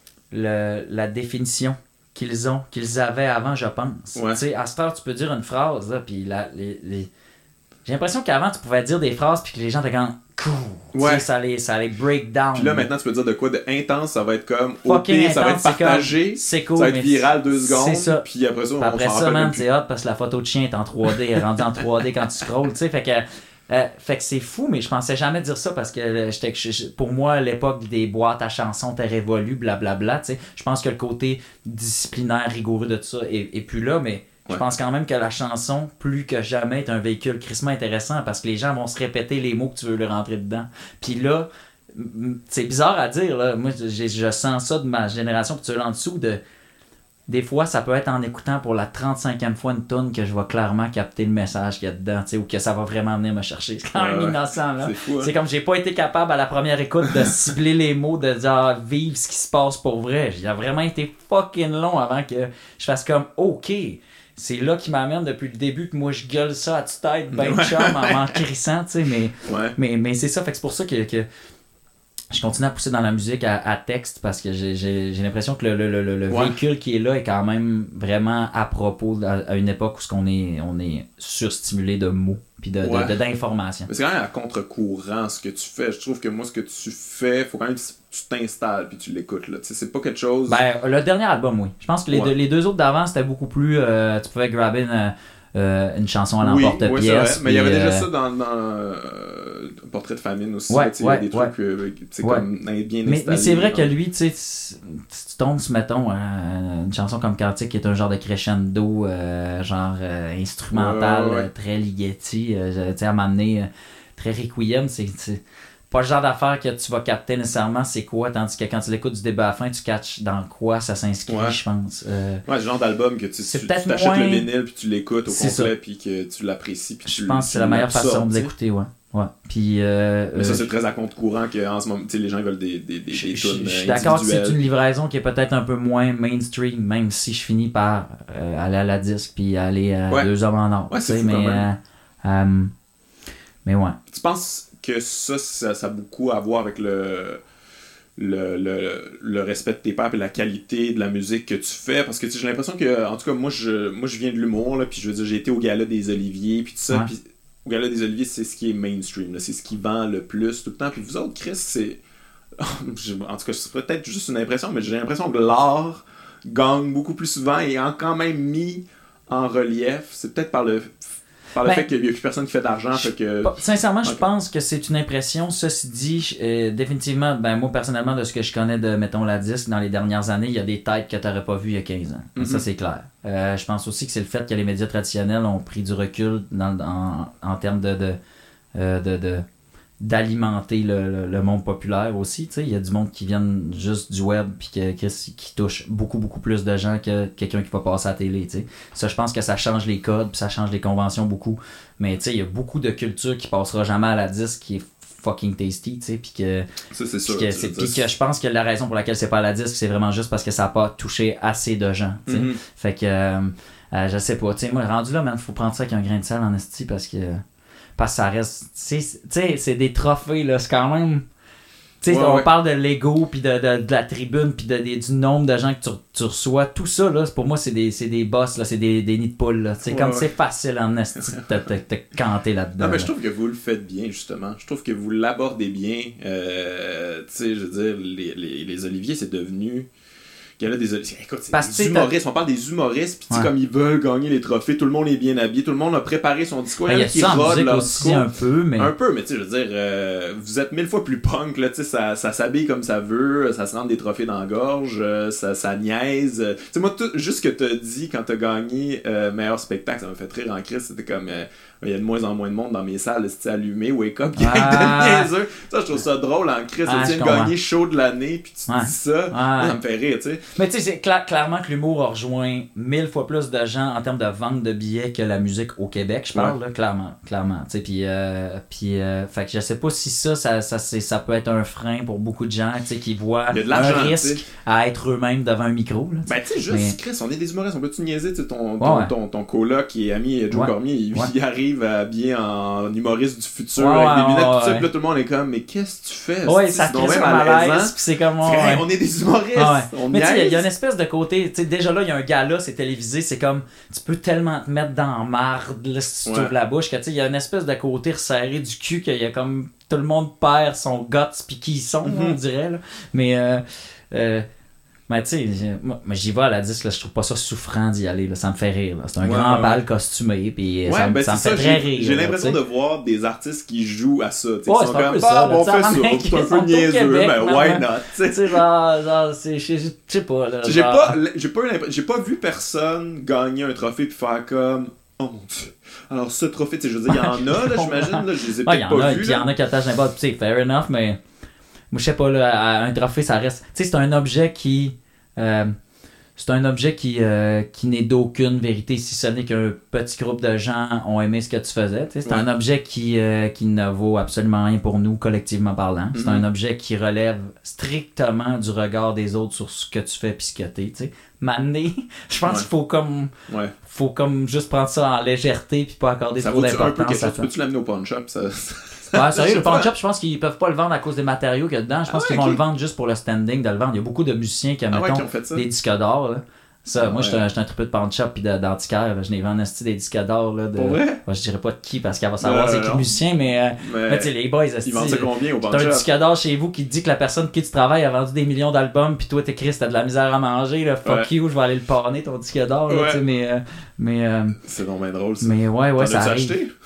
le, la définition qu'ils ont, qu'ils avaient avant, je pense. Ouais. Tu sais, à cette heure, tu peux dire une phrase, là, puis la, les, les... j'ai l'impression qu'avant, tu pouvais dire des phrases puis que les gens étaient comme cool. Ouais. Ça les, ça les break down. Puis là, maintenant, tu peux dire de quoi de intense, ça va être comme O P, ça va être partagé, c'est cool, ça va être viral deux secondes, c'est ça. Puis après ça, on après s'en ça, man, plus. c'est hot parce que la photo de chien est en trois D, elle est rendue en trois D quand tu scrolls, tu sais, fait que Euh, fait que c'est fou, mais je pensais jamais dire ça parce que euh, j'étais, je, pour moi, l'époque des boîtes à chansons était révolue, blablabla. Tu sais. Je pense que le côté disciplinaire, rigoureux de tout ça est, est plus là, mais ouais. je pense quand même que la chanson, plus que jamais, est un véhicule crissement intéressant parce que les gens vont se répéter les mots que tu veux leur rentrer dedans. Puis là, c'est bizarre à dire, là. Moi, je, je sens ça de ma génération, puis tu es en dessous de. Des fois, ça peut être en écoutant pour la trente-cinquième fois une toune que je vais clairement capter le message qu'il y a dedans, tu sais, ou que ça va vraiment venir me chercher. C'est quand même ouais, innocent, là. C'est, fou, hein? C'est comme j'ai pas été capable à la première écoute de cibler les mots, de dire ah, vive ce qui se passe pour vrai. J'ai vraiment été fucking long avant que je fasse comme OK. C'est là qui m'amène depuis le début que moi je gueule ça à tue-tête, ben chum, en m'en crissant, tu sais, mais, ouais. mais, mais c'est ça, fait que c'est pour ça que. que je continue à pousser dans la musique à, à texte parce que j'ai, j'ai, j'ai l'impression que le, le, le, le ouais. véhicule qui est là est quand même vraiment à propos à, à une époque où ce qu'on est, on est surstimulé de mots puis de, ouais. de, de, d'informations. Mais c'est quand même à contre-courant ce que tu fais. Je trouve que moi, ce que tu fais, faut quand même que tu t'installes puis tu l'écoutes. Là. C'est pas quelque chose... Ben, le dernier album, oui. Je pense que les, ouais. deux, les deux autres d'avant, c'était beaucoup plus... Euh, tu pouvais grabber une... Euh, une chanson à l'emporte-pièce. Oui, oui, c'est vrai. Mais il y avait euh... déjà ça dans, dans euh, Portrait de famine aussi. Ouais, là, ouais, il y a des ouais. trucs euh, c'est ouais. comme bien mais, installé. Mais c'est vrai genre. que lui, tu sais, si tu tombes, mettons, euh, une chanson comme Cantique qui est un genre de crescendo, euh, genre euh, instrumental, ouais, ouais, ouais. Euh, très Ligeti, euh, tu sais, à m'amener euh, très Requiem, c'est, c'est pas le genre d'affaire que tu vas capter nécessairement c'est quoi, tandis que quand tu l'écoutes du début à la fin, tu catches dans quoi ça s'inscrit, ouais. je pense. Euh, ouais, le genre d'album que tu, c'est tu, peut-être tu t'achètes moins... le vinyle puis tu l'écoutes au c'est complet puis que tu l'apprécies. Puis je tu, pense que tu c'est la meilleure façon de t'sais. l'écouter, ouais. Ouais. Puis, euh, mais ça, euh, c'est très à compte courant qu'en ce moment, les gens veulent des, des, des, je, des je, tunes je suis d'accord que c'est individuelles. une livraison qui est peut-être un peu moins mainstream, même si je finis par euh, aller à la disque puis aller à ouais. Deux Hommes en Or. Ouais, c'est fou mais, quand même. Euh, euh, mais ouais. Tu penses que ça, ça, ça a beaucoup à voir avec le... Le, le, le respect de tes pairs et la qualité de la musique que tu fais, parce que j'ai l'impression que, en tout cas, moi je, moi, je viens de l'humour, là, puis je veux dire, j'ai été au gala des Oliviers, puis tout ça, ouais. puis au gala des Oliviers, c'est ce qui est mainstream, là, c'est ce qui vend le plus tout le temps, puis vous autres, Chris, c'est... en tout cas, c'est peut-être juste une impression, mais j'ai l'impression que l'art gagne beaucoup plus souvent et est quand même mis en relief, c'est peut-être par le... Par le ben, fait qu'il n'y a plus personne qui fait d'argent. Fait que... Sincèrement, okay. je okay. pense que c'est une impression. Ceci dit, euh, définitivement, ben moi personnellement, de ce que je connais de, mettons, la disque, dans les dernières années, il y a des têtes que tu n'aurais pas vues il y a quinze ans. Mm-hmm. Ça, c'est clair. Euh, je pense aussi que c'est le fait que les médias traditionnels ont pris du recul dans, en, en termes de, de, euh, de, de d'alimenter le, le, le monde populaire aussi. Il y a du monde qui vient juste du web puis que, que, qui touche beaucoup, beaucoup plus de gens que quelqu'un qui va passer à la télé. T'sais. Ça, je pense que ça change les codes puis ça change les conventions beaucoup. Mais il y a beaucoup de culture qui passera jamais à la disque qui est fucking tasty. Puis que, ça, c'est sûr. Puis que, que je pense que la raison pour laquelle c'est pas à la disque, c'est vraiment juste parce que ça n'a pas touché assez de gens. Mm-hmm. Fait que, euh, euh, je sais pas. Moi, rendu là, il faut prendre ça avec un grain de sel en esti parce que... Parce que ça reste... Tu sais, c'est des trophées, là. C'est quand même... Tu sais, ouais, on ouais. parle de l'ego, puis de, de, de la tribune, puis de, de, du nombre de gens que tu, tu reçois. Tout ça, là, pour moi, c'est des, c'est des boss, là. C'est des, des nids de poules, là. C'est ouais, comme ouais. c'est facile en esti de te, te, te canter là-dedans. Non, mais là. je trouve que vous le faites bien, justement. Je trouve que vous l'abordez bien. Euh, tu sais, je veux dire, les, les, les Oliviers, c'est devenu... Il y en a des, écoute, c'est des humoristes, on parle des humoristes, puis ouais. comme ils veulent gagner les trophées, tout le monde est bien habillé, tout le monde a préparé son discours. Il y a qui rodent leur discours. Un peu, mais... Un peu, mais tu sais, je veux dire, euh, vous êtes mille fois plus punk, là, tu sais, ça, ça s'habille comme ça veut, ça se rentre des trophées dans la gorge, euh, ça, ça niaise. Tu sais, moi, tout, juste ce que t'as dit quand t'as gagné euh, meilleur spectacle, ça m'a fait rire en crise, c'était comme... Euh, il y a de moins en moins de monde dans mes salles, c'était allumé, wake up, il y a ah. de niaiseux. Ça, je trouve ça drôle en crise. Ah, tu viens de gagner show de l'année, puis tu ouais. dis ça, ah. ça me fait rire, tu sais. Mais tu sais, c'est cla- clairement que l'humour a rejoint mille fois plus de gens en termes de vente de billets que la musique au Québec, je parle, ouais. là, clairement. clairement tu sais, puis, euh, puis euh, fait que je sais pas si ça, ça, ça, c'est, ça peut être un frein pour beaucoup de gens, tu sais, qui voient un risque t'sais. à être eux-mêmes devant un micro. Là, ben, tu sais, juste, mais... Chris, on est des humoristes, on peut-tu niaiser, tu sais, ton, ton, ouais. ton, ton, ton coloc qui est ami Joe ouais. Cormier, il, ouais. il arrive habillé en en humoriste du futur ouais, avec des lunettes ouais, tout ça ouais. puis là tout le monde est comme mais qu'est-ce que tu fais ouais ça crée ça malaise puis c'est comme ouais. on est des humoristes ouais. on mais tu sais il y a une espèce de côté tu sais déjà là il y a un gala c'est télévisé c'est comme tu peux tellement te mettre dans marde là, si tu ouais. t'ouvres la bouche que tu sais il y a une espèce de côté resserré du cul qu'il y a comme tout le monde perd son guts puis qui ils sont mm-hmm. on dirait là. mais euh, euh, mais tu sais, moi, j'y vais à la disque, là, je trouve pas ça souffrant d'y aller, là, ça me fait rire. Là. C'est un ouais, grand ouais. bal costumé, puis ouais, ça, ben ça me ça, fait j'ai, très rire. J'ai là, l'impression t'sais. de voir des artistes qui jouent à ça. T'sais, ouais, ils sont comme, ah, bon, on fait ça, c'est un peu niaiseux, Québec, ben why not? Tu sais, genre, genre, c'est, je sais pas. Là, j'ai, genre... pas j'ai, pas j'ai pas vu personne gagner un trophée puis faire comme, oh mon dieu. Alors, ce trophée, tu sais, je veux dire, il y en a, là, j'imagine, là, je les ai ouais, peut-être pas a, vus. Il y en a qui attachent n'importe, tu sais, fair enough, mais moi, je sais pas, là, un trophée, ça reste. Tu sais, c'est un objet qui. Euh, c'est un objet qui, euh, qui n'est d'aucune vérité, si ce n'est qu'un petit groupe de gens ont aimé ce que tu faisais. C'est ouais. un objet qui, euh, qui ne vaut absolument rien pour nous, collectivement parlant. Mm-hmm. C'est un objet qui relève strictement du regard des autres sur ce que tu fais puis ce que t'es. T'sais. Mané, je pense ouais. qu'il faut comme, ouais. faut comme juste prendre ça en légèreté puis pas accorder ça trop d'importance. Ça peux-tu l'amener au pawn-shop? Ça... Ouais, sérieux, le pawn-shop, je pense qu'ils peuvent pas le vendre à cause des matériaux qu'il y a dedans. Je pense ah ouais, qu'ils vont okay. le vendre juste pour le standing de le vendre. Il y a beaucoup de musiciens qui, ah mettons, ouais, qui des disques d'or. Là. Ça, ah moi, ouais. j'étais un, un triple de pawn-shop pis d'antiquaire. Je n'ai vendu des disques d'or. Là, de... Pour vrai? Ouais, je dirais pas de qui parce qu'elle va savoir c'est qui le musicien, mais, euh, mais... mais tu sais, les boys, ils vendent ça combien au pawn-shop? T'as un disque d'or chez vous qui te dit que la personne qui tu travailles a vendu des millions d'albums pis toi, t'écris, t'as de la misère à manger. Là, fuck ouais. you, je vais aller le panner ton disque d'or. Là, ouais. mais, euh, mais, euh, c'est donc bien drôle ça. Mais ouais, ouais, T'en ça as-tu arrive. acheté?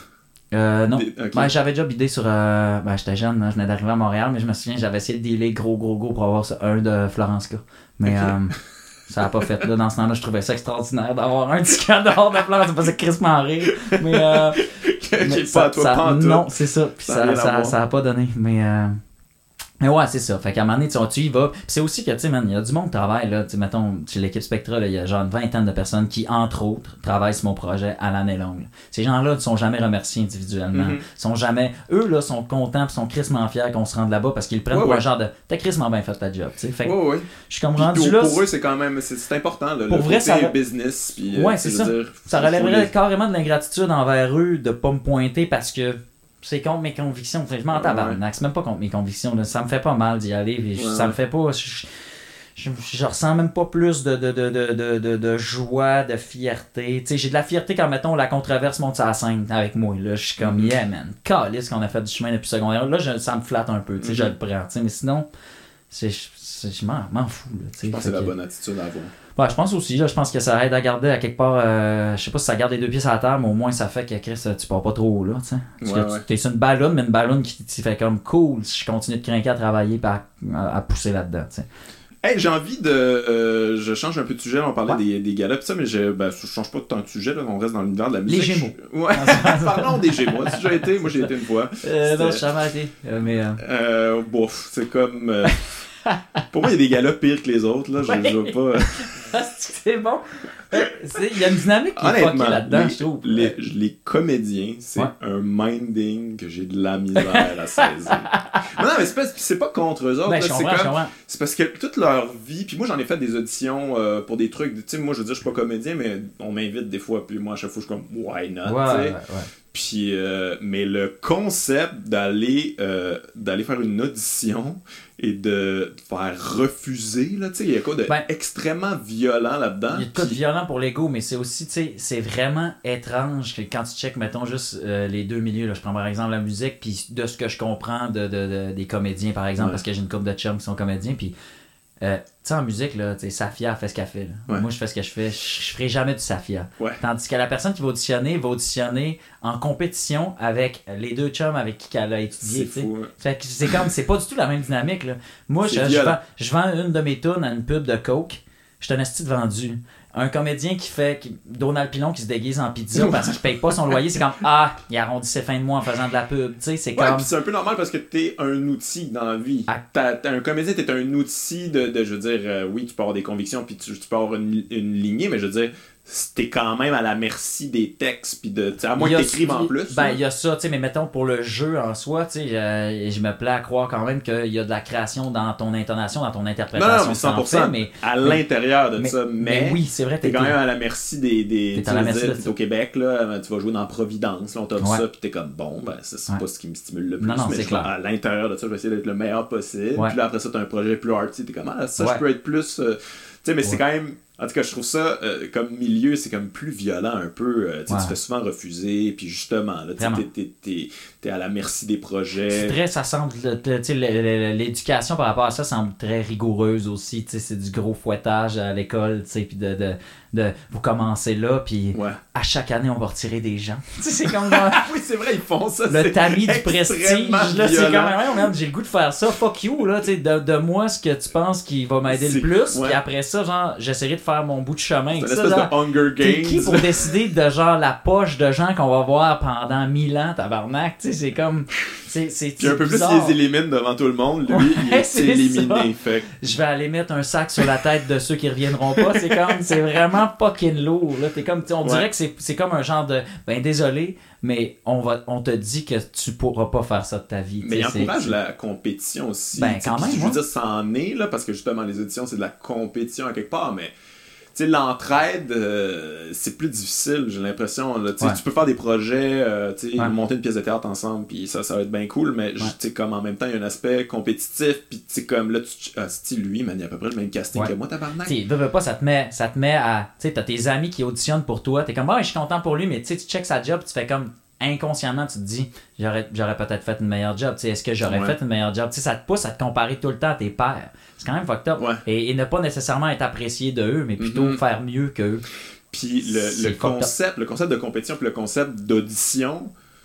Euh, non. Okay. Ben, j'avais déjà bidé sur. Euh, ben, j'étais jeune, hein, je venais d'arriver à Montréal, mais je me souviens, j'avais essayé de dealer gros, gros, gros pour avoir un de Florence K. Mais okay. euh, ça n'a pas fait. Là, dans ce temps-là, je trouvais ça extraordinaire d'avoir un disquant dehors de Florence. Ça faisait crissement rire. Mais. Euh, mais ça, pas toi, ça, pas non, c'est ça. Puis ça, ça, ça a pas donné. Mais. Euh, Mais ouais, c'est ça. Fait qu'à un moment donné, tu, tu y vas. Puis c'est aussi que, tu sais, man, il y a du monde qui travaille, là. Tu sais, mettons, chez l'équipe Spectra, il y a genre une vingtaine de personnes qui, entre autres, travaillent sur mon projet à l'année longue. Ces gens-là ne sont jamais remerciés individuellement. Mm-hmm. sont jamais... Eux, là, sont contents pis sont crissement fiers qu'on se rende là-bas parce qu'ils le prennent ouais, pour ouais. un genre de... T'as crissement bien fait ta job, tu sais. Fait que ouais, ouais. je suis comme rendu là... Pour eux, c'est quand même... C'est, c'est important, là. Pour le vrai, ça... business, puis... Ouais, c'est ça. Dire, ça relèverait les... carrément de l'ingratitude envers eux de pas me pointer parce que... C'est contre mes convictions. Je m'en tabarnak. C'est même pas contre mes convictions. Là. Ça me fait pas mal d'y aller. Puis ouais. Ça me fait pas. Je, je, je ressens même pas plus de, de, de, de, de, de joie, de fierté. T'sais, j'ai de la fierté quand, mettons, la controverse monte sur la scène avec moi. Là. Je suis comme, yeah, man. Calisse qu'on a fait du chemin depuis secondaire. Là, je, ça me flatte un peu. Mm-hmm. Je le prends. T'sais, mais sinon, c'est, c'est, je m'en, m'en fous. Là, je pense que c'est la bonne attitude à avoir. Ouais, je pense aussi, là, je pense que ça aide à garder à quelque part, euh, je sais pas si ça garde les deux pieds sur la table, mais au moins ça fait que Chris, tu pars pas trop haut, là, tu sais. Parce ouais, que ouais. tu es sur une ballonne, mais une ballonne qui, qui fait comme cool si je continue de craquer à travailler et à, à, à pousser là-dedans, tu sais. Hey, j'ai envie de. Euh, je change un peu de sujet, là, on parlait ouais. des, des galas, pis ça, mais je, ben, je change pas tant de sujet, là, on reste dans l'univers de la musique. Les Gémeaux. Je... Ouais, parlons des Gémeaux. Tu as déjà été? Moi, j'ai été une fois. Euh, non, j'ai jamais été. Euh, mais. Euh... Euh, bof, c'est comme. Euh... Pour moi, il y a des galas pires que les autres, là. Je, ouais. je veux pas. C'est bon. Il y a une dynamique qui est fuckée là-dedans, les, je trouve. Les, les comédiens, c'est ouais. un minding que j'ai de la misère à saisir. Mais non, mais c'est pas, c'est pas contre eux autres. Ben, là, c'est, comme, c'est parce que toute leur vie, puis moi j'en ai fait des auditions euh, pour des trucs. Tu sais, moi je veux dire, je suis pas comédien, mais on m'invite des fois, puis moi à chaque fois je suis comme, why not? Ouais, ouais, ouais. Puis, euh, mais le concept d'aller, euh, d'aller faire une audition et de faire refuser, là, tu sais, il y a quoi de ben, extrêmement violent là-dedans. Il y a quoi de violent pour l'ego, mais c'est aussi, tu sais, c'est vraiment étrange que quand tu checkes, mettons, juste euh, les deux milieux, là, je prends par exemple la musique, puis de ce que je comprends de, de, de, des comédiens, par exemple, ouais. parce que j'ai une couple de chums qui sont comédiens, puis Euh, tu sais, en musique, là, tu sais, Safia fait ce qu'elle fait. Ouais. Moi, je fais ce que je fais. Je, je ferai jamais du Safia. Ouais. Tandis que la personne qui va auditionner va auditionner en compétition avec les deux chums avec qui elle a étudié. C'est fou, fait que c'est comme, c'est pas du tout la même dynamique. Là. Moi, je, je, vends, je vends une de mes tunes à une pub de Coke. Je suis un esti de vendu. Un comédien qui fait qui, Donald Pilon qui se déguise en pizza parce qu'il paye pas son loyer, c'est comme ah, il arrondit ses fins de mois en faisant de la pub, tu sais, c'est ouais, comme c'est un peu normal parce que t'es un outil dans la vie. Ah. T'as, t'as un comédien, t'es un outil de, de je veux dire, euh, oui, tu peux avoir des convictions puis tu, tu peux avoir une, une lignée, mais je veux dire, t'es quand même à la merci des textes puis de, à moins que t'écrives en plus. Ben il y a ça, tu sais, mais mettons pour le jeu en soi, tu sais, je, je me plais à croire quand même qu'il y a de la création dans ton intonation, dans ton interprétation. Non, non, mais cent pour cent, fait, mais à mais, l'intérieur de mais, ça, mais, mais oui, c'est vrai, t'es, t'es quand même à la merci des, des t'es à la merci dire, de t'es au Québec là, tu vas jouer dans Providence, là, on t'offre ouais. ça puis t'es comme bon, ben c'est, c'est ouais. pas ce qui me stimule le plus, non, non, mais c'est je, clair. à l'intérieur de ça, je vais essayer d'être le meilleur possible. Ouais. Puis là après ça t'as un projet plus arty, t'es comme ah ça ouais. je peux être plus, euh, tu sais, mais ouais. c'est quand même. En tout cas, je trouve ça, euh, comme milieu, c'est comme plus violent un peu. Euh, ouais. Tu te fais souvent refuser, puis justement, là, t'es, t'es, t'es, t'es à la merci des projets. C'est très, ça semble, l'éducation par rapport à ça semble très rigoureuse aussi. C'est du gros fouettage à l'école, puis de, de, de vous commencez là, puis ouais. à chaque année, on va retirer des gens. C'est comme oui, c'est vrai, ils font ça. Le tamis du prestige, là, c'est comme même, merde, j'ai le goût de faire ça, fuck you, là, de, de moi ce que tu penses qui va m'aider c'est... le plus, ouais. puis après ça, genre, j'essaierai de faire mon bout de chemin. C'est une espèce de Hunger Games. T'es qui pour décider de genre la poche de gens qu'on va voir pendant mille ans, tabarnak, tu sais, c'est comme... C'est, c'est, puis un peu bizarre. plus, il les élimine devant tout le monde, lui, ouais, il est éliminé. Fait. Je vais aller mettre un sac sur la tête de ceux qui reviendront pas, c'est comme, c'est vraiment fucking lourd, là, t'es comme, on ouais. dirait que c'est, c'est comme un genre de, ben désolé, mais on va, on te dit que tu pourras pas faire ça de ta vie. Mais il encourage c'est... la compétition aussi. Ben quand même. Je veux dire, ça en est, là, parce que justement, les auditions, c'est de la compétition à quelque part, mais... Tu sais, l'entraide, euh, c'est plus difficile, j'ai l'impression. Là, ouais. Tu peux faire des projets, euh, tu sais, ouais. monter une pièce de théâtre ensemble, puis ça, ça va être bien cool, mais ouais. tu sais, comme en même temps, il y a un aspect compétitif, puis tu sais, comme là, tu ah, style lui, man, il y a à peu près le même casting ouais. que moi, tabarnak. Tu veux pas, ça te met, ça te met à, tu sais, t'as tes amis qui auditionnent pour toi, t'es comme, ouais, je suis content pour lui, mais tu sais, tu checkes sa job, tu fais comme, inconsciemment, tu te dis, j'aurais, j'aurais peut-être fait une meilleure job, tu sais, est-ce que j'aurais ouais. fait une meilleure job, tu sais, ça te pousse à te comparer tout le temps à tes pairs. C'est quand même fucked up. Ouais. Et, et ne pas nécessairement être apprécié de eux, mais plutôt mm-hmm. faire mieux qu'eux. Puis le, le concept, le concept de compétition puis le concept d'audition,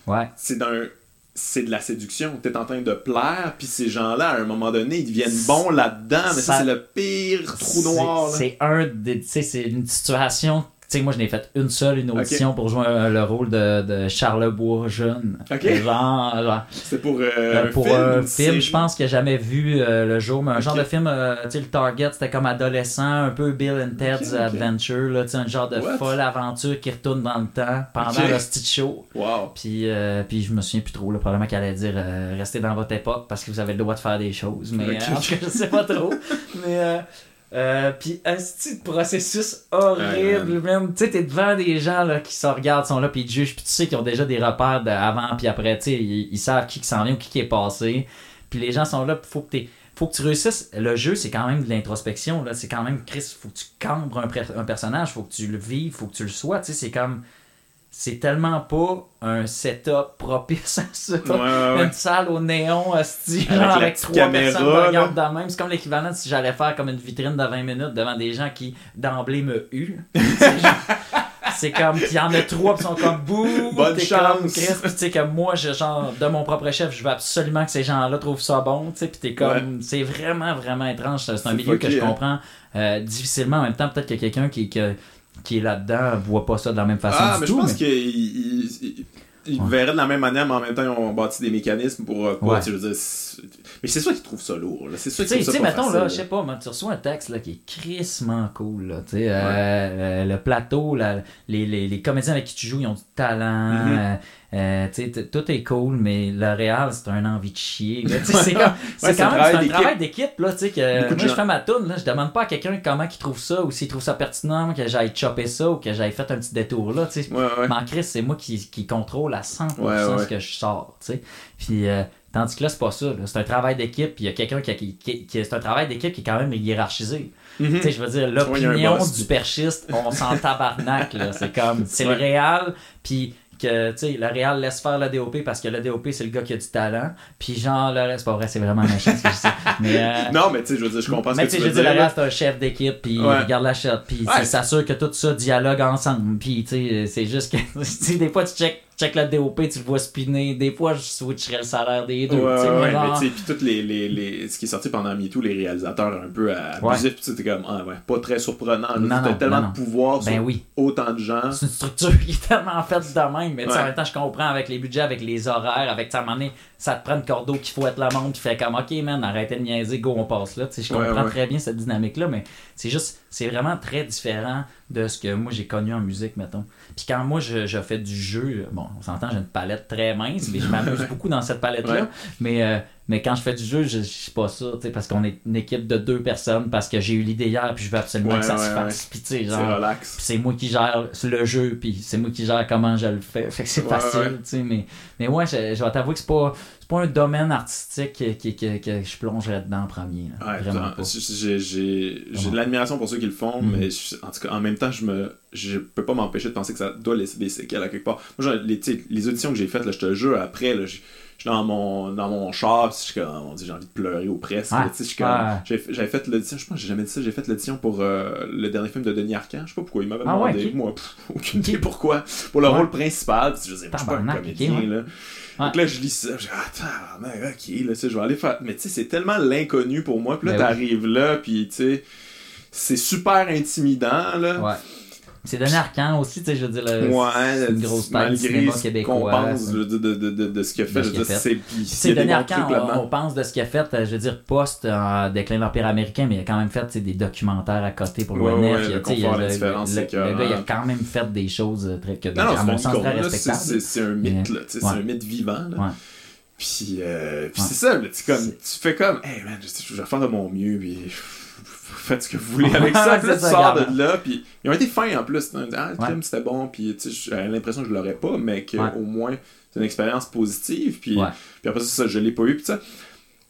Ouais. C'est d'un... c'est de la séduction. T'es en train de plaire, puis ces gens-là, à un moment donné, ils deviennent bons là-dedans, mais ça, ça c'est le pire trou noir. C'est, c'est un des... Tu sais, c'est une situation... Tu sais, moi, je n'ai fait une seule, une audition okay. pour jouer un, le rôle de, de Charlebois jeune. OK. Genre... genre c'est pour euh, euh, un pour film? un film, je pense que j'ai jamais vu euh, le jour, mais un okay. genre de film, euh, tu sais, le target, c'était comme adolescent, un peu Bill and Ted's okay, okay. Adventure, là, tu sais, un genre de What? folle aventure qui retourne dans le temps pendant okay. le stitch show. Wow. Puis, euh, puis je me souviens plus trop, là, probablement qu'elle allait dire euh, restez dans votre époque parce que vous avez le droit de faire des choses, mais okay. euh, en tout cas, je sais pas trop. mais... Euh, Euh, puis un petit processus horrible, ouais, même. Tu sais, t'es devant des gens là, qui se regardent, sont là, puis ils te jugent, puis tu sais qu'ils ont déjà des repères d'avant, puis après, tu sais, ils, ils savent qui, qui s'en vient ou qui, qui est passé. Puis les gens sont là, puis faut que t'es. Faut que tu réussisses. Le jeu, c'est quand même de l'introspection, là. C'est quand même, Chris, faut que tu cambres un, pré- un personnage, faut que tu le vives, faut que tu le sois. Tu sais, c'est comme. C'est tellement pas un setup propice à ça. Ouais, ouais, ouais. Une salle au néon, asti, genre avec, avec trois caméra, personnes qui regardent de même. C'est comme l'équivalent de si j'allais faire comme une vitrine de vingt minutes devant des gens qui, d'emblée, me huent. C'est, genre, c'est comme, pis il y en a trois qui sont comme bouh, bonne t'es chance. Comme Chris, pis tu sais que moi, je, genre, de mon propre chef, je veux absolument que ces gens-là trouvent ça bon, tu sais, pis t'es comme, ouais. c'est vraiment, vraiment étrange. C'est, c'est un c'est milieu fucké, que je comprends euh, difficilement. En même temps, peut-être que quelqu'un qui... qui qui est là-dedans voit pas ça de la même façon ah, du mais tout. Je pense mais... qu'il il, il, il ouais. verrait de la même manière, mais en même temps, ils ont bâti des mécanismes pour... Euh, quoi, ouais. je veux dire, c'est... Mais c'est ça qui trouve ça lourd. Là. C'est ça qui trouve ça pas mettons, facile. Là, je sais pas, tu reçois un texte là, qui est crissement cool. Là, ouais. euh, le plateau, là, les, les, les comédiens avec qui tu joues, ils ont du talent. Mm-hmm. euh, Euh, t- t- tout est cool, mais le réel, c'est un envie de chier. Là. C'est, comme, c'est ouais, quand même c'est un d'équipe. travail d'équipe. Là, que, moi, je fais ma toune, là, je demande pas à quelqu'un comment il trouve ça ou s'il trouve ça pertinent, que j'aille chopper ça ou que j'aille fait un petit détour. Là, ouais, ouais. Mais en Christ, c'est moi qui, qui contrôle à cent pour cent ouais, ouais. ce que je sors. T'sais. Puis, euh, tandis que là, c'est pas ça. Là. C'est un travail d'équipe. Puis il y a quelqu'un qui, qui, qui, qui. C'est un travail d'équipe qui est quand même hiérarchisé. Mm-hmm. Je veux dire, l'opinion ouais, du perchiste, on s'en tabarnak. Là. C'est comme, c'est ouais. le réel. Puis. Que, tu sais, le Réal laisse faire le D O P parce que le D O P, c'est le gars qui a du talent. Puis genre, le reste, c'est pas vrai, c'est vraiment méchant ce que je dis. Mais, euh, non, mais tu sais, je veux dire, je comprends mais ce que tu veux dire. dire. Mais tu sais, le reste, c'est un chef d'équipe, puis ouais. il regarde la shot, puis ouais. il s'assure que tout ça dialogue ensemble. Puis, tu sais, c'est juste que, tu sais, des fois, tu check, check le D O P, tu le vois spinner. Des fois, je switcherais le salaire des deux. Ouais, ouais, ouais, genre... mais tu sais, puis toutes les, les, les, ce qui est sorti pendant MeToo, les réalisateurs un peu abusifs, ouais. puis c'était comme, ah ouais, pas très surprenant. Non, t'as non, tellement non, de pouvoir ben sur oui. autant de gens. C'est une structure qui est tellement faite de même, mais ouais. en même temps, je comprends avec les budgets, avec les horaires, avec, à un moment donné, ça te prend une cordeau qui fouette le monde, qui fait comme, ok, man, arrêtez de niaiser, go, on passe là. Tu sais, je comprends ouais, ouais. très bien cette dynamique-là, mais c'est juste, c'est vraiment très différent de ce que moi j'ai connu en musique, mettons. Puis quand moi je, je fais du jeu, bon, on s'entend, j'ai une palette très mince, mais je m'amuse beaucoup dans cette palette-là. Ouais. Mais, euh, mais quand je fais du jeu, je, je suis pas ça, tu sais, parce qu'on est une équipe de deux personnes, parce que j'ai eu l'idée hier, puis je veux absolument ouais, que ça ouais, se fasse. Ouais. Puis tu sais, genre, c'est relax. Puis c'est moi qui gère le jeu, puis c'est moi qui gère comment je le fais. Fait que c'est ouais, facile, ouais. tu sais. Mais, mais ouais, je, je vais t'avouer que c'est pas. C'est pas un domaine artistique que, que, que, que je plongerais dedans en premier. Là. Ouais, Vraiment pas. J'ai, j'ai, j'ai de l'admiration pour ceux qui le font, mm-hmm. mais je, en tout cas, en même temps, je me je peux pas m'empêcher de penser que ça doit laisser des séquelles à quelque part. Moi, genre, les, les auditions que j'ai faites, là, je te jure, après, là, je, je suis dans mon, dans mon char, pis je suis comme, on dit, j'ai envie de pleurer ou presque. Ah, là, je suis comme, ah, j'ai, j'avais fait l'audition, je pense que j'ai jamais dit ça, j'ai fait l'audition pour euh, le dernier film de Denis Arcand, je sais pas pourquoi, il m'avait ah, demandé, ouais, okay. moi, pff, aucune idée pourquoi, pour le ouais. rôle principal, pis je sais, moi, je suis pas un comédien, okay, ouais. là. Ouais. Donc là, je lis ça, je dis, ah, attends, ok, là, tu sais, je vais aller faire. Mais tu sais, c'est tellement l'inconnu pour moi. Puis là, ben t'arrives oui. là, puis tu sais, c'est super intimidant, là. Ouais. C'est Denis Arcand aussi, tu sais, je veux dire, le, ouais, c'est une grosse tête du cinéma québécois. Qu'on pense de, de, de, de, de ce qu'il a fait, je veux dire, c'est... C'est Denis Arcand, on, on pense de ce qu'il a fait, je veux dire, post euh, déclin de l'Empire américain, mais il a quand même fait des documentaires à côté pour l'O N F. Ouais, ouais, il, le, confort, le, la différence, le, c'est le, le gars, il a quand même fait des choses très, que, non, non, à mon sens, très respectables. C'est, c'est un mythe, là, tu sais, c'est un mythe vivant, là. Ouais. Puis, euh, puis ouais. c'est ça, là, comme, tu fais comme, hey man, je, je vais faire de mon mieux, puis faites ce que vous voulez avec ça. Puis là, tu sors de là, puis ils ont été fins en plus. Ah, le film, ouais. c'était bon, puis j'avais l'impression que je l'aurais pas, mais qu'au ouais. moins, c'est une expérience positive. Puis, ouais. puis après ça, je l'ai pas eu, puis ça.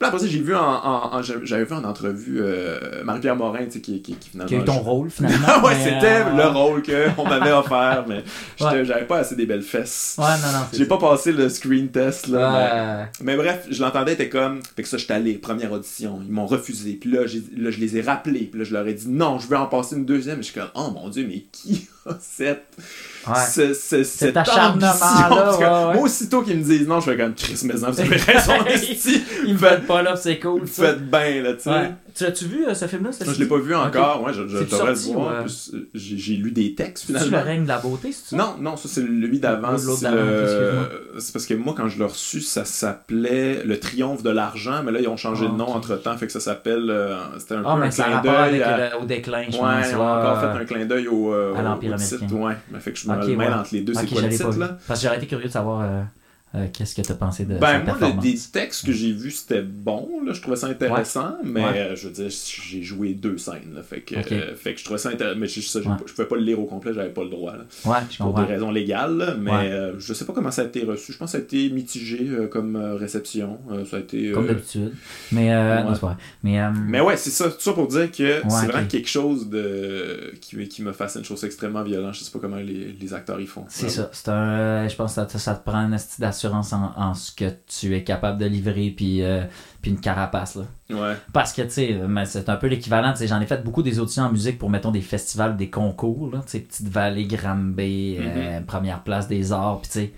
Puis après ça, j'ai vu en, en, en j'avais vu en entrevue euh, Marie-Pierre Morin, tu sais, qui, qui, qui finalement... Qui a eu ton rôle, finalement. ouais, mais c'était euh... le rôle qu'on m'avait offert, mais ouais. j'avais pas assez des belles fesses. Ouais, non, non. J'ai ça. pas passé le screen test, là. Ouais. Mais... mais bref, je l'entendais, était comme... Fait que ça, j'étais allé, première audition, ils m'ont refusé. Puis là, j'ai... là, je les ai rappelés. Puis là, je leur ai dit, non, je veux en passer une deuxième. Et je suis comme, oh mon Dieu, mais qui a cette... Ouais. Ce, ce, cet acharnement-là. Ouais, ouais. Moi, aussitôt qu'ils me disent non, je fais comme Chris, mais non, vous avez raison. Ils me veulent pas là, c'est cool. Vous faites bien, là, tu sais. Ouais. Tu l'as-tu vu, euh, ce film-là? Je l'ai pas vu encore. Okay. Ouais, je, je devrais le voir. Ouais. Plus, j'ai, j'ai lu des textes, finalement. C'est-tu Le règne de la beauté, c'est ça? Non, non, ça, c'est lui d'avant. C'est, le... c'est parce que moi, quand je l'ai reçu, ça s'appelait Le Triomphe de l'argent, mais là, ils ont changé oh, de nom okay. entre-temps, fait que ça s'appelle... Euh, c'était un oh, peu un clin d'œil à... le, au déclin, je ouais, pense. ils ont encore fait un clin d'œil au, euh, à l'Empire au américain. titre. Ouais, mais fait que je me okay, mêle ouais. entre les deux. Okay, c'est quoi le titre, là? Parce que j'aurais été curieux de savoir... Euh... Euh, qu'est-ce que tu as pensé de ben, cette moi, performance? des textes que j'ai vus, c'était bon. Là, je trouvais ça intéressant. Ouais. Mais ouais. euh, je veux dire, j'ai joué deux scènes. Là, fait, que, okay. euh, fait que je trouvais ça intéressant. Mais je, ça, ouais. je pouvais pas le lire au complet, j'avais pas le droit. Là, ouais, je pour comprends. des raisons légales. Là, mais ouais. euh, je sais pas comment ça a été reçu. Je pense que ça a été mitigé euh, comme euh, réception. Euh, ça a été, euh... Comme d'habitude. Mais, euh, ouais. non, c'est pas vrai. Mais, euh... mais ouais, c'est ça. Tout ça pour dire que ouais, c'est okay. vraiment quelque chose de qui, qui me fascine. Une chose extrêmement violente. Je sais pas comment les, les acteurs y font. C'est ouais. ça. C'est un, euh, je pense que ça, ça te prend une astuce d'assurance en, en ce que tu es capable de livrer, puis euh, une carapace. Là. Ouais. Parce que, tu sais, c'est un peu l'équivalent. J'en ai fait beaucoup des auditions en musique pour, mettons, des festivals, des concours. Tu sais, Petite Vallée, Granby, mm-hmm. euh, Première Place des Arts, puis tu sais.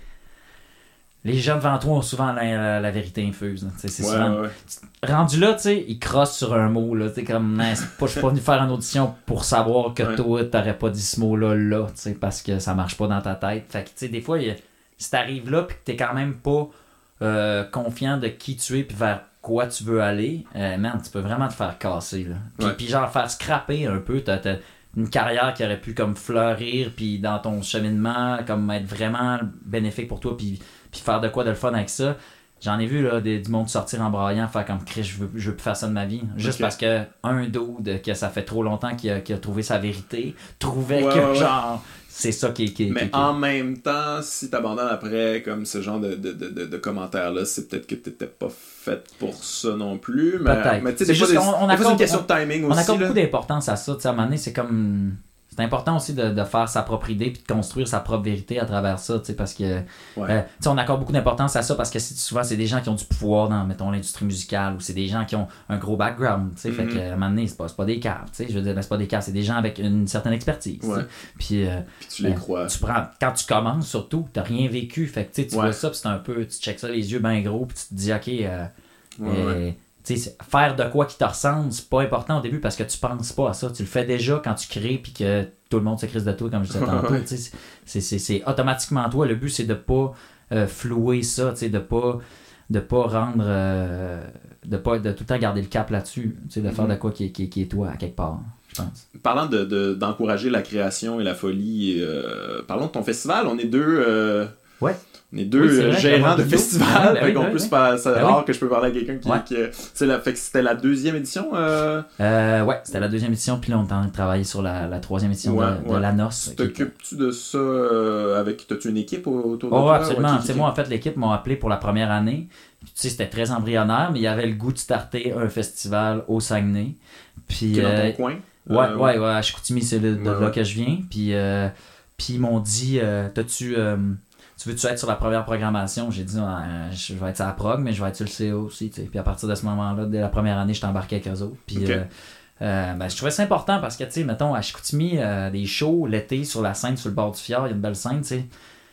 Les gens devant toi ont souvent la, la, la vérité infuse. C'est ouais, souvent... ouais. Rendu là, tu sais, ils crossent sur un mot. Là, comme, non, pas, je suis pas venu faire une audition pour savoir que ouais. toi, t'aurais pas dit ce mot-là, là, parce que ça marche pas dans ta tête. Fait que, tu sais, des fois, y a, si t'arrives là, puis que t'es quand même pas euh, confiant de qui tu es, puis vers quoi tu veux aller, euh, man, tu peux vraiment te faire casser. Là. Puis, ouais. puis genre, faire scraper un peu. T'as, t'as une carrière qui aurait pu comme fleurir, puis dans ton cheminement, comme être vraiment bénéfique pour toi, puis puis faire de quoi de le fun avec ça. J'en ai vu là, des, du monde sortir en braillant, faire comme Chris, je veux, je veux plus faire ça de ma vie. Juste okay. parce que un dude que ça fait trop longtemps qu'il a, qu'il a trouvé sa vérité, trouvait ouais, que ouais, genre c'est ça qui est. Qui, mais qui, qui... en même temps, si t'abandonnes après comme ce genre de, de, de, de, de commentaires-là, c'est peut-être que t'étais pas fait pour ça non plus. Mais, peut-être. Mais tu sais, des fois, c'est une question de timing on, aussi. On accorde là. beaucoup d'importance à ça. À un moment donné, c'est comme. C'est important aussi de, de faire sa propre idée puis de construire sa propre vérité à travers ça, tu sais, parce que ouais. euh, on accorde beaucoup d'importance à ça parce que souvent c'est des gens qui ont du pouvoir dans, mettons, l'industrie musicale ou c'est des gens qui ont un gros background, tu sais, mm-hmm. fait que à un moment donné, c'est pas, c'est pas des caves, tu sais, je veux dire, c'est pas des caves, c'est des gens avec une certaine expertise, ouais. puis, euh, puis tu les euh, crois. Tu prends, quand tu commences surtout, t'as rien vécu, fait que tu sais, tu ouais. vois ça puis c'est un peu, tu checkes ça les yeux bien gros puis tu te dis, ok, euh, ouais, euh, ouais. T'sais, faire de quoi qui te ressemble, c'est pas important au début parce que tu penses pas à ça. Tu le fais déjà quand tu crées puis que tout le monde se crise de toi, comme je disais tantôt. c'est, c'est, c'est, c'est automatiquement toi. Le but, c'est de pas euh, flouer ça, de pas, de pas rendre. Euh, de pas de tout le temps garder le cap là-dessus. De mm-hmm. faire de quoi qui, qui, qui est toi à quelque part, je pense. Parlant de, de, d'encourager la création et la folie, euh, parlons de ton festival. On est deux. Euh... Ouais. On est deux oui, c'est vrai, gérants de festival, ouais, fait qu'on oui, peut oui. se faire, c'est ben rare oui. que je peux parler à quelqu'un qui, ouais. qui c'est la, fait que c'était la deuxième édition. Euh... Euh, ouais, c'était la deuxième édition, puis là on est en train de travailler sur la, la troisième édition ouais, de, ouais. de la noce. T'occupes-tu de ça euh, avec, t'as-tu une équipe autour de oh, toi? Absolument. Ouais, moi en fait l'équipe m'a appelé pour la première année. Tu sais, c'était très embryonnaire, mais il y avait le goût de starter un festival au Saguenay. Puis qui est euh, dans ton coin? Ouais, euh, ouais, ouais, à Chicoutimi, c'est de, de ouais, là ouais. que je viens. Puis euh, puis ils m'ont dit, euh, t'as-tu euh, tu veux-tu être sur la première programmation? J'ai dit, euh, je vais être sur la prog, mais je vais être sur le C A aussi. T'sais. Puis à partir de ce moment-là, dès la première année, je t'embarquais avec eux autres. Puis okay. euh, euh, ben, je trouvais ça important parce que, tu sais, mettons, à Chicoutimi, euh, des shows, l'été, sur la scène, sur le bord du fjord, il y a une belle scène, tu sais.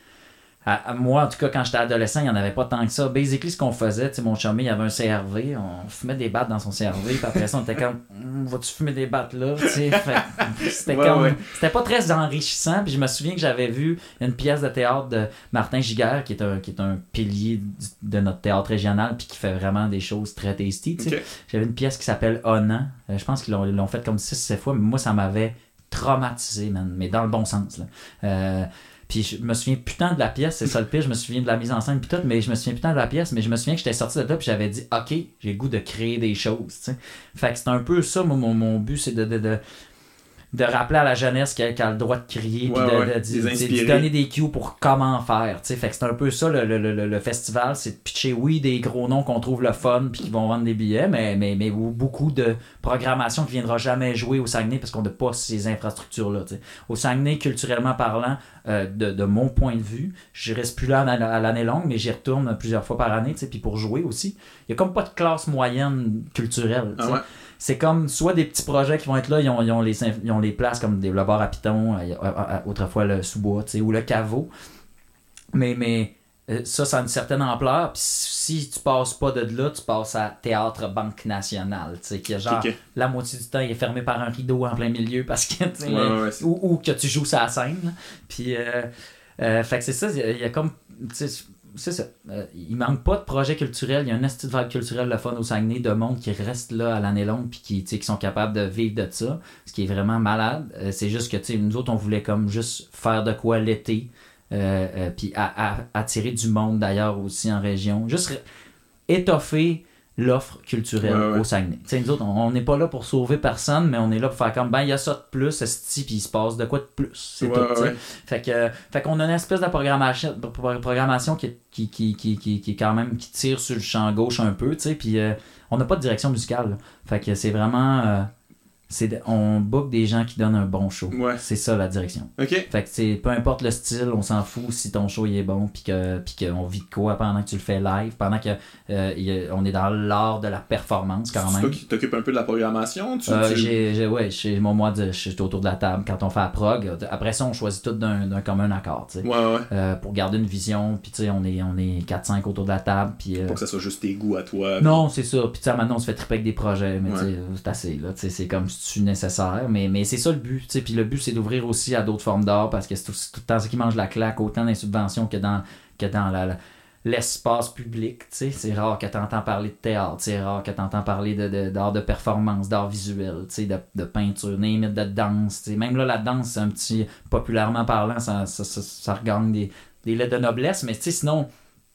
À, à moi, en tout cas, quand j'étais adolescent, il n'y en avait pas tant que ça. Basically, ce qu'on faisait, tu sais, mon chummy, il avait un C R V, on fumait des battes dans son C R V, puis après ça, on était comme, mmm, vas-tu fumer des battes là? Tu sais, c'était ouais, comme, ouais. c'était pas très enrichissant, puis je me souviens que j'avais vu une pièce de théâtre de Martin Giguère, qui est un, qui est un pilier de notre théâtre régional, puis qui fait vraiment des choses très tasty, tu sais. Okay. J'avais une pièce qui s'appelle Onan, euh, je pense qu'ils l'ont, ils l'ont fait comme six sept fois, mais moi, ça m'avait traumatisé, man, mais dans le bon sens, là. Euh, Puis je me souviens putain de la pièce, c'est ça le pire, je me souviens de la mise en scène puis tout, mais je me souviens putain de la pièce, mais je me souviens que j'étais sorti de là puis j'avais dit ok, j'ai le goût de créer des choses, tu sais. Fait que c'est un peu ça, moi, mon, mon but, c'est de, de, de, de rappeler à la jeunesse qu'elle a le droit de crier, ouais, puis de, ouais, de, de, de, de donner des cues pour comment faire. T'sais. Fait que c'est un peu ça le, le, le, le festival, c'est de pitcher, oui, des gros noms qu'on trouve le fun puis qui vont vendre des billets, mais, mais, mais beaucoup de programmation qui viendra jamais jouer au Saguenay parce qu'on n'a pas ces infrastructures-là. T'sais. Au Saguenay, culturellement parlant, euh, de, de mon point de vue, je reste plus là à l'année longue, mais j'y retourne plusieurs fois par année, puis pour jouer aussi. Il y a comme pas de classe moyenne culturelle. Ah ouais. C'est comme soit des petits projets qui vont être là, ils ont, ils ont, les, ils ont les places comme des le bar à Piton, autrefois le Sous-Bois, ou le Caveau. Mais, mais ça, ça a une certaine ampleur. Puis si tu passes pas de là, tu passes à Théâtre Banque Nationale. Qui est genre, okay. La moitié du temps, il est fermé par un rideau en plein milieu parce que ouais, ouais, ouais, ou, ou que tu joues sur la scène. Puis, euh, euh, fait que c'est ça, il y, y a comme. C'est ça. Euh, il manque pas de projets culturels. Il y a un esti de vibe culturel, le fun au Saguenay, de monde qui reste là à l'année longue puis qui, qui sont capables de vivre de ça, ce qui est vraiment malade. Euh, c'est juste que nous autres, on voulait comme juste faire de quoi l'été, euh, euh, puis à, à, attirer du monde d'ailleurs aussi en région. Juste étoffer l'offre culturelle ouais, ouais. au Saguenay. T'sais, nous autres, on n'est pas là pour sauver personne, mais on est là pour faire comme, ben, il y a ça de plus, esti, puis il se passe de quoi de plus. C'est ouais, tout, ouais. Fait que, fait qu'on a une espèce de programmation, programmation qui, qui, qui, qui, qui, qui est quand même, qui tire sur le champ gauche un peu, tu sais, puis euh, on n'a pas de direction musicale, là. Fait que c'est vraiment... Euh, c'est de, on book des gens qui donnent un bon show. Ouais. C'est ça la direction. Okay. Fait que c'est peu importe le style, on s'en fout si ton show il est bon puis que puis qu'on vit de quoi pendant que tu le fais live, pendant que euh, y a, on est dans l'art de la performance quand c'est même. Toi qui t'occupes un peu de la programmation, tu, euh, tu... j'ai, j'ai ouais, j'ai mon mois de je suis autour de la table quand on fait la prog. Après ça, on choisit tout d'un, d'un commun accord, tu sais. Ouais, ouais. Euh, pour garder une vision, puis tu sais, on est on est quatre cinq autour de la table puis euh... pour que ça soit juste tes goûts à toi. Non, puis... c'est ça. Puis tu sais maintenant on se fait triper avec des projets, mais ouais. tu sais c'est assez là, tu sais c'est comme si tu nécessaire. Mais, mais c'est ça le but, tu sais, puis le but c'est d'ouvrir aussi à d'autres formes d'art parce que c'est tout, c'est tout le temps ça qui mange la claque, autant dans les subventions que dans, que dans la, la, l'espace public, tu sais, c'est rare que tu entends parler de théâtre, c'est rare que tu entends parler de, de, d'art de performance, d'art visuel, tu sais, de, de peinture, limite de danse, tu sais, même là la danse c'est un petit, populairement parlant, ça, ça, ça, ça regagne des, des lettres de noblesse, mais tu sais, sinon...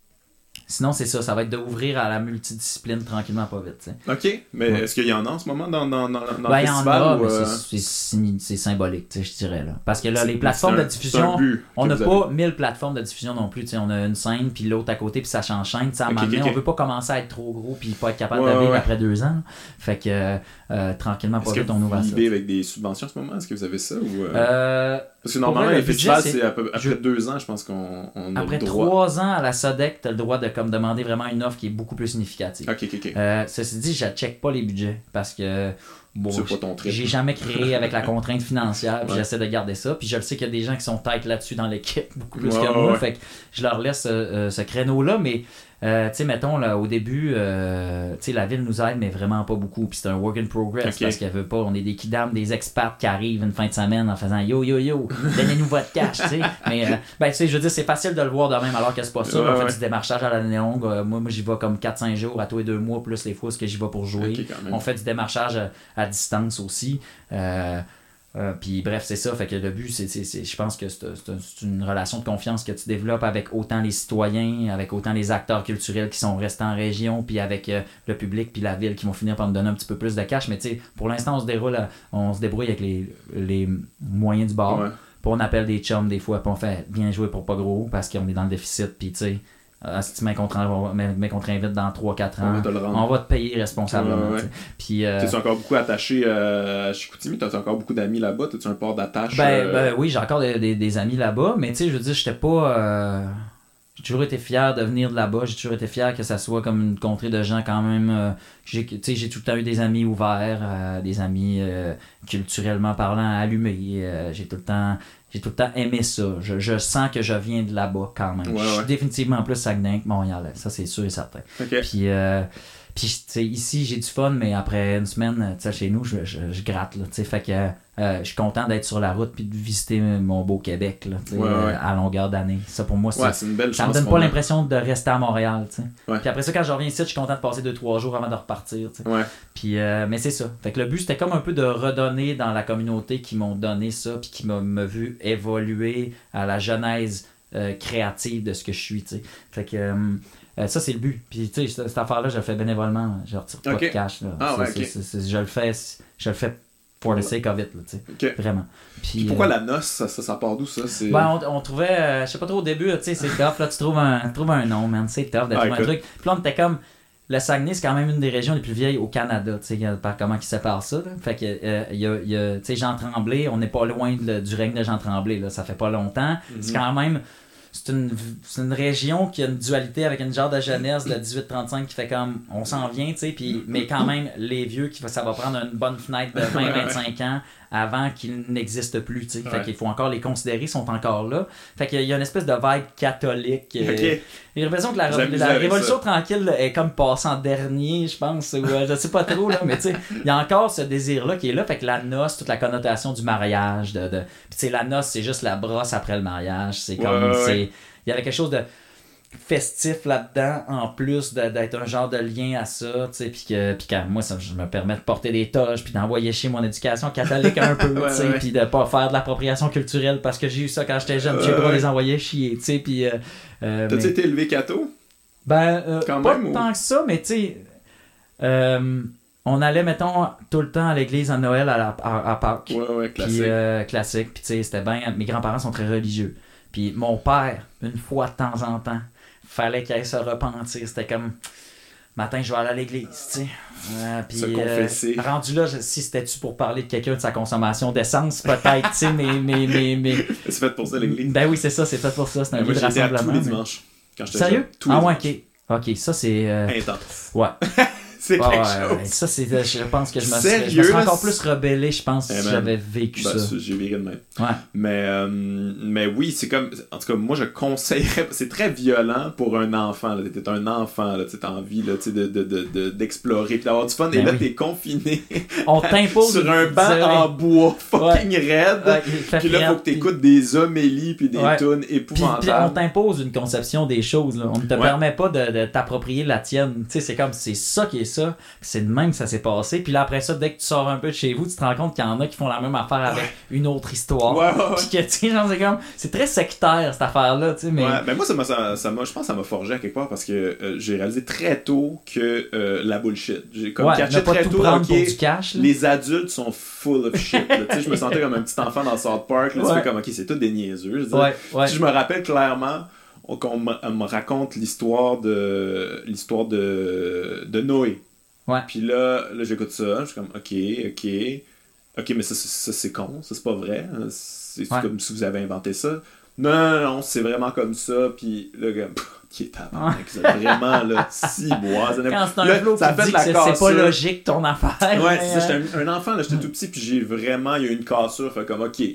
Sinon, c'est ça, ça va être d'ouvrir à la multidiscipline tranquillement, pas vite. T'sais. OK, mais ouais. Est-ce qu'il y en a en ce moment dans, dans, dans, dans ben, le festival? Il y en a, ou mais euh... c'est, c'est, c'est symbolique, je dirais. Là. Parce que là, c'est, les plateformes un, de diffusion, on n'a pas avez. mille plateformes de diffusion non plus. T'sais, on a une scène, puis l'autre à côté, puis ça s'enchaîne. À un moment donné, on veut pas commencer à être trop gros, puis pas être capable ouais, de vivre ouais. après deux ans. Fait que euh, tranquillement, pas Est-ce vite, on ouvre à ça. Est-ce que vous vivez avec des subventions en ce moment? Est-ce que vous avez ça? Ou euh... Euh... Parce que normalement, les festivals, c'est, c'est après je... deux ans, je pense qu'on on a après le droit. trois ans à la SODEC, tu as le droit de comme, demander vraiment une offre qui est beaucoup plus significative. OK, OK, OK. Euh, ceci dit, je ne check pas les budgets parce que bon, c'est pas ton trip. J'ai jamais créé avec la contrainte financière, puis ouais. j'essaie de garder ça. Puis je le sais qu'il y a des gens qui sont tête là-dessus dans l'équipe, beaucoup plus ouais, que moi. Ouais. Fait que je leur laisse euh, ce créneau-là, mais euh, tu sais, mettons, là, au début, euh, tu sais, la ville nous aide, mais vraiment pas beaucoup. Puis c'est un work in progress okay. parce qu'elle veut pas. On est des kidams, des experts qui arrivent une fin de semaine en faisant yo, yo, yo, donnez-nous votre cash, tu sais. Mais, euh, ben, tu sais, je veux dire, c'est facile de le voir de même alors que c'est pas ça. Ouais, on fait ouais. du démarchage à l'année longue. Euh, moi, moi, j'y vais comme quatre cinq jours à tous les deux mois, plus les fois que j'y vais pour jouer. Okay, on fait du démarchage à, à distance aussi. Euh, Euh, puis bref, c'est ça. Fait que le but, c'est, c'est, c'est je pense que c'est, c'est, c'est une relation de confiance que tu développes avec autant les citoyens, avec autant les acteurs culturels qui sont restés en région, puis avec euh, le public, puis la ville qui vont finir par nous donner un petit peu plus de cash. Mais tu sais, pour l'instant, on se déroule, à, on se débrouille avec les, les moyens du bord. Ouais. Puis on appelle des chums des fois, puis on fait bien jouer pour pas gros parce qu'on est dans le déficit. Puis tu sais, Euh, si tu m'as contre-invite dans trois quatre ans, on, on va te payer responsablement. Ouais, ouais. Puis, euh, t'es-tu encore beaucoup attaché euh, à Chicoutimi? T'as-tu encore beaucoup d'amis là-bas? T'as-tu un port d'attache? Ben, euh... ben oui, j'ai encore des, des, des amis là-bas, mais tu sais, je veux dire, j'étais pas... Euh... J'ai toujours été fier de venir de là-bas, j'ai toujours été fier que ça soit comme une contrée de gens quand même... Euh, j'ai, tu sais, j'ai tout le temps eu des amis ouverts, euh, des amis euh, culturellement parlant allumés, euh, j'ai tout le temps... J'ai tout le temps aimé ça. Je, je sens que je viens de là-bas quand même. Ouais, je suis ouais. définitivement plus Saguenay que Montréal. Ça, c'est sûr et certain. Okay. Puis, euh, puis ici, j'ai du fun, mais après une semaine, chez nous, je, je, je gratte. Là, fait que euh, je suis content d'être sur la route puis de visiter mon beau Québec là, ouais, ouais. à longueur d'année. Ça, pour moi, c'est, ouais, c'est une belle ça chance me donne pas a. l'impression de rester à Montréal. Ouais. Puis après ça, quand je reviens ici, je suis content de passer deux trois jours avant de repartir. Ouais. Puis, euh, mais c'est ça. Fait que le but, c'était comme un peu de redonner dans la communauté qui m'ont donné ça puis qui m'a, m'a vu évoluer à la genèse euh, créative de ce que je suis. T'sais. Fait que euh, ça, c'est le but. Puis, tu sais, cette affaire-là, je le fais bénévolement. Je retire pas okay. de cash. Là. Ah, c'est, ouais, c'est, okay. c'est, c'est, je le fais, je le fais for the sake of it, tu sais. Okay. Vraiment. Puis, Puis pourquoi euh, la noce, ça, ça, ça part d'où, ça? C'est... Ben, on, on trouvait, euh, je sais pas trop au début, tu sais, c'est tough, là, tu trouves un, tu trouves un nom, man, c'est tough de ah, trouver écoute. un truc. Puis là, on était comme, le Saguenay, c'est quand même une des régions les plus vieilles au Canada, tu sais, par comment ils séparent ça, là. Fait que, euh, il y a, y a tu sais, Jean Tremblay, on n'est pas loin de, du règne de Jean Tremblay, là, ça fait pas longtemps. Mm-hmm. C'est quand même... C'est une, c'est une région qui a une dualité avec une genre de jeunesse de dix-huit trente-cinq qui fait comme on s'en vient, tu sais, puis mais quand même les vieux qui ça va prendre une bonne fenêtre de vingt à vingt-cinq ans avant qu'ils n'existent plus, tu sais. Fait ouais. qu'il faut encore les considérer, ils sont encore là. Fait qu'il y a une espèce de vibe catholique. Okay. J'ai l'impression que la, la Révolution tranquille est comme passée en dernier, je pense, ou euh, je sais pas trop, là, mais tu sais, il y a encore ce désir-là qui est là. Fait que la noce, toute la connotation du mariage, de, de... puis tu sais, la noce, c'est juste la brosse après le mariage. C'est comme, ouais, ouais, c'est... Ouais. Il y avait quelque chose de festif là-dedans, en plus de, d'être un genre de lien à ça, tu sais, puis que, puis que moi, ça, je me permets de porter des toges, puis d'envoyer chier mon éducation catholique un peu, tu sais, ouais, puis ouais. de pas faire de l'appropriation culturelle, parce que j'ai eu ça quand j'étais jeune, j'ai le droit de les envoyer chier, tu sais, puis... Euh, euh, T'as-tu mais... été élevé catho? Ben, euh, quand pas même, tant ou... que ça, mais tu sais... Euh, on allait, mettons, tout le temps à l'église à Noël, à, la, à, à Pâques. Ouais, ouais, classique. Puis, euh, classique, puis tu sais, c'était bien... Mes grands-parents sont très religieux. Puis mon père, une fois de temps en temps, fallait qu'il aille se repentir. C'était comme, matin, je vais aller à l'église, tu sais. Euh, puis, se confesser. Euh, rendu là, je, si c'était-tu pour parler de quelqu'un de sa consommation d'essence, peut-être, tu sais, mais, mais, mais, mais... C'est fait pour ça, l'église? Ben oui, c'est ça, c'est fait pour ça. C'est un lieu de rassemblement. Tous les dimanches. Quand j'étais Sérieux? Jeune, tous ah les ouais, ok. Ok, ça c'est... Euh... Intense. Ouais. C'est ouais, quelque ouais, chose. Ouais. Ça, c'est, je pense que je me serais, je me serais encore plus rebellé, je pense, hey si j'avais vécu ben, ça. J'ai viré de même. Ouais. Mais, euh, mais oui, c'est comme... En tout cas, moi, je conseillerais... C'est très violent pour un enfant. Là. T'es un enfant, là, t'as envie là, de, de, de, de, d'explorer puis d'avoir du fun. Ben et là, oui. T'es confiné on t'impose sur un banc dire... en bois fucking ouais. raide. Ouais, puis là, il faut que t'écoutes puis... des homélies puis des ouais. tunes épouvantables. Puis, puis on t'impose une conception des choses. Là. On ne te ouais. permet pas de, de t'approprier la tienne. Tu sais, c'est comme, c'est ça qui est ça. C'est de même que ça s'est passé. Puis là, après ça, dès que tu sors un peu de chez vous, tu te rends compte qu'il y en a qui font la même affaire avec ouais. une autre histoire. Ouais, ouais, ouais. Puis que, tu sais, genre, c'est comme... C'est très sectaire, cette affaire-là, tu sais, mais... Ouais, mais moi, ça m'a, ça, ça m'a, je pense que ça m'a forgé à quelque part parce que euh, j'ai réalisé très tôt que euh, la bullshit. J'ai comme ouais, catché très tôt, ok, du cash, les adultes sont full of shit. Tu sais, je me sentais comme un petit enfant dans South Park. Là, ouais. Tu fais comme, ok, c'est tout des niaiseux. Je, ouais, ouais. je me rappelle clairement qu'on me, me raconte l'histoire de l'histoire de, de Noé. Ouais. Puis là, là, j'écoute ça, je suis comme, ok, ok, ok, mais ça, ça, ça c'est con, ça c'est pas vrai, c'est ouais. comme si vous avez inventé ça. Non, non, non, c'est vraiment comme ça, puis le gars, qui est tabarnak, c'est vraiment, là, si bois. Quand c'est un là, flow ça fait de la c'est, c'est pas logique ton affaire. Ouais, c'est ça, j'étais un, un enfant, là, j'étais tout petit, puis j'ai vraiment, il y a eu une cassure, fait comme, ok,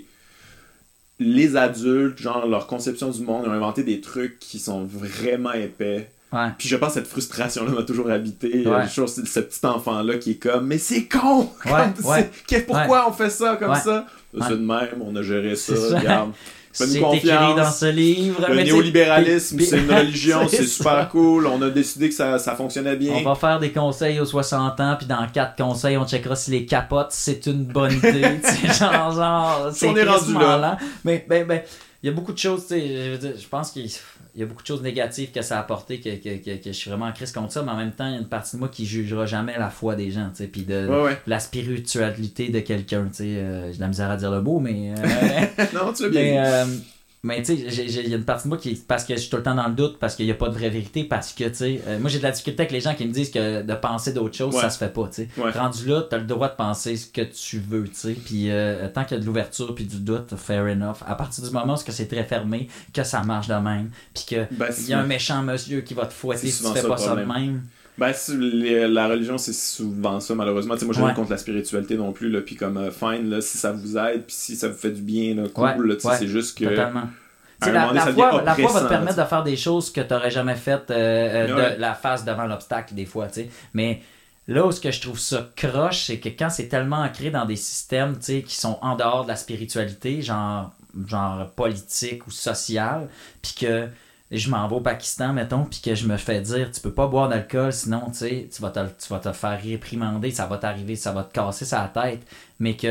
les adultes, genre, leur conception du monde, ils ont inventé des trucs qui sont vraiment épais. Ouais. Puis je pense que cette frustration-là m'a toujours habité. Ouais. Toujours ce petit enfant-là qui est comme, mais c'est con! Ouais. Comme, ouais. c'est, pourquoi ouais. on fait ça comme ouais. ça? C'est ouais. de même, on a géré ça, c'est regarde. C'est écrit dans ce livre. Le néolibéralisme, c'est une religion, c'est, c'est super cool. On a décidé que ça, ça fonctionnait bien. On va faire des conseils aux soixante ans, puis dans quatre conseils, on checkera si les capotes, c'est une bonne idée. genre, genre, c'est on est rendu là. là. Mais, ben, ben, il y a beaucoup de choses, tu sais, je, je pense qu'il il y a beaucoup de choses négatives que ça a apporté, que, que, que, que je suis vraiment en crise contre ça, mais en même temps, il y a une partie de moi qui jugera jamais la foi des gens, tu sais, puis de, ouais, ouais. la spiritualité de quelqu'un, tu sais. Euh, j'ai de la misère à dire le mot, mais... Euh, non, tu l'as bien mais, dit. Euh, mais tu sais, il y a une partie de moi qui, parce que je suis tout le temps dans le doute, parce qu'il n'y a pas de vraie vérité, parce que, tu sais, euh, moi j'ai de la difficulté avec les gens qui me disent que de penser d'autres choses, ouais. ça se fait pas, tu sais. Ouais. Rendu là, t'as le droit de penser ce que tu veux, tu sais, puis euh, tant qu'il y a de l'ouverture puis du doute, fair enough. À partir du moment où c'est très fermé, que ça marche de même, puis que il ben, y a un méchant monsieur qui va te fouetter si tu fais pas ça de même. Ben, les, la religion, c'est souvent ça, malheureusement. T'sais, moi, je n'ai ouais. rien contre la spiritualité non plus, là, puis comme, uh, fine, là, si ça vous aide, puis si ça vous fait du bien, là, cool, ouais. là, ouais. c'est juste que... Totalement. La, donné, la, foi, la foi va te permettre de faire des choses que tu n'aurais jamais faites euh, euh, ouais. de la face devant l'obstacle, des fois, tu sais. Mais là où ce que je trouve ça croche, c'est que quand c'est tellement ancré dans des systèmes, tu sais, qui sont en dehors de la spiritualité, genre, genre politique ou social, puis que je m'en vais au Pakistan, mettons, puis que je me fais dire, tu peux pas boire d'alcool, sinon, tu sais, tu vas te, tu vas te faire réprimander, ça va t'arriver, ça va te casser sa tête, mais que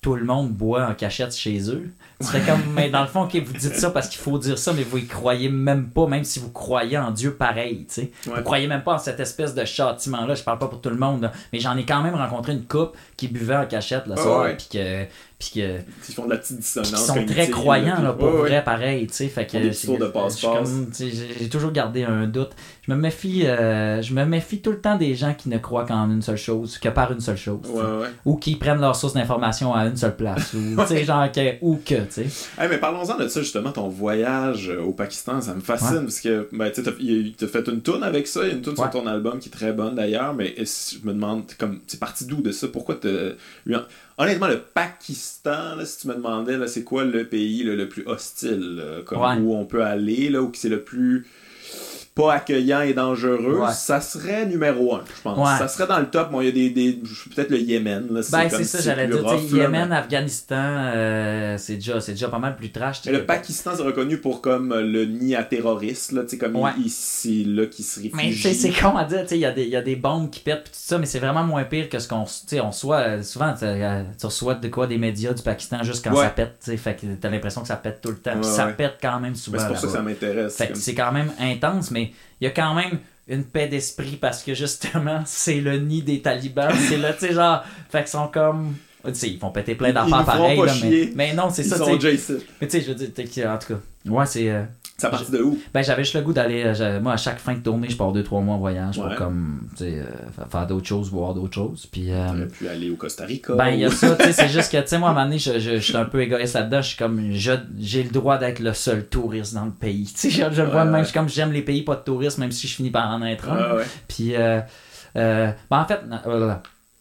tout le monde boit en cachette chez eux. Tu fais comme, mais dans le fond, ok, vous dites ça parce qu'il faut dire ça, mais vous y croyez même pas, même si vous croyez en Dieu pareil, tu sais. Ouais. Vous croyez même pas en cette espèce de châtiment-là. Je parle pas pour tout le monde, là, mais j'en ai quand même rencontré une couple qui buvait en cachette le soir, puis que... Puis que, ils font de la petite dissonance. Ils sont très croyants, là, pour ouais, vrai, ouais. pareil, tu sais. Fait que des tours de passe-passe. J'ai toujours gardé un doute. Je me méfie, euh, je me méfie tout le temps des gens qui ne croient qu'en une seule chose, que par une seule chose. Ouais, ouais. Ou qui prennent leur source d'information à une seule place. Ou, tu sais, genre, que, ou que, tu sais. Hey, mais parlons-en de ça, justement, ton voyage au Pakistan, ça me fascine, ouais. parce que, ben, tu sais, t'as fait une tourne avec ça, il y a une tourne ouais. sur ton album qui est très bonne d'ailleurs, mais je me demande, comme, c'est parti d'où de ça? Pourquoi t'as eu... Honnêtement, le Pakistan, là, si tu me demandais, là, c'est quoi le pays là, le plus hostile, là, comme ouais. où on peut aller, là, où c'est le plus pas accueillant et dangereux, ouais. ça serait numéro un, je pense. Ouais. Ça serait dans le top. Bon, il y a des, des peut-être le Yémen. Là, c'est ben, comme c'est ça, j'allais dire. Rough, Yémen, là, Afghanistan, euh, c'est, déjà, c'est déjà pas mal plus trash. Mais le Pakistan, c'est reconnu pour comme le nid à terroristes, là, comme ouais. ici, là, qui se réfugient. Mais c'est con à dire, il y, y a des bombes qui pètent, pis tout ça, mais c'est vraiment moins pire que ce qu'on on soit. Souvent, tu reçois de quoi des médias du Pakistan juste quand ouais. ça pète, t'sais, fait que t'as l'impression que ça pète tout le temps. Ouais, pis ça ouais. pète quand même souvent. Mais c'est pour là-bas. ça que ça m'intéresse. Fait que c'est quand même intense, mais il y a quand même une paix d'esprit parce que justement, c'est le nid des talibans. C'est là, tu sais, genre, fait qu'ils sont comme. Tu sais, ils font péter plein d'affaires pareilles, là, mais, mais non, c'est ils ça, tu sais. Mais tu sais, je veux dire, en tout cas, ouais, c'est. Euh, ça partit de où? Ben, j'avais juste le goût d'aller. Euh, moi, à chaque fin de tournée, je pars deux trois mois en voyage ouais. pour comme, tu sais, euh, faire d'autres choses, voir d'autres choses. Puis. Euh, T'aurais pu aller au Costa Rica. Ben, il y a ça, tu sais, c'est juste que, tu sais, moi, à un moment donné, je, je, je suis un peu égoïste là-dedans. Je suis comme, je, j'ai le droit d'être le seul touriste dans le pays. Tu sais, je, je le vois ouais, même, ouais. je suis comme, j'aime les pays pas de touristes, même si je finis par en être un. Ouais, ouais. Puis, euh, euh, ben, en fait, euh,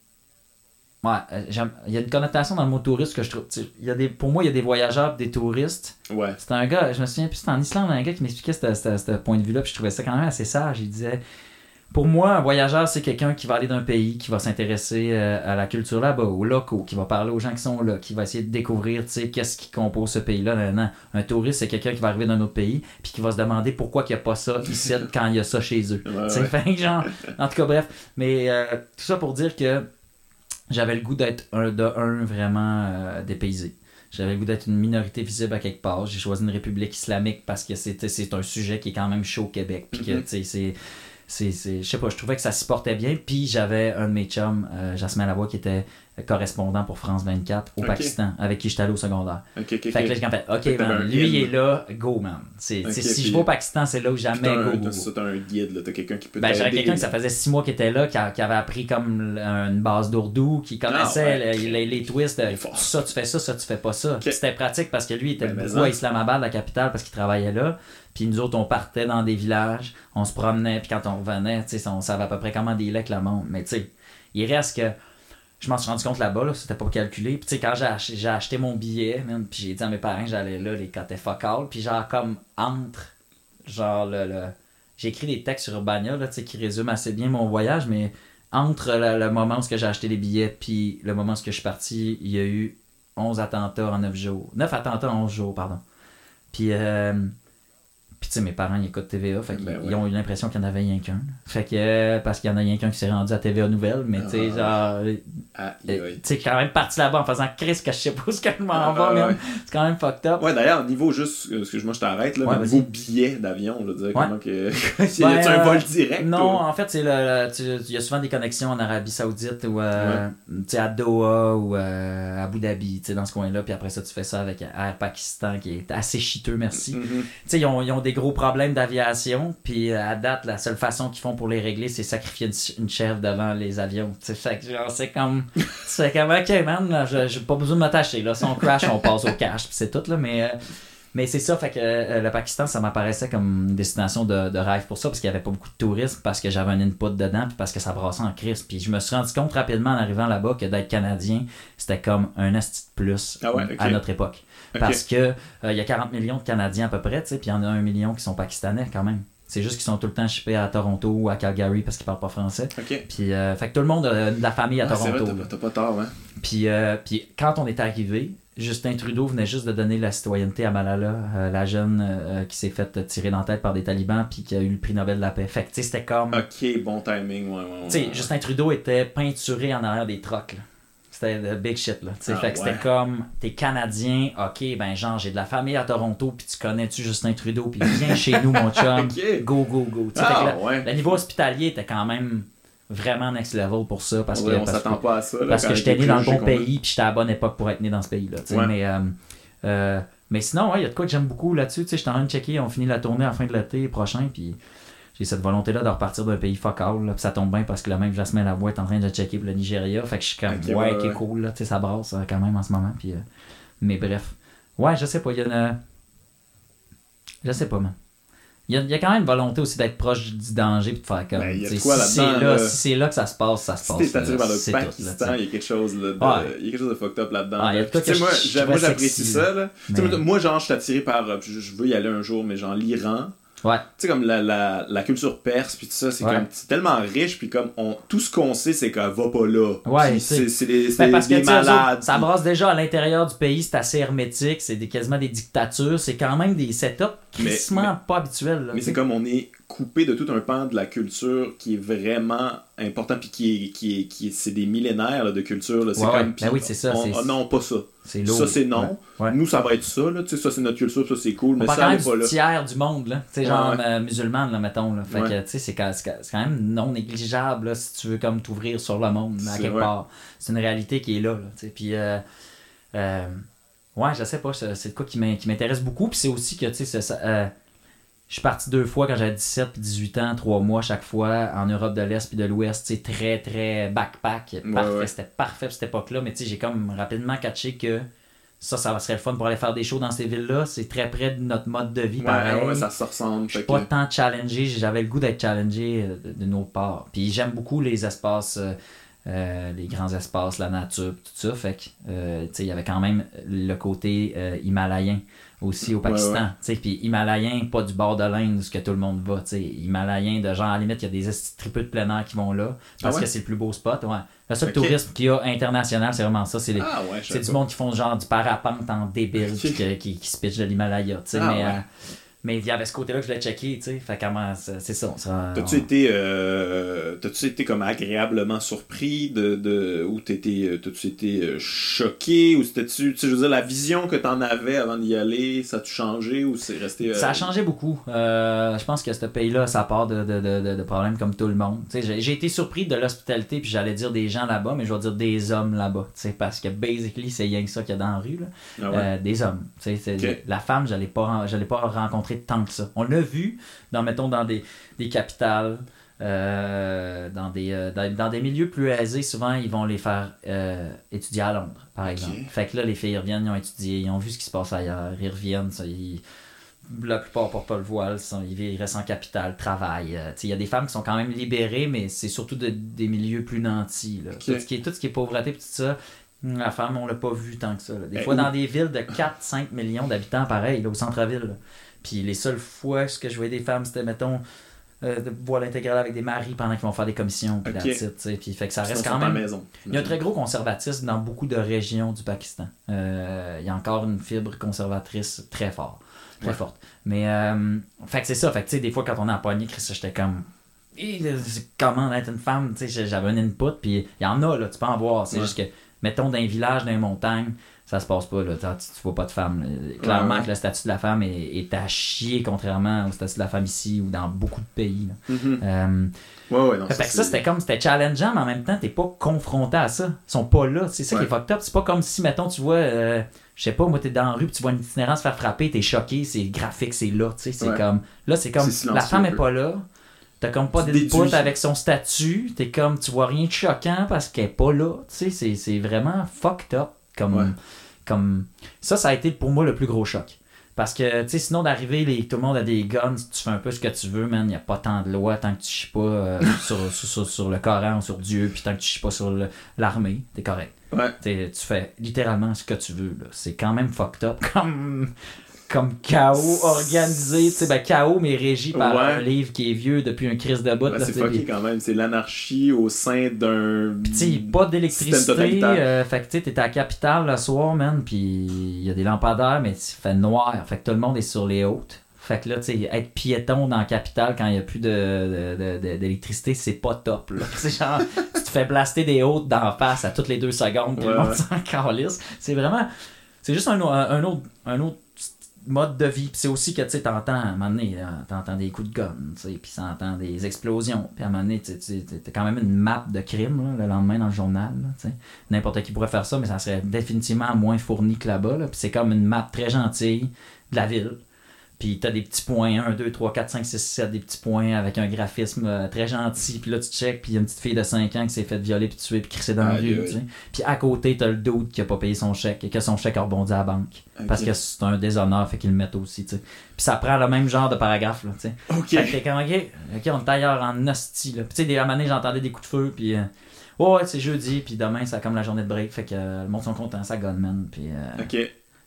ouais, j'aime. Il y a une connotation dans le mot touriste que je trouve. Il y a des, pour moi, il y a des voyageurs et des touristes. Ouais. C'était un gars, je me souviens plus, c'était en Islande, un gars qui m'expliquait ce point de vue-là, puis je trouvais ça quand même assez sage. Il disait, pour moi, un voyageur, c'est quelqu'un qui va aller d'un pays, qui va s'intéresser euh, à la culture là-bas, aux locaux, qui va parler aux gens qui sont là, qui va essayer de découvrir, tu sais, qu'est-ce qui compose ce pays-là. Non, non. Un touriste, c'est quelqu'un qui va arriver d'un autre pays, puis qui va se demander pourquoi il n'y a pas ça ici quand il y a ça chez eux. Ouais, ouais. Fait, genre, en tout cas, bref. Mais euh, tout ça pour dire que j'avais le goût d'être un de un vraiment euh, dépaysé. J'avais le goût d'être une minorité visible à quelque part. J'ai choisi une république islamique parce que c'est, c'est un sujet qui est quand même chaud au Québec. Puis que, mm-hmm. tu sais, c'est, c'est, c'est, je sais pas, je trouvais que ça s'y portait bien. Puis j'avais un de mes chums, euh, Jasmin Lavoie, qui était correspondant pour France vingt-quatre au okay. Pakistan, avec qui j'étais allé au secondaire. Okay, okay, fait que là, j'ai fait, OK, man, lui, il est là, go, man. C'est, okay, si puis... je vais au Pakistan, c'est là où jamais t'as go, un, go. T'as, t'as un guide, là, t'as quelqu'un qui peut ben, t'aider. J'avais quelqu'un que ça faisait six mois qu'il était là, qui, a, qui avait appris comme une base d'ourdou, qui connaissait ah, ouais, les, les, les twists. De, ça, tu fais ça, ça, tu fais pas ça. Okay. C'était pratique parce que lui, il était ben, beaucoup à Islamabad, la capitale, parce qu'il travaillait là. Puis nous autres, on partait dans des villages, on se promenait, puis quand on revenait, tu sais, on savait à peu près comment dealer avec le monde. Mais tu sais, il reste que je m'en suis rendu compte là-bas, là, c'était pas calculé. Puis tu sais, quand j'ai acheté, j'ai acheté mon billet, man, puis j'ai dit à mes parents que j'allais là, les côtés fuck all, puis genre comme entre, genre le, le... j'ai écrit des textes sur Urbania, là, tu sais, qui résument assez bien mon voyage, mais entre le, le moment où j'ai acheté les billets puis le moment où je suis parti, il y a eu onze attentats en neuf jours. neuf attentats en onze jours, pardon. Puis... Euh, Puis tu sais, mes parents ils écoutent T V A, fait qu'ils ben ouais. ils ont eu l'impression qu'il y en avait rien qu'un. Fait que euh, parce qu'il y en a rien qu'un qui s'est rendu à T V A Nouvelles, mais tu sais, genre. Ah, tu sais, quand même parti là-bas en faisant Chris que je sais pas ce que je m'en ah, vais, même. Ouais. C'est quand même fucked up. Ouais, d'ailleurs, au niveau juste, excuse-moi, je t'arrête, là, ouais, au niveau billet d'avion, là, dire ouais. comment que. y a-tu un vol direct? Non, ou... en fait, c'est le. Il y a souvent des connexions en Arabie Saoudite ou euh, ouais. tu sais, à Doha ou euh, à Abu Dhabi, tu sais, dans ce coin-là, puis après ça, tu fais ça avec Air Pakistan qui est assez chiteux, merci. Mm-hmm. Tu sais, ils ont, ils ont des gros problèmes d'aviation, puis à date, la seule façon qu'ils font pour les régler, c'est sacrifier une, une chèvre devant les avions. Tu sais, fait que genre, c'est comme, c'est comme, ok, man, là, j'ai, j'ai pas besoin de m'attacher, là, si on crash, on passe au cash, puis c'est tout, là, mais, euh, mais c'est ça, fait que euh, le Pakistan, ça m'apparaissait comme une destination de, de rêve pour ça, parce qu'il y avait pas beaucoup de tourisme, parce que j'avais un input dedans, puis parce que ça brassait en crise, puis je me suis rendu compte rapidement en arrivant là-bas que d'être Canadien, c'était comme un asti de plus ah ouais, okay. à notre époque. Parce okay. que il euh, y a quarante millions de Canadiens à peu près, tu sais, puis il y en a un million qui sont pakistanais quand même. C'est juste qu'ils sont tout le temps shippés à Toronto ou à Calgary parce qu'ils parlent pas français. Okay. Puis euh, fait que tout le monde a de la famille à ah, Toronto. C'est vrai, t'as, t'as pas tort, hein. Puis euh, puis quand on est arrivé, Justin Trudeau venait juste de donner la citoyenneté à Malala, euh, la jeune euh, qui s'est faite tirer dans la tête par des talibans puis qui a eu le prix Nobel de la paix. Fait que tu sais, c'était comme. Ok, bon timing, ouais, ouais. ouais tu sais, ouais. Justin Trudeau était peinturé en arrière des trocs, là. c'était le big shit, là. Ah, fait que ouais. c'était comme, t'es Canadien, ok, ben genre, j'ai de la famille à Toronto, puis tu connais-tu Justin Trudeau, puis viens chez nous, mon chum, okay. go, go, go. Ah, là, ouais. Le niveau hospitalier était quand même vraiment next level pour ça, parce ouais, que on parce s'attend que, pas à ça. Là, parce que j'étais né dans le bon pays, puis j'étais à la bonne époque pour être né dans ce pays-là, ouais. mais... Euh, euh, mais sinon, il ouais, y a de quoi que j'aime beaucoup là-dessus. Je suis en train de checker, on finit la tournée à la fin de l'été prochain, puis j'ai cette volonté-là de repartir d'un pays fuck all. Là, puis ça tombe bien parce que le même Jasmin Lavoie est en train de checker pour le Nigeria. Fait que je suis comme, okay, ouais, ouais, ok, ouais. cool, là, ça brasse quand même en ce moment. Puis, euh, mais bref. Ouais, je sais pas, il y a une. Je sais pas, man. Il y, a, il y a quand même une volonté aussi d'être proche du danger puis de faire comme. Ben, y a de quoi si, c'est là, là, si c'est là que ça se passe, ça se si passe. Si t'es attiré par le Pakistan, il y a quelque chose là, de, ouais. y a quelque chose de fucked up là-dedans. Ah, là. Puis, moi, je, moi j'apprécie ça. Là. Mais... Moi, genre, je suis attiré par. Je, je veux y aller un jour, mais genre l'Iran. Ouais. Tu sais, comme la, la, la culture perse, puis tout ça, c'est ouais. comme c'est tellement riche, puis comme on, tout ce qu'on sait, c'est qu'elle va pas là. Ouais, c'est, c'est des, c'est ben parce des que, malades. Autres, ça brasse déjà à l'intérieur du pays, c'est assez hermétique, c'est des, quasiment des dictatures, c'est quand même des setups crissement pas habituels. Là, mais t'sais. C'est comme on est coupé de tout un pan de la culture qui est vraiment important, puis qui est, qui est, qui est, c'est des millénaires là, de culture. Là. C'est ouais, comme, ouais. Ben oui, c'est ça. On, c'est... Oh, non, pas ça. C'est lourd. Ça, c'est non. Ouais. Ouais. Nous, ça va être ça. Là. Ça, c'est notre culture, ça, c'est cool. On mais parle ça, quand même pas du là. tiers du monde, là. Tu sais, genre ouais. euh, musulmane, là, mettons. Là. Fait ouais. que, tu sais, c'est, c'est quand même non négligeable, là, si tu veux comme t'ouvrir sur le monde, à quelque ouais. part. C'est une réalité qui est là, là. Puis, euh, euh, ouais, je sais pas, c'est, c'est de quoi qui m'intéresse beaucoup. Puis c'est aussi que, tu sais, ça... Euh, je suis parti deux fois quand j'avais dix-sept puis dix-huit ans, trois mois chaque fois, en Europe de l'Est puis de l'Ouest, c'est très, très backpack, ouais, parfait, ouais. C'était parfait pour cette époque-là, mais tu sais, j'ai comme rapidement catché que ça, ça serait le fun pour aller faire des shows dans ces villes-là, c'est très près de notre mode de vie, ouais, pareil. Ouais, ça se ressemble. Je suis que... pas tant challengé, j'avais le goût d'être challengé de, de nos parts. Puis j'aime beaucoup les espaces, euh, euh, les grands espaces, la nature, tout ça, fait que, euh, tu sais, il y avait quand même le côté euh, himalayen aussi au Pakistan, ouais, ouais. tu sais, puis Himalayen, pas du bord de l'Inde où ce que tout le monde va, tu sais, Himalayen de genre, à la limite, il y a des tripeux de plein air qui vont là, parce ah ouais? que c'est le plus beau spot, ouais. Le seul okay. tourisme qu'il y a international, c'est vraiment ça, c'est, les, ah ouais, c'est du monde qui font genre du parapente en débile, okay. qui, qui, qui se pitch de l'Himalaya, tu sais, ah mais... Ouais. Euh, mais il y avait ce côté-là que je voulais checker, tu sais, fait comment, c'est, c'est ça. ça t'as-tu, on... été, euh, t'as-tu été comme agréablement surpris de, de ou t'étais, t'as-tu été choqué, ou c'était-tu, tu sais, je veux dire, la vision que t'en avais avant d'y aller, ça a-tu changé, ou c'est resté... Euh... Ça a changé beaucoup. Euh, je pense que ce pays-là, ça part de, de, de, de problèmes comme tout le monde. Tu sais, j'ai, j'ai été surpris de l'hospitalité, puis j'allais dire des gens là-bas, mais je vais dire des hommes là-bas, tu sais, parce que basically, c'est rien que ça qu'il y a dans la rue, là. Ah ouais. euh, des hommes, tu sais, okay. La femme, j'allais pas, j'allais pas rencontrer tant que ça. On l'a vu, dans, mettons, dans des, des capitales, euh, dans, des, euh, dans, dans des milieux plus aisés, souvent, ils vont les faire euh, étudier à Londres, par exemple. Okay. Fait que là, les filles reviennent, ils ont étudié, ils ont vu ce qui se passe ailleurs, ils reviennent, ça, ils... la plupart portent pas le voile, sont, ils restent en capitale, travaillent. Euh, il y a des femmes qui sont quand même libérées, mais c'est surtout de, des milieux plus nantis. Là. Okay. Tout, ce qui est, tout ce qui est pauvreté et tout ça, la femme, on l'a pas vu tant que ça. Là. Des hey, fois, dans des villes de quatre à cinq millions d'habitants, pareil, là, au centre-ville, là. Puis les seules fois que je voyais des femmes, c'était, mettons, euh, de voile intégral avec des maris pendant qu'ils vont faire des commissions. Puis okay. titre, puis fait que ça reste quand même... Maison, il y a un très gros conservatisme dans beaucoup de régions du Pakistan. Euh, il y a encore une fibre conservatrice très forte. Très ouais. forte. Mais, euh, fait que c'est ça. Fait que, tu sais, des fois, quand on est en poignée, j'étais comme... Comment être une femme? Tu sais, j'avais un input, puis il y en a, là, tu peux en voir. C'est ouais. juste que, mettons, dans un village, dans une montagne, ça se passe pas, là. Tu, tu vois pas de femme. Clairement ouais. que le statut de la femme est, est à chier, contrairement au statut de la femme ici ou dans beaucoup de pays. Là. Mm-hmm. Euh, ouais, ouais, non, fait ça, que ça, c'était comme, c'était challengeant, mais en même temps, t'es pas confronté à ça. Ils sont pas là. C'est ça ouais. qui est fucked up. C'est pas comme si, mettons, tu vois, euh, je sais pas, moi, t'es dans la rue, puis tu vois une itinérante se faire frapper, t'es choqué, c'est graphique, c'est là, tu sais. C'est ouais. comme, là, c'est comme, c'est la femme est pas là. T'as comme pas d'input avec son statut. T'es comme, tu vois rien de choquant parce qu'elle est pas là. Tu sais, c'est, c'est vraiment fucked up. Comme, ouais. comme... Ça, ça a été pour moi le plus gros choc. Parce que, tu sais, sinon d'arriver, les... tout le monde a des guns, tu fais un peu ce que tu veux, man. Il n'y a pas tant de lois tant que tu chies pas euh, sur, sur, sur, sur le Coran ou sur Dieu, puis tant que tu chies pas sur le... l'armée, t'es correct. Ouais. T'es, tu fais littéralement ce que tu veux. Là. C'est quand même fucked up. Comme... comme chaos organisé, tu sais, ben chaos mais régi par ouais. un livre qui est vieux depuis un crise de bout. Ouais, c'est fucké quand même, c'est l'anarchie au sein d'un pis tu sais, pas d'électricité, euh, fait que tu sais, t'es à la capitale le soir, man, pis il y a des lampadaires, mais il fait noir, fait que tout le monde est sur les hautes. Fait que là, tu sais, être piéton dans la capitale quand il n'y a plus de, de, de, de, d'électricité, c'est pas top, là. C'est genre, tu te fais blaster des hôtes d'en face à toutes les deux secondes, puis ouais, le monde ouais. s'en calisse. C'est vraiment... C'est juste un, un, un, autre, un autre mode de vie. Puis c'est aussi que, tu sais, t'entends, à un moment donné, t'entends des coups de gun, tu sais, puis t'entends des explosions. Puis à un moment donné, tu sais, t'as quand même une map de crime, là, le lendemain dans le journal, tu sais. N'importe qui pourrait faire ça, mais ça serait définitivement moins fourni que là-bas, là. Puis c'est comme une map très gentille de la ville. Puis t'as des petits points, un, deux, trois, quatre, cinq, six, sept, des petits points avec un graphisme euh, très gentil. Puis là, tu check, puis il y a une petite fille de cinq ans qui s'est fait violer, puis tuer, puis crisser dans la rue. Tu sais. Puis à côté, t'as le dude qui a pas payé son chèque et que son chèque a rebondi à la banque. Okay. Parce que c'est un déshonneur, fait qu'ils le mettent aussi. Tu sais. Puis ça prend le même genre de paragraphe. Là, tu sais. Okay. Fait que t'es comme, ok, ok, on est ailleurs en hostie. Puis tu sais, des années, j'entendais des coups de feu, puis euh, oh, ouais, c'est jeudi, puis demain, c'est comme la journée de break. Fait que euh, le monde sont contents, ça gunman. Puis. Euh, ok.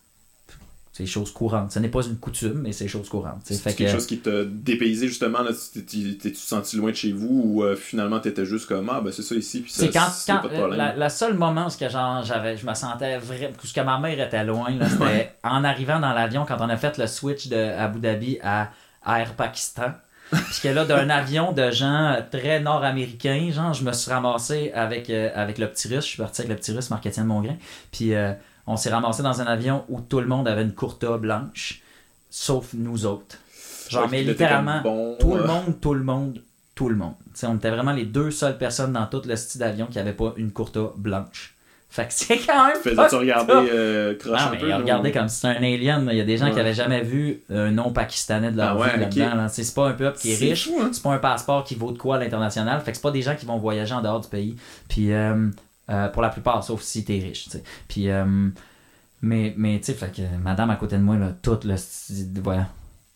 C'est chose courante. Ce n'est pas une coutume, mais c'est chose courante. C'est fait quelque que... chose qui t'a dépaysé justement. Là, t'es-tu senti loin de chez vous ou euh, finalement t'étais juste comme ah ben c'est ça ici puis ça, c'est quand, quand pas de problème. La, la seule moment où que genre, j'avais, je me sentais vraiment parce que ma mère était loin là, c'était ouais. en arrivant dans l'avion quand on a fait le switch de Abu Dhabi à Air Pakistan. Puis que là d'un avion de gens très nord-américains, genre je me suis ramassé avec euh, avec le petit russe. Je suis parti avec le petit russe Marc-Étienne Mongrain. Puis euh, on s'est ramassé dans un avion où tout le monde avait une kurta blanche, sauf nous autres. Genre, mais littéralement, bon, tout euh... le monde, tout le monde, tout le monde. T'sais, on était vraiment les deux seules personnes dans tout le style d'avion qui n'avaient pas une kurta blanche. Fait que c'est quand même. Faisais-tu regarder euh, croche non, un mais peu? Regardez comme si c'était un alien. Il y a des gens ouais. qui n'avaient jamais vu un nom pakistanais de leur ah, ouais, vie okay. là-dedans. Là. C'est pas un peuple qui est, est riche. Fou, hein? C'est pas un passeport qui vaut de quoi à l'international. Fait que c'est pas des gens qui vont voyager en dehors du pays. Puis. Euh, Euh, pour la plupart, sauf si t'es riche, tu sais. Puis, euh, mais, mais tu sais, fait que madame à côté de moi, là, toute le voilà.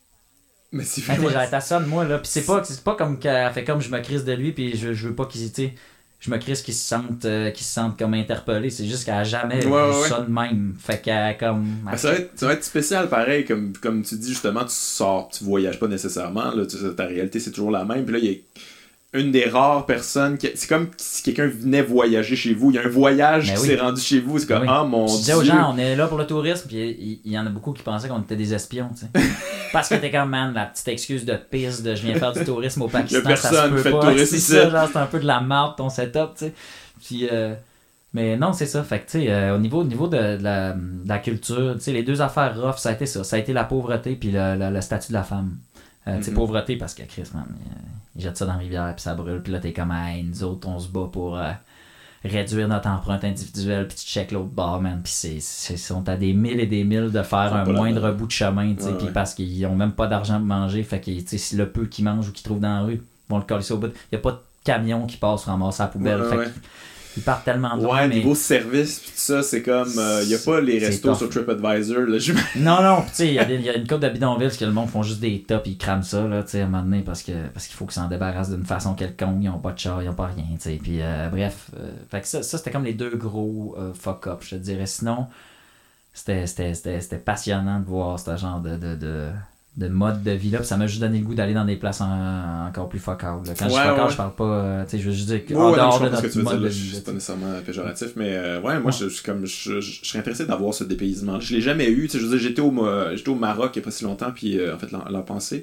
Mais c'est fait que j'arrête à ça de moi, là. Puis c'est pas, c'est pas comme qu'elle fait comme je me crisse de lui, puis je, je veux pas qu'il, tu sais, je me crisse qu'il se sente, euh, qu'il se sente comme interpellé. C'est juste qu'elle a jamais ouais, vu ouais. ça de même. Fait qu'elle comme. Ben, ça, va être, ça va être spécial pareil, comme, comme tu dis justement, tu sors, tu voyages pas nécessairement, là, tu, ta réalité c'est toujours la même. Puis là, il y a une des rares personnes qui... c'est comme si quelqu'un venait voyager chez vous, il y a un voyage ben qui oui. s'est rendu chez vous, c'est comme ah oui. oh, mon je dieu. disais aux gens, on est là pour le tourisme, puis il, il y en a beaucoup qui pensaient qu'on était des espions, tu sais. Parce que t'es comme man, la petite excuse de pisse de je viens faire du tourisme au Pakistan, personne ça se peut fait pas. C'est ça, genre c'est un peu de la marde ton setup, tu sais. Puis euh, mais non, c'est ça, fait que tu sais euh, au niveau au niveau de, de, la, de la culture, tu sais les deux affaires rough, ça a été ça, ça a été la pauvreté puis le, le, le statut de la femme. Euh, mm-hmm. Tu sais pauvreté parce que Chris man, il jette ça dans la rivière puis ça brûle puis là t'es comme hey, nous autres on se bat pour euh, réduire notre empreinte individuelle puis tu check l'autre bord man puis c'est c'est sont à des milles et des milles de faire un moindre bout de chemin tu sais ouais, puis ouais. parce qu'ils ont même pas d'argent pour manger fait que tu sais si le peu qu'ils mangent ou qu'ils trouvent dans la rue vont le coller au bout il y a pas de camion qui passe pour ramasser la poubelle ouais, fait ouais. Ils partent tellement de ouais, mais... niveau service pis tout ça, c'est comme il euh, y a pas les restos sur TripAdvisor là, je... Non non, tu sais il y a il y a une couple de bidonvilles parce que le monde font juste des tops, ils crament ça là, tu sais à un moment donné parce que parce qu'il faut qu'ils s'en débarrassent d'une façon quelconque, ils ont pas de char, ils ont pas rien, tu sais puis euh, bref, euh, fait que ça ça c'était comme les deux gros euh, fuck up, je te dirais sinon c'était c'était c'était c'était passionnant de voir ce genre de de de de mode de vie là, puis ça m'a juste donné le goût d'aller dans des places en, encore plus fuck out. Là. Quand ouais, je suis fuck out, ouais. je parle pas, euh, tu sais, je veux juste dire que en ouais, dehors de notre mode dire, de vie. C'est pas nécessairement péjoratif, mais euh, ouais, moi, ouais. Je, je, comme, je, je, je serais intéressé d'avoir ce dépaysement. Je l'ai jamais eu, tu sais, je veux dire, j'étais au, j'étais au Maroc il y a pas si longtemps, puis euh, en fait, l'an passé.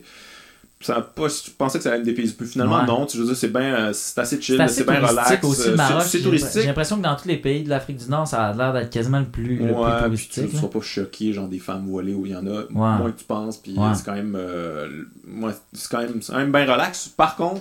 Ça pas, je pensais que ça allait me dépayser. Puis finalement, ouais. non. Tu veux dire, c'est bien, c'est assez chill, c'est, c'est bien relax. Aussi, le Maroc, c'est, c'est touristique. J'ai l'impression que dans tous les pays de l'Afrique du Nord, ça a l'air d'être quasiment le plus, ouais, le plus touristique. Tu ne sois pas choqué, genre des femmes voilées où il y en a, ouais. moins que tu penses. Puis ouais. c'est quand même, euh, ouais, c'est quand même, c'est quand même bien relax. Par contre,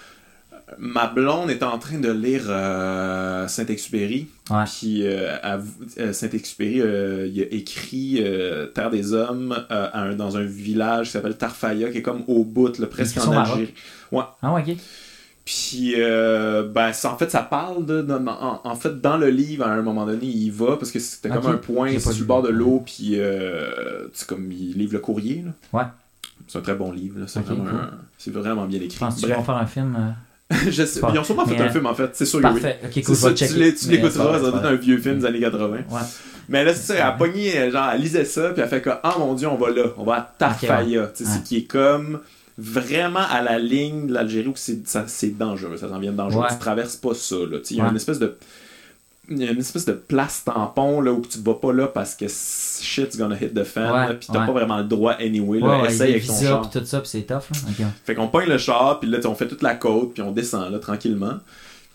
ma blonde est en train de lire euh, Saint-Exupéry. Ouais. Puis euh, à, euh, Saint-Exupéry, euh, il a écrit euh, Terre des Hommes euh, à un, dans un village qui s'appelle Tarfaya, qui est comme au bout, là, presque en Algérie. Ouais. Ah ouais, ok. Puis, euh, ben, ça, en fait, ça parle de. de en, en fait, dans le livre, à un moment donné, il y va parce que c'était okay. comme un point sur le bord de l'eau, puis euh, c'est comme il livre le courrier. Là. Ouais. C'est un très bon livre. Là. C'est, okay, vraiment, cool. c'est vraiment bien écrit. Penses-tu qu'ils vont faire un film euh... je sais, ils ont sûrement fait mais, un film en fait, c'est sûr parfait. que oui. Okay, cool, c'est ça, tu, l'é, tu l'écouteras, ça doit être un vieux film mm. des années quatre-vingts. Ouais. Mais là, c'est ça, elle a pogné, genre, elle lisait ça, puis elle fait que, ah mon dieu, on va là, on va à Tarfaya, okay, ouais. ouais. qui est comme vraiment à la ligne de l'Algérie où c'est, ça, c'est dangereux, ça s'en vient de dangereux, ouais. tu traverses pas ça, là. Il y a ouais. une espèce de. Il y a une espèce de place tampon là, où tu vas pas là parce que shit's gonna hit the fan, ouais, là, pis t'as ouais. pas vraiment le droit anyway. Là, ouais, ouais, essaye avec ton char. Pis tout ça, pis c'est tough. Là. Okay. Fait qu'on pogne le char, puis là on fait toute la côte, puis on descend là tranquillement.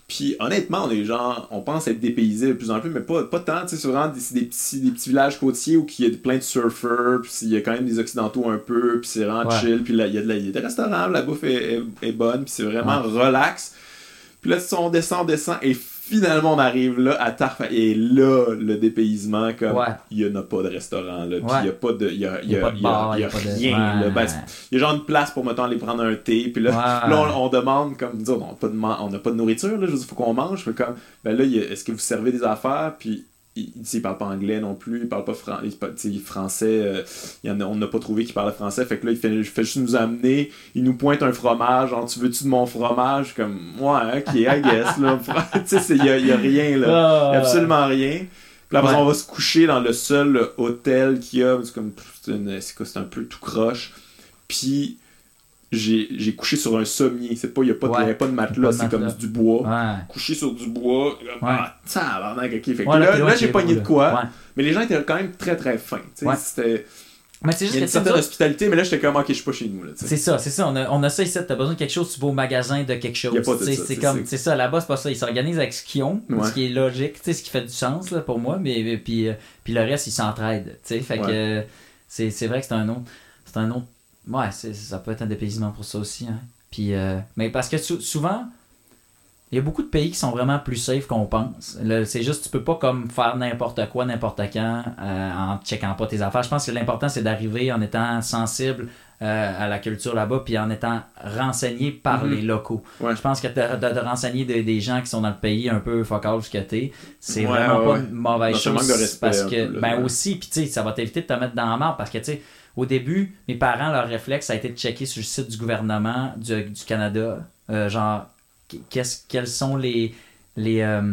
Puis honnêtement, on est genre, on pense être dépaysé de plus en plus, mais pas, pas tant, tu sais, c'est vraiment des, c'est des, petits, des petits villages côtiers où il y a plein de surfeurs, puis il y a quand même des occidentaux un peu, puis c'est vraiment ouais. chill, puis là, il y, a de la, il y a des restaurants, la bouffe est, est, est bonne, puis c'est vraiment ouais. relax. Puis là, on descend, on descend, et finalement, on arrive là, à Tarfa, et là, le dépaysement, comme, il ouais. n'y en a pas de restaurant, là, puis il ouais. n'y a pas de, il y a, il y a, il y a, il y a, il y a rien, de... là, ben, il y a genre une place pour, mettons, aller prendre un thé, puis là, ouais. là on, on demande, comme, dire, on n'a pas, pas de nourriture, là, je veux dire, faut qu'on mange, puis comme, ben là, a, est-ce que vous servez des affaires, puis il, il parle pas anglais non plus, il parle pas fran- il, il, français, euh, il en a, on n'a pas trouvé qu'il parlait français, fait que là il fait, il fait juste nous amener, il nous pointe un fromage, genre tu veux-tu de mon fromage, comme ouais ok I guess là, tu sais il y a, y a rien là, y a absolument rien. Puis après ouais. on va se coucher dans le seul hôtel qu'il y a, c'est comme c'est, une, c'est, quoi, c'est un peu tout croche, puis J'ai, j'ai couché sur un sommier, c'est pas, il n'y ouais. a pas de matelas, c'est matelas. Comme du bois. Ouais. Couché sur du bois, comme, ouais. ah, tabarnak, ok. Fait que ouais, là, là, là j'ai pogné de quoi, ouais. mais les gens étaient quand même très très fins. Ouais. C'était. Mais tu sais, il y a une certaine hospitalité, mais là j'étais comme, ok, je suis pas chez nous. Là, c'est ça, c'est ça. On a, on a ça ici, t'as besoin de quelque chose, tu vas au magasin de quelque chose. Y a pas de ça, c'est, c'est comme, c'est ça, là-bas, c'est pas ça. Ils s'organisent avec ce qu'ils ont, ouais. ce qui est logique, ce qui fait du sens là, pour moi, mais puis, puis le reste, ils s'entraident. Fait ouais. que c'est, c'est vrai que c'est un autre. C'est un autre. Ouais, c'est, ça peut être un dépaysement pour ça aussi. Hein. Puis, euh, mais parce que sou- souvent, il y a beaucoup de pays qui sont vraiment plus safe qu'on pense. Là, c'est juste, tu peux pas comme faire n'importe quoi, n'importe quand, euh, en checkant pas tes affaires. Je pense que l'important, c'est d'arriver en étant sensible euh, à la culture là-bas, puis en étant renseigné par mm-hmm. les locaux. Ouais. Je pense que de, de, de renseigner de, des gens qui sont dans le pays un peu fuck all ce que t'es, c'est ouais, vraiment ouais, pas ouais. une mauvaise non, chose. De respect, parce que, peu, ben là, aussi, puis tu sais, ça va t'éviter de te mettre dans la merde, parce que tu sais, au début, mes parents, leur réflexe, ça a été de checker sur le site du gouvernement du, du Canada, euh, genre, qu'est-ce, quels sont les, les, euh,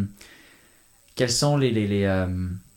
quels sont les, les, les euh,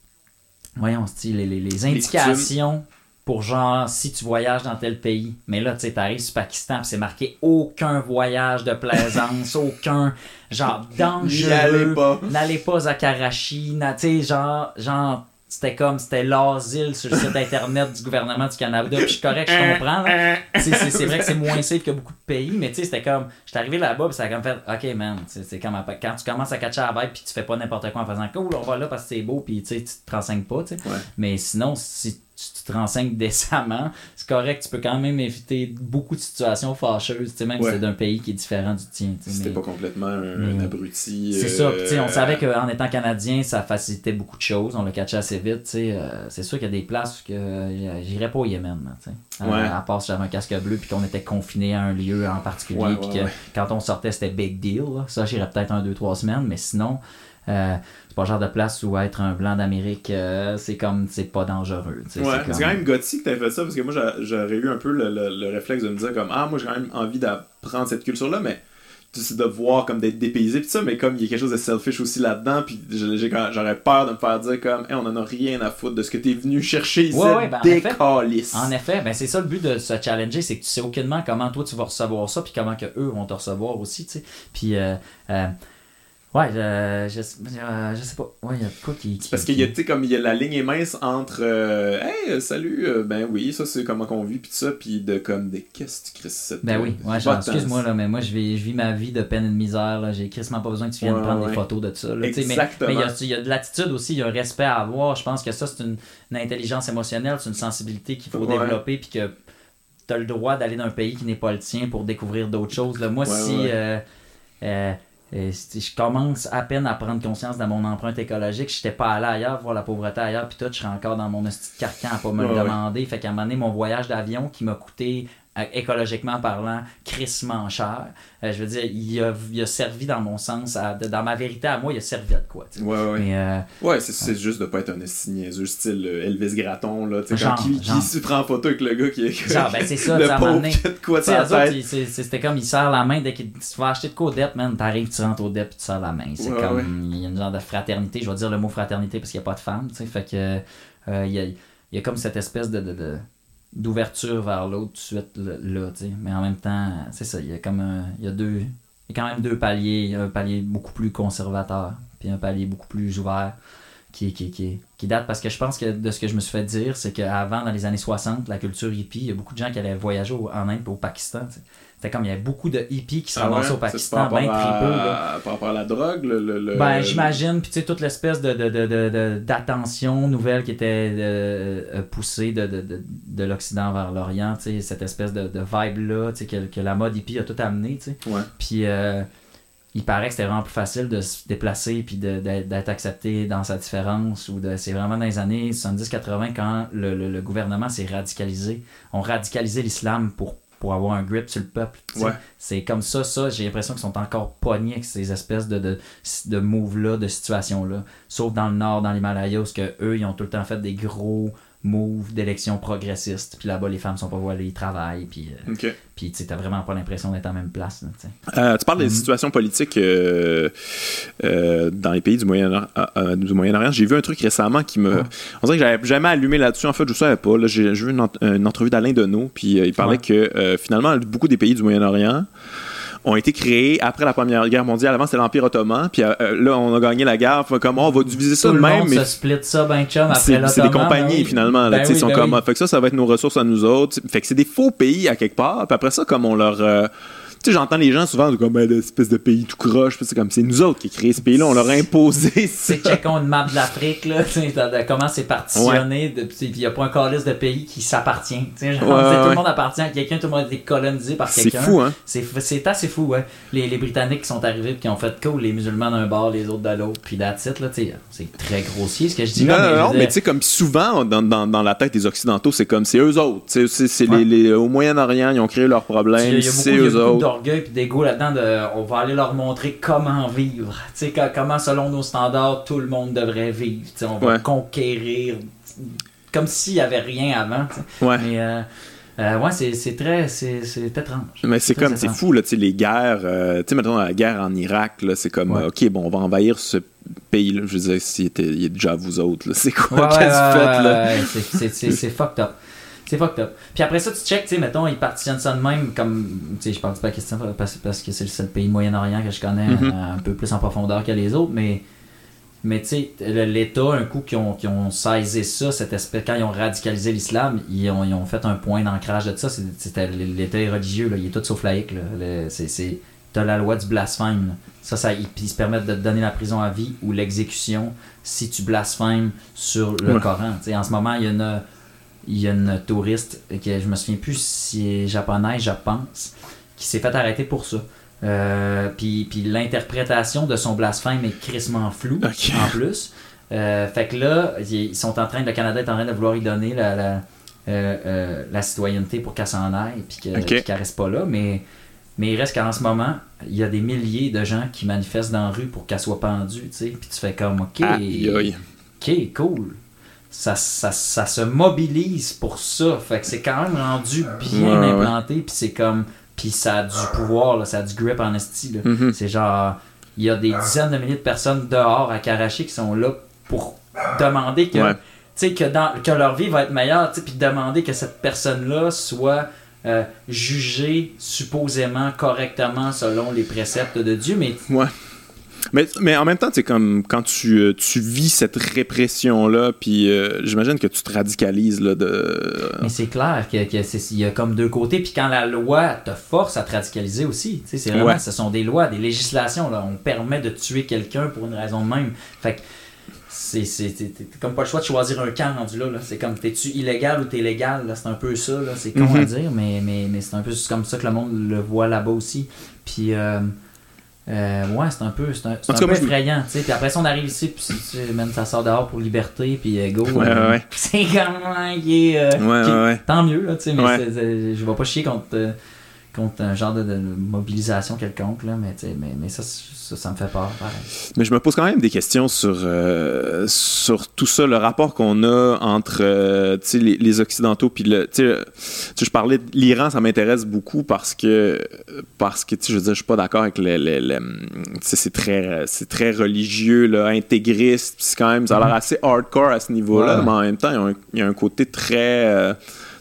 voyons, les, les, les indications les pour genre, si tu voyages dans tel pays. Mais là, tu sais, t'arrives sur Pakistan, pis c'est marqué aucun voyage de plaisance, aucun, genre, dangereux. N'allez pas. N'allez pas à Karachi, tu sais, genre, genre, c'était comme, c'était l'asile sur le site internet du gouvernement du Canada. Puis je suis correct, je comprends. Là. C'est, c'est, c'est vrai que c'est moins safe que beaucoup de pays, mais tu sais, c'était comme, j'étais arrivé là-bas, puis ça a comme fait, ok man, c'est, c'est comme, quand tu commences à catcher la vibe, puis tu fais pas n'importe quoi en faisant cool, on va là parce que c'est beau, puis tu sais, tu te renseignes pas, tu sais. Ouais. Mais sinon, si tu te renseignes décemment, c'est correct, tu peux quand même éviter beaucoup de situations fâcheuses, tu sais, même ouais. si c'est d'un pays qui est différent du tien. C'était mais, pas complètement un, mais, un abruti. C'est euh, ça, tu sais, on savait qu'en étant Canadien, ça facilitait beaucoup de choses, on l'a catché assez vite, tu sais. Euh, c'est sûr qu'il y a des places que euh, j'irais pas au Yémen, tu sais. Ouais. Euh, à part si j'avais un casque bleu, puis qu'on était confiné à un lieu en particulier, ouais, puis ouais, que ouais. quand on sortait, c'était big deal. Là. Ça, j'irais peut-être un, deux, trois semaines, mais sinon. Euh, c'est pas le genre de place où être un blanc d'Amérique euh, c'est comme c'est pas dangereux ouais, c'est, comme... c'est quand même gothique que t'aies fait ça parce que moi j'aurais eu un peu le, le, le réflexe de me dire comme ah moi j'ai quand même envie d'apprendre cette culture là mais c'est de voir comme d'être dépaysé pis ça mais comme il y a quelque chose de selfish aussi là-dedans pis j'ai, j'ai, j'aurais peur de me faire dire comme hey, on en a rien à foutre de ce que t'es venu chercher ici ouais, ouais, ben, décalisse en effet, en effet ben c'est ça le but de se challenger c'est que tu sais aucunement comment toi tu vas recevoir ça pis comment que eux vont te recevoir aussi tu sais pis euh, euh, ouais, euh, je, euh, je sais pas. Ouais, il y a quoi qui. qui c'est parce qu'il y a, tu sais, comme il y a la ligne est mince entre euh, hey, euh, salut, euh, ben oui, ça c'est comment qu'on vit, pis ça, pis de comme des qu'est-ce que tu crisses ça. Ben oui, ouais, genre, excuse-moi, là, mais moi je vis, je vis ma vie de peine et de misère, là. J'ai crissement pas besoin que tu viennes ouais, prendre ouais. des photos de ça, là. Exactement. Mais il y, y a de l'attitude aussi, il y a un respect à avoir. Je pense que ça, c'est une, une intelligence émotionnelle, c'est une sensibilité qu'il faut ouais. développer, pis que t'as le droit d'aller dans un pays qui n'est pas le tien pour découvrir d'autres choses, là. Moi, ouais, si. Ouais. Euh, euh, Et je commence à peine à prendre conscience de mon empreinte écologique. Je n'étais pas allé ailleurs, voir la pauvreté ailleurs, puis tout, je serais encore dans mon petit carcan à pas me ouais, le demander. Ouais. Fait qu'à un moment donné, mon voyage d'avion qui m'a coûté, euh, écologiquement parlant, crissement cher, euh, je veux dire, il a, il a servi dans mon sens, à, de, dans ma vérité à moi, il a servi à de quoi. T'sais. Ouais, ouais. Mais, euh, ouais, c'est, c'est ouais. juste de pas être un esti niaiseux, style Elvis Gratton, là. Tu sais, quand qui, qui se prend en photo avec le gars qui est. Genre, ben c'est ça, le pauvre qui a de quoi de sa tête. Autres, c'est, c'était comme il serre la main dès qu'il tu vas acheter de quoi au dep, man. T'arrives, tu rentres au dep et tu serres la main. C'est ouais, comme. Ouais. Il y a une genre de fraternité, je vais dire le mot fraternité parce qu'il n'y a pas de femme, tu sais. Fait que. Euh, il, y a, il y a comme cette espèce de. de, de d'ouverture vers l'autre tout de suite là, tu sais. Mais en même temps, c'est ça, il y a comme un, il y a deux, il y a quand même deux paliers, il y a un palier beaucoup plus conservateur, puis un palier beaucoup plus ouvert. qui, qui, qui, qui date, parce que je pense que de ce que je me suis fait dire, c'est qu'avant, dans les années soixante, la culture hippie, il y a beaucoup de gens qui allaient voyager au, en Inde et au Pakistan. T'sais. C'était comme il y avait beaucoup de hippies qui se ramassaient ah ouais? au Pakistan, bien tribaux. Par rapport à la drogue, le. le, le ben, j'imagine, puis tu sais, toute l'espèce de, de, de, de, de, d'attention nouvelle qui était euh, poussée de, de, de, de l'Occident vers l'Orient, tu sais, cette espèce de, de vibe-là, tu sais, que, que la mode hippie a tout amené, tu sais. Ouais. Puis. Euh, il paraît que c'était vraiment plus facile de se déplacer puis de, de, d'être accepté dans sa différence. Ou de, c'est vraiment dans les années soixante-dix quatre-vingt quand le, le, le gouvernement s'est radicalisé. On radicalisait l'islam pour, pour avoir un grip sur le peuple. Ouais. C'est comme ça, ça, j'ai l'impression qu'ils sont encore pognés avec ces espèces de, de, de moves-là, de situations-là. Sauf dans le nord, dans l'Himalaya, où que eux, ils ont tout le temps fait des gros moves d'élections progressistes. Puis là-bas, les femmes sont pas voilées, ils travaillent. Puis, euh, okay. puis tu n'as vraiment pas l'impression d'être à la même place. Là, euh, tu parles des mm-hmm. situations politiques euh, euh, dans les pays du Moyen-Orient. Euh, du Moyen-Orient. J'ai vu un truc récemment qui me... Ouais. On dirait que j'avais jamais allumé là-dessus. En fait, je ne savais pas. Là, j'ai, j'ai vu une, ent- une entrevue d'Alain Deneau, puis euh, il parlait ouais. que euh, finalement, beaucoup des pays du Moyen-Orient ont été créés après la Première Guerre mondiale. Avant, c'était l'Empire ottoman. Puis euh, là, on a gagné la guerre. Fait comme, oh, on va diviser ça de même. Tout le monde se split ça, ben chum, après c'est, l'ottoman. C'est des compagnies, ben finalement. Là, ben oui, sont ben comme, oui. Fait que ça, ça va être nos ressources à nous autres. Fait que c'est des faux pays à quelque part. Puis après ça, comme on leur... Euh, tu sais, j'entends les gens souvent comme ben, espèce de pays tout croche, c'est comme c'est nous autres qui créons ce pays-là, on leur a imposé ça. C'est checkons une map de l'Afrique là, tu sais, de comment c'est partitionné, ouais. il n'y a pas un calice de pays qui s'appartient. Tu sais, genre, ouais, ouais. Tout le monde appartient à quelqu'un, tout le monde a été colonisé par quelqu'un. C'est fou, hein. C'est, c'est assez fou, ouais. Les, les Britanniques qui sont arrivés et qui ont fait cool, les musulmans d'un bord, les autres de l'autre, puis that's it, là, tu sais, c'est très grossier ce que je dis non, là. Non, mais, non, mais tu sais, comme souvent dans, dans, dans la tête des Occidentaux, c'est comme c'est eux autres. C'est, c'est, c'est ouais. les, les, au Moyen-Orient, ils ont créé leurs problèmes, y a, y a c'est beaucoup, eux autres. Il y a beaucoup d'orgueil puis d'ego là-dedans de, on va aller leur montrer comment vivre, tu sais, comment selon nos standards tout le monde devrait vivre, tu sais, on va ouais. conquérir comme s'il n'y avait rien avant, ouais. mais euh, euh, ouais c'est, c'est très c'est, c'est étrange, mais c'est, c'est comme c'est fou là, tu sais, les guerres, euh, tu sais, maintenant la guerre en Irak là, c'est comme ouais. euh, ok bon on va envahir ce pays là, je veux dire s'il était, il est déjà à vous autres là, c'est quoi ouais, qu'est-ce que vous faites là, ouais, c'est, c'est, c'est, c'est fucked up. C'est fucked up. Puis après ça, tu check, tu sais, mettons, ils partitionnent ça de même, comme, tu sais, je parle pas de la question parce, parce que c'est le seul pays Moyen-Orient que je connais mm-hmm. euh, un peu plus en profondeur que les autres, mais, mais tu sais, l'État, un coup, qui ont, qui ont saisi ça, cette espèce, quand ils ont radicalisé l'islam, ils ont, ils ont fait un point d'ancrage de ça, c'est, c'était l'État est religieux, là, il est tout sauf laïque, là. Le, c'est, c'est, t'as la loi du blasphème, là. Ça, ça, ils, ils se permettent de te donner la prison à vie ou l'exécution si tu blasphèmes sur le ouais. Coran. Tu sais, en ce moment, il y en a. Il y a une touriste, que je me souviens plus si elle est japonaise, je pense, qui s'est fait arrêter pour ça. Euh, puis, puis l'interprétation de son blasphème est crissement floue, okay. en plus. Euh, fait que là, ils sont en train, le Canada est en train de vouloir y donner la, la, euh, euh, la citoyenneté pour qu'elle s'en aille, puis que, okay. qu'elle reste pas là. Mais, mais il reste qu'en ce moment, il y a des milliers de gens qui manifestent dans la rue pour qu'elle soit pendue, tu sais. Puis tu fais comme, OK, aïe, aïe. OK, cool. Ça, ça, ça se mobilise pour ça. Fait que c'est quand même rendu bien ouais, implanté. Puis c'est comme. Puis ça a du pouvoir, là, ça a du grip en esti. Là. Mm-hmm. C'est genre. Il y a des dizaines de milliers de personnes dehors à Karachi qui sont là pour demander que. Ouais. Tu sais, que, dans, que leur vie va être meilleure. Puis demander que cette personne-là soit euh, jugée supposément correctement selon les préceptes de Dieu. Mais. Ouais. Mais, mais en même temps, c'est comme quand tu, tu vis cette répression-là, puis euh, j'imagine que tu te radicalises. Là, de... Mais c'est clair qu'il y, y a comme deux côtés. Puis quand la loi te force à te radicaliser aussi, c'est vraiment, ouais. ce sont des lois, des législations. Là. On permet de tuer quelqu'un pour une raison de même. Fait que c'est, c'est, c'est, t'es comme pas le choix de choisir un camp rendu là. là. C'est comme, t'es-tu illégal ou t'es légal? Là? C'est un peu ça. Là. C'est con mm-hmm. à dire, mais, mais, mais c'est un peu comme ça que le monde le voit là-bas aussi. Puis... Euh, Euh, ouais, c'est un peu, c'est un, c'est un peu effrayant, tu sais. Puis après ça, on arrive ici, puis même ça sort dehors pour liberté, puis euh, go. Ouais, euh, ouais. C'est quand même qui est, euh, ouais, qui est, ouais, ouais. tant mieux, là, tu sais. Mais ouais. c'est, c'est, je vais pas chier contre, euh, contre un genre de, de mobilisation quelconque, là, mais, mais, mais ça, ça, ça me fait peur, pareil. Mais je me pose quand même des questions sur, euh, sur tout ça, le rapport qu'on a entre euh, les, les Occidentaux, puis le. Tu sais, je parlais de l'Iran, ça m'intéresse beaucoup parce que, parce que je veux dire, je suis pas d'accord avec le. le, le c'est, très, c'est très religieux, là, intégriste, puis c'est quand même, ça a l'air assez hardcore à ce niveau-là, ouais. mais en même temps, il y a un, il y a un côté très. Euh,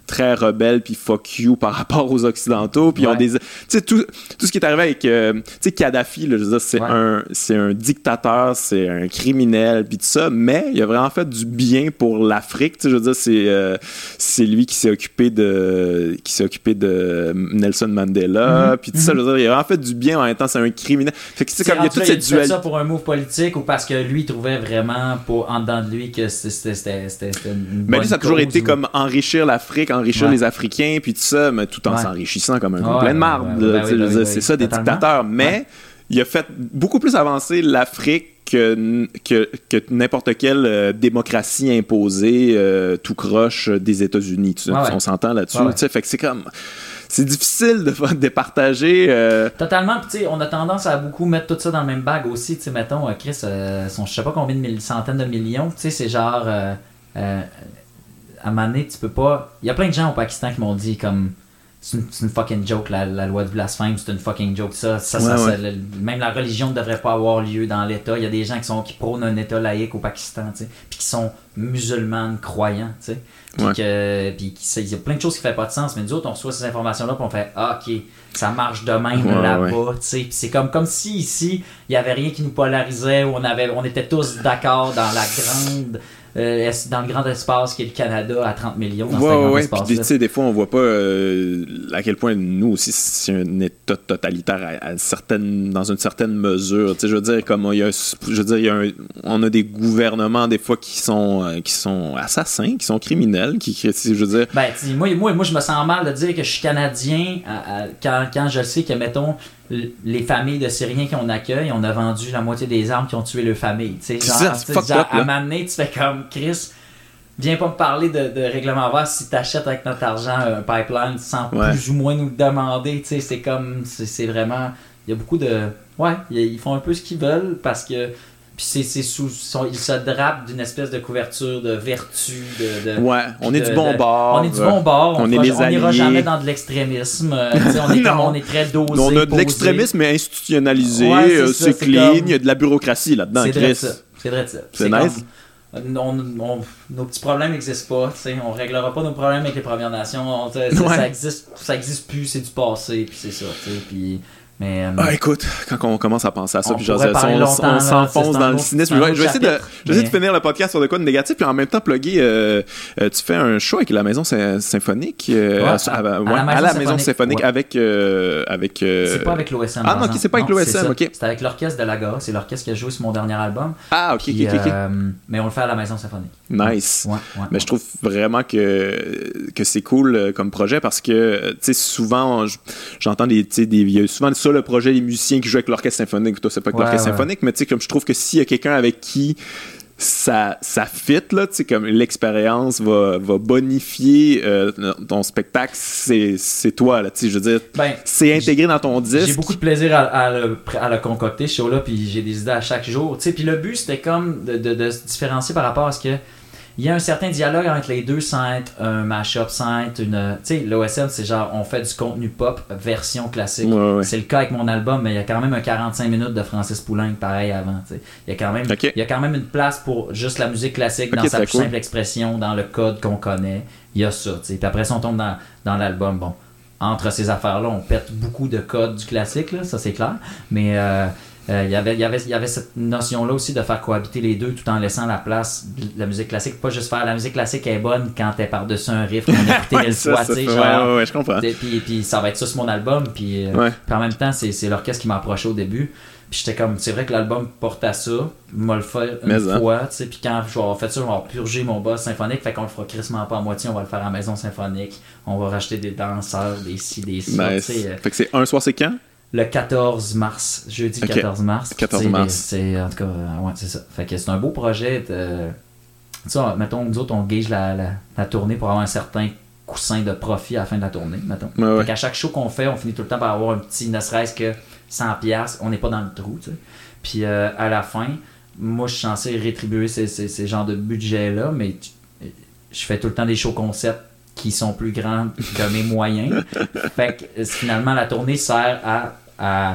très rebelles puis fuck you par rapport aux Occidentaux, puis ouais. ils ont des... Tu sais, tout, tout ce qui est arrivé avec... Euh, tu sais, Kadhafi, là, je veux dire, c'est, ouais. un, c'est un dictateur, c'est un criminel, puis tout ça, mais il a vraiment fait du bien pour l'Afrique, tu sais, je veux dire, c'est, euh, c'est lui qui s'est occupé de... qui s'est occupé de Nelson Mandela, mm-hmm. puis tout mm-hmm. ça, je veux dire, il a vraiment fait du bien, en même temps, c'est un criminel. Fait que c'est comme, il y a toute cette dualité. Il a fait ça pour un move politique ou parce que lui, il trouvait vraiment, pour, en dedans de lui, que c'était, c'était, c'était, c'était une mais lui, ça a toujours été ou... comme enrichir l'Afrique, enrichir ouais. les Africains, puis tout ça, mais tout en ouais. s'enrichissant comme un gros ouais, plein de marde. Ouais, ouais, ouais, ouais, ouais, ouais, c'est ouais, ça, des dictateurs. Mais ouais. il a fait beaucoup plus avancer l'Afrique que, que, que n'importe quelle euh, démocratie imposée euh, tout croche des États-Unis. Tu, ouais, on ouais. s'entend là-dessus. Ouais, ouais. Fait que c'est comme... C'est difficile de, de partager. Euh... Totalement. Puis, on a tendance à beaucoup mettre tout ça dans le même bag aussi. T'sais, mettons, Chris, euh, son, je sais pas combien de mille, centaines de millions. C'est genre... Euh, euh, à un moment donné, tu peux pas... Il y a plein de gens au Pakistan qui m'ont dit comme... C'est une, c'est une fucking joke, la, la loi de blasphème, c'est une fucking joke. Ça, ça, ouais, ça, ouais. ça le, même la religion ne devrait pas avoir lieu dans l'État. Il y a des gens qui, sont, qui prônent un État laïque au Pakistan, puis qui sont musulmans croyants. Puis ouais. que, puis il y a plein de choses qui ne font pas de sens. Mais nous autres, on reçoit ces informations-là, puis on fait ah, ok, ça marche de même ouais, là-bas. Ouais. Puis c'est comme, comme si ici, il n'y avait rien qui nous polarisait, où on, avait, on était tous d'accord dans la grande... Euh, dans le grand espace qui est le Canada à trente millions dans ouais, ce grand ouais, espace. Puis tu sais, des fois, on voit pas euh, à quel point nous aussi, c'est un État totalitaire à, à certaine, dans une certaine mesure. Tu sais, je veux dire, comme il y a, je veux dire, il y a un, on a des gouvernements des fois qui sont, euh, qui sont assassins, qui sont criminels, qui, je veux dire. Ben, moi, moi, moi, je me sens mal de dire que je suis Canadien à, à, quand, quand je sais que, mettons, les familles de Syriens qu'on accueille, on a vendu la moitié des armes qui ont tué leur famille. Genre, ça, genre up, à m'amener, tu fais comme Chris, viens pas me parler de, de règlement vert si t'achètes avec notre argent un pipeline sans ouais. plus ou moins nous le demander. C'est comme, c'est, c'est vraiment, il y a beaucoup de, ouais, ils font un peu ce qu'ils veulent parce que puis c'est, c'est sous, sont, ils se drapent d'une espèce de couverture de vertu. De, de, ouais, on est de, du bon de, bord. On est du bon bord. On, on n'ira jamais dans de l'extrémisme. Euh, on, est comme, on est très dosé. On a de posé. L'extrémisme est institutionnalisé. Ouais, c'est, euh, ça, c'est, c'est clean. comme... Il y a de la bureaucratie là-dedans, c'est Chris. Vrai ça. C'est vrai ça. C'est, c'est nice. Comme, on, on, nos petits problèmes n'existent pas. On ne réglera pas nos problèmes avec les Premières Nations. On, ça, ouais. ça, existe, ça existe plus. C'est du passé. Puis c'est ça. Puis... Mais, euh, ah, écoute, quand on commence à penser à ça, puis genre, on, on s'enfonce dans le cynisme. Je vais, je vais essayer, de, je vais essayer de finir le podcast sur de quoi de négatif, puis en même temps, plugger. Euh, euh, tu fais un show avec la Maison Symphonique. Euh, ouais, à, à, à, à, ouais, à la Maison Symphonique ouais. avec. Euh, avec euh... C'est pas avec l'O S M. Ah non, ok, c'est pas avec l'O S M, c'est ok. C'est avec l'orchestre de l'Agora. C'est l'orchestre qui a joué sur mon dernier album. Ah, ok, puis, ok, ok. Euh, mais on le fait à la Maison Symphonique. Nice. Ouais, ouais, mais ouais. je trouve vraiment que, que c'est cool euh, comme projet parce que, tu sais, souvent, j'entends des. Tu sais, il y a souvent ça le projet des musiciens qui joue avec l'orchestre symphonique, toi c'est pas avec ouais, l'orchestre ouais. symphonique, mais tu sais comme je trouve que s'il y a quelqu'un avec qui ça, ça fit là, tu sais comme l'expérience va, va bonifier euh, ton spectacle, c'est, c'est toi là, tu sais je veux dire, ben, c'est intégré dans ton disque. J'ai beaucoup de plaisir à, à, le, à le concocter ce show là, puis j'ai des idées à chaque jour, tu sais, puis le but c'était comme de, de, de se différencier par rapport à ce que il y a un certain dialogue entre les deux sans être un mash-up, sans être une... Tu sais, l'O S M, c'est genre, on fait du contenu pop version classique. Ouais, ouais. C'est le cas avec mon album, mais il y a quand même un quarante-cinq minutes de Francis Poulenc pareil avant, tu sais. Il y a quand même okay. il y a quand même une place pour juste la musique classique okay, dans sa plus cool. simple expression, dans le code qu'on connaît. Il y a ça, tu sais. Puis après ça, on tombe dans, dans l'album. Bon, entre ces affaires-là, on pète beaucoup de codes du classique, là, ça c'est clair. Mais... Euh, Euh, y avait, y avait, y avait cette notion-là aussi de faire cohabiter les deux tout en laissant la place de la musique classique. Pas juste faire la musique classique est bonne quand t'es par-dessus un riff qu'on a écouté ouais, mille fois. Ouais, ouais, ouais, je comprends. Puis, puis ça va être ça sur mon album. Puis, euh, ouais. puis en même temps, c'est, c'est l'orchestre qui m'a approché au début. Puis j'étais comme, c'est vrai que l'album porte à ça. M'a le fait une Mais fois. Hein. Puis quand je vais avoir fait ça, je vais avoir purgé mon boss symphonique. Fait qu'on le fera crissement pas à moitié. On va le faire à la Maison Symphonique. On va racheter des danseurs, des ci, des ça. Nice. Euh, fait que c'est un soir, c'est quand? Le quatorze mars, jeudi okay. quatorze mars. quatorze mars. C'est, en tout cas, euh, ouais, c'est ça. Fait que c'est un beau projet. De, tu sais, mettons, nous autres, on gage la, la, la tournée pour avoir un certain coussin de profit à la fin de la tournée, mettons. Ouais, ouais. Fait qu'à chaque show qu'on fait, on finit tout le temps par avoir un petit, ne serait-ce que cent piastres. On n'est pas dans le trou, tu sais. Puis euh, à la fin, moi, je suis censé rétribuer ces, ces, ces genres de budgets-là, mais je fais tout le temps des shows concept qui sont plus grands que mes moyens. Fait que finalement, la tournée sert à, à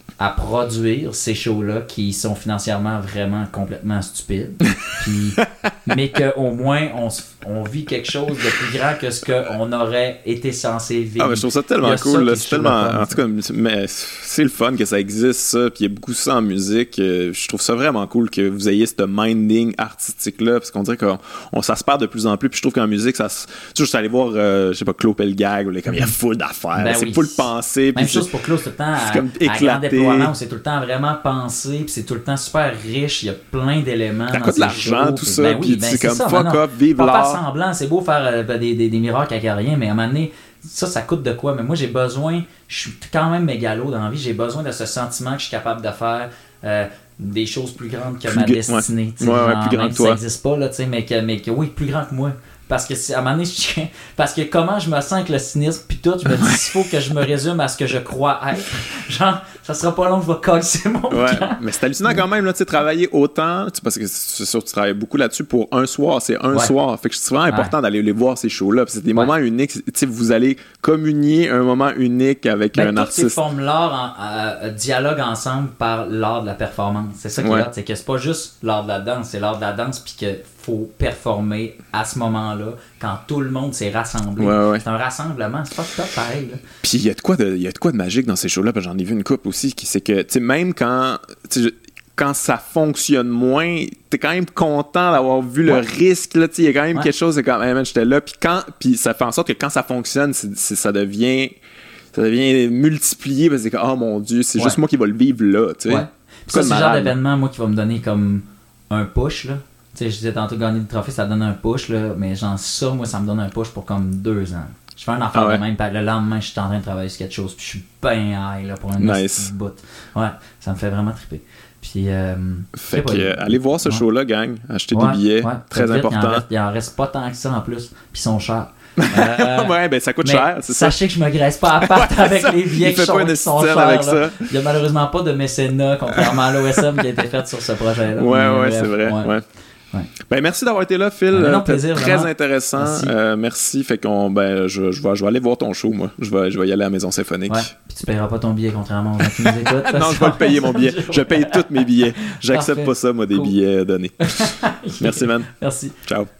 à produire ces shows-là qui sont financièrement vraiment complètement stupides. Puis, mais qu'au moins, on, on vit quelque chose de plus grand que ce qu'on aurait été censé vivre. Ah, mais je trouve ça tellement cool. Là, c'est tellement, en tout cas, mais c'est le fun que ça existe, ça. Puis il y a beaucoup ça en musique. Je trouve ça vraiment cool que vous ayez ce minding artistique-là. Parce qu'on dirait qu'on on, ça se perd de plus en plus. Puis je trouve qu'en musique, ça se. Tu sais, je suis allé voir, euh, je sais pas, Claude Pelgag, comme il y a full d'affaires. Ben c'est oui. Full pensée. Même chose pour Claude, tout le temps. C'est comme éclaté. C'est tout le temps vraiment pensé, puis c'est tout le temps super riche, il y a plein d'éléments. Ça coûte de l'argent, tout ça, ben puis oui, ben c'est comme ça, fuck up, vive l'art. Pas faire semblant, c'est beau faire euh, des, des, des miracles avec rien, mais à un moment donné, ça, ça coûte de quoi? Mais moi, j'ai besoin, je suis quand même mégalo dans la vie, j'ai besoin de ce sentiment que je suis capable de faire euh, des choses plus grandes que plus ma destinée. Ouais, ouais, genre, plus grand même que si toi. Ça n'existe pas, là, mais, que, mais que oui, plus grand que moi. Parce que à un moment donné, je... parce que comment je me sens avec le cynisme puis tout, je me dis il faut que je me résume à ce que je crois être. Genre, ça sera pas long, je vais casser mon ouais, camp. Mais c'est hallucinant quand même, là, tu sais, travailler autant, parce que c'est sûr que tu travailles beaucoup là-dessus pour un soir, c'est un ouais. soir. Fait que c'est vraiment important ouais. d'aller les voir, ces shows-là. C'est des ouais. moments uniques, tu sais, vous allez communier un moment unique avec ben, un toutes artiste. Ces formes l'art en, euh, dialoguent ensemble par l'art de la performance. C'est ça qui ouais. est là, c'est que c'est pas juste l'art de la danse, c'est l'art de la danse puis que faut performer à ce moment-là quand tout le monde s'est rassemblé. Ouais, ouais. C'est un rassemblement, c'est pas top pareil. Là. Puis il y a de quoi de il y a de quoi de magique dans ces shows-là, parce que j'en ai vu une couple aussi qui c'est que tu sais même quand quand ça fonctionne moins, t'es quand même content d'avoir vu ouais. le risque là, tu sais il y a quand même ouais. quelque chose c'est quand même hey, j'étais là puis quand puis ça fait en sorte que quand ça fonctionne, c'est, c'est, ça devient ça devient multiplié parce que c'est oh mon dieu, c'est ouais. juste moi qui va le vivre là, tu sais. Ouais. Ça c'est le genre d'événement moi qui va me donner comme un push là. Tu sais, je disais tantôt gagner le trophée, ça donne un push, là, mais genre ça, moi, ça me donne un push pour comme deux ans. Je fais un affaire ah ouais. de même, puis le lendemain, je suis en train de travailler sur quelque chose, puis je suis bien high là, pour un nice. bout. Ouais, ça me fait vraiment triper. Puis, euh, fait que, euh, allez voir ce ouais. show-là, gang. Achetez ouais, des billets, ouais. très vite, important. Il en, reste, il en reste pas tant que ça en plus, puis ils sont chers. Euh, ouais, ben ça coûte cher, c'est ça. Sachez que je me graisse pas à part avec ça. Les billets qui sont, qui sont chers. Avec ça. Il y a malheureusement pas de mécénat, contrairement à l'O S M qui a été fait sur ce projet-là. Ouais, mais, ouais, bref, c'est vrai. Ouais. Ouais. Ouais. Ben merci d'avoir été là, Phil. Un plaisir, très vraiment. Intéressant. Merci. Euh, merci. Fait qu'on, ben, je, je, vais, je vais aller voir ton show, moi. Je vais, je vais y aller à la Maison Symphonique. Ouais. Puis tu payeras pas ton billet, contrairement aux gens qui nous écoutent. Non, je vais le payer mon billet. Je paye tous mes billets. J'accepte Parfait. Pas ça, moi, des cool. billets donnés. Merci, man. Merci. Ciao.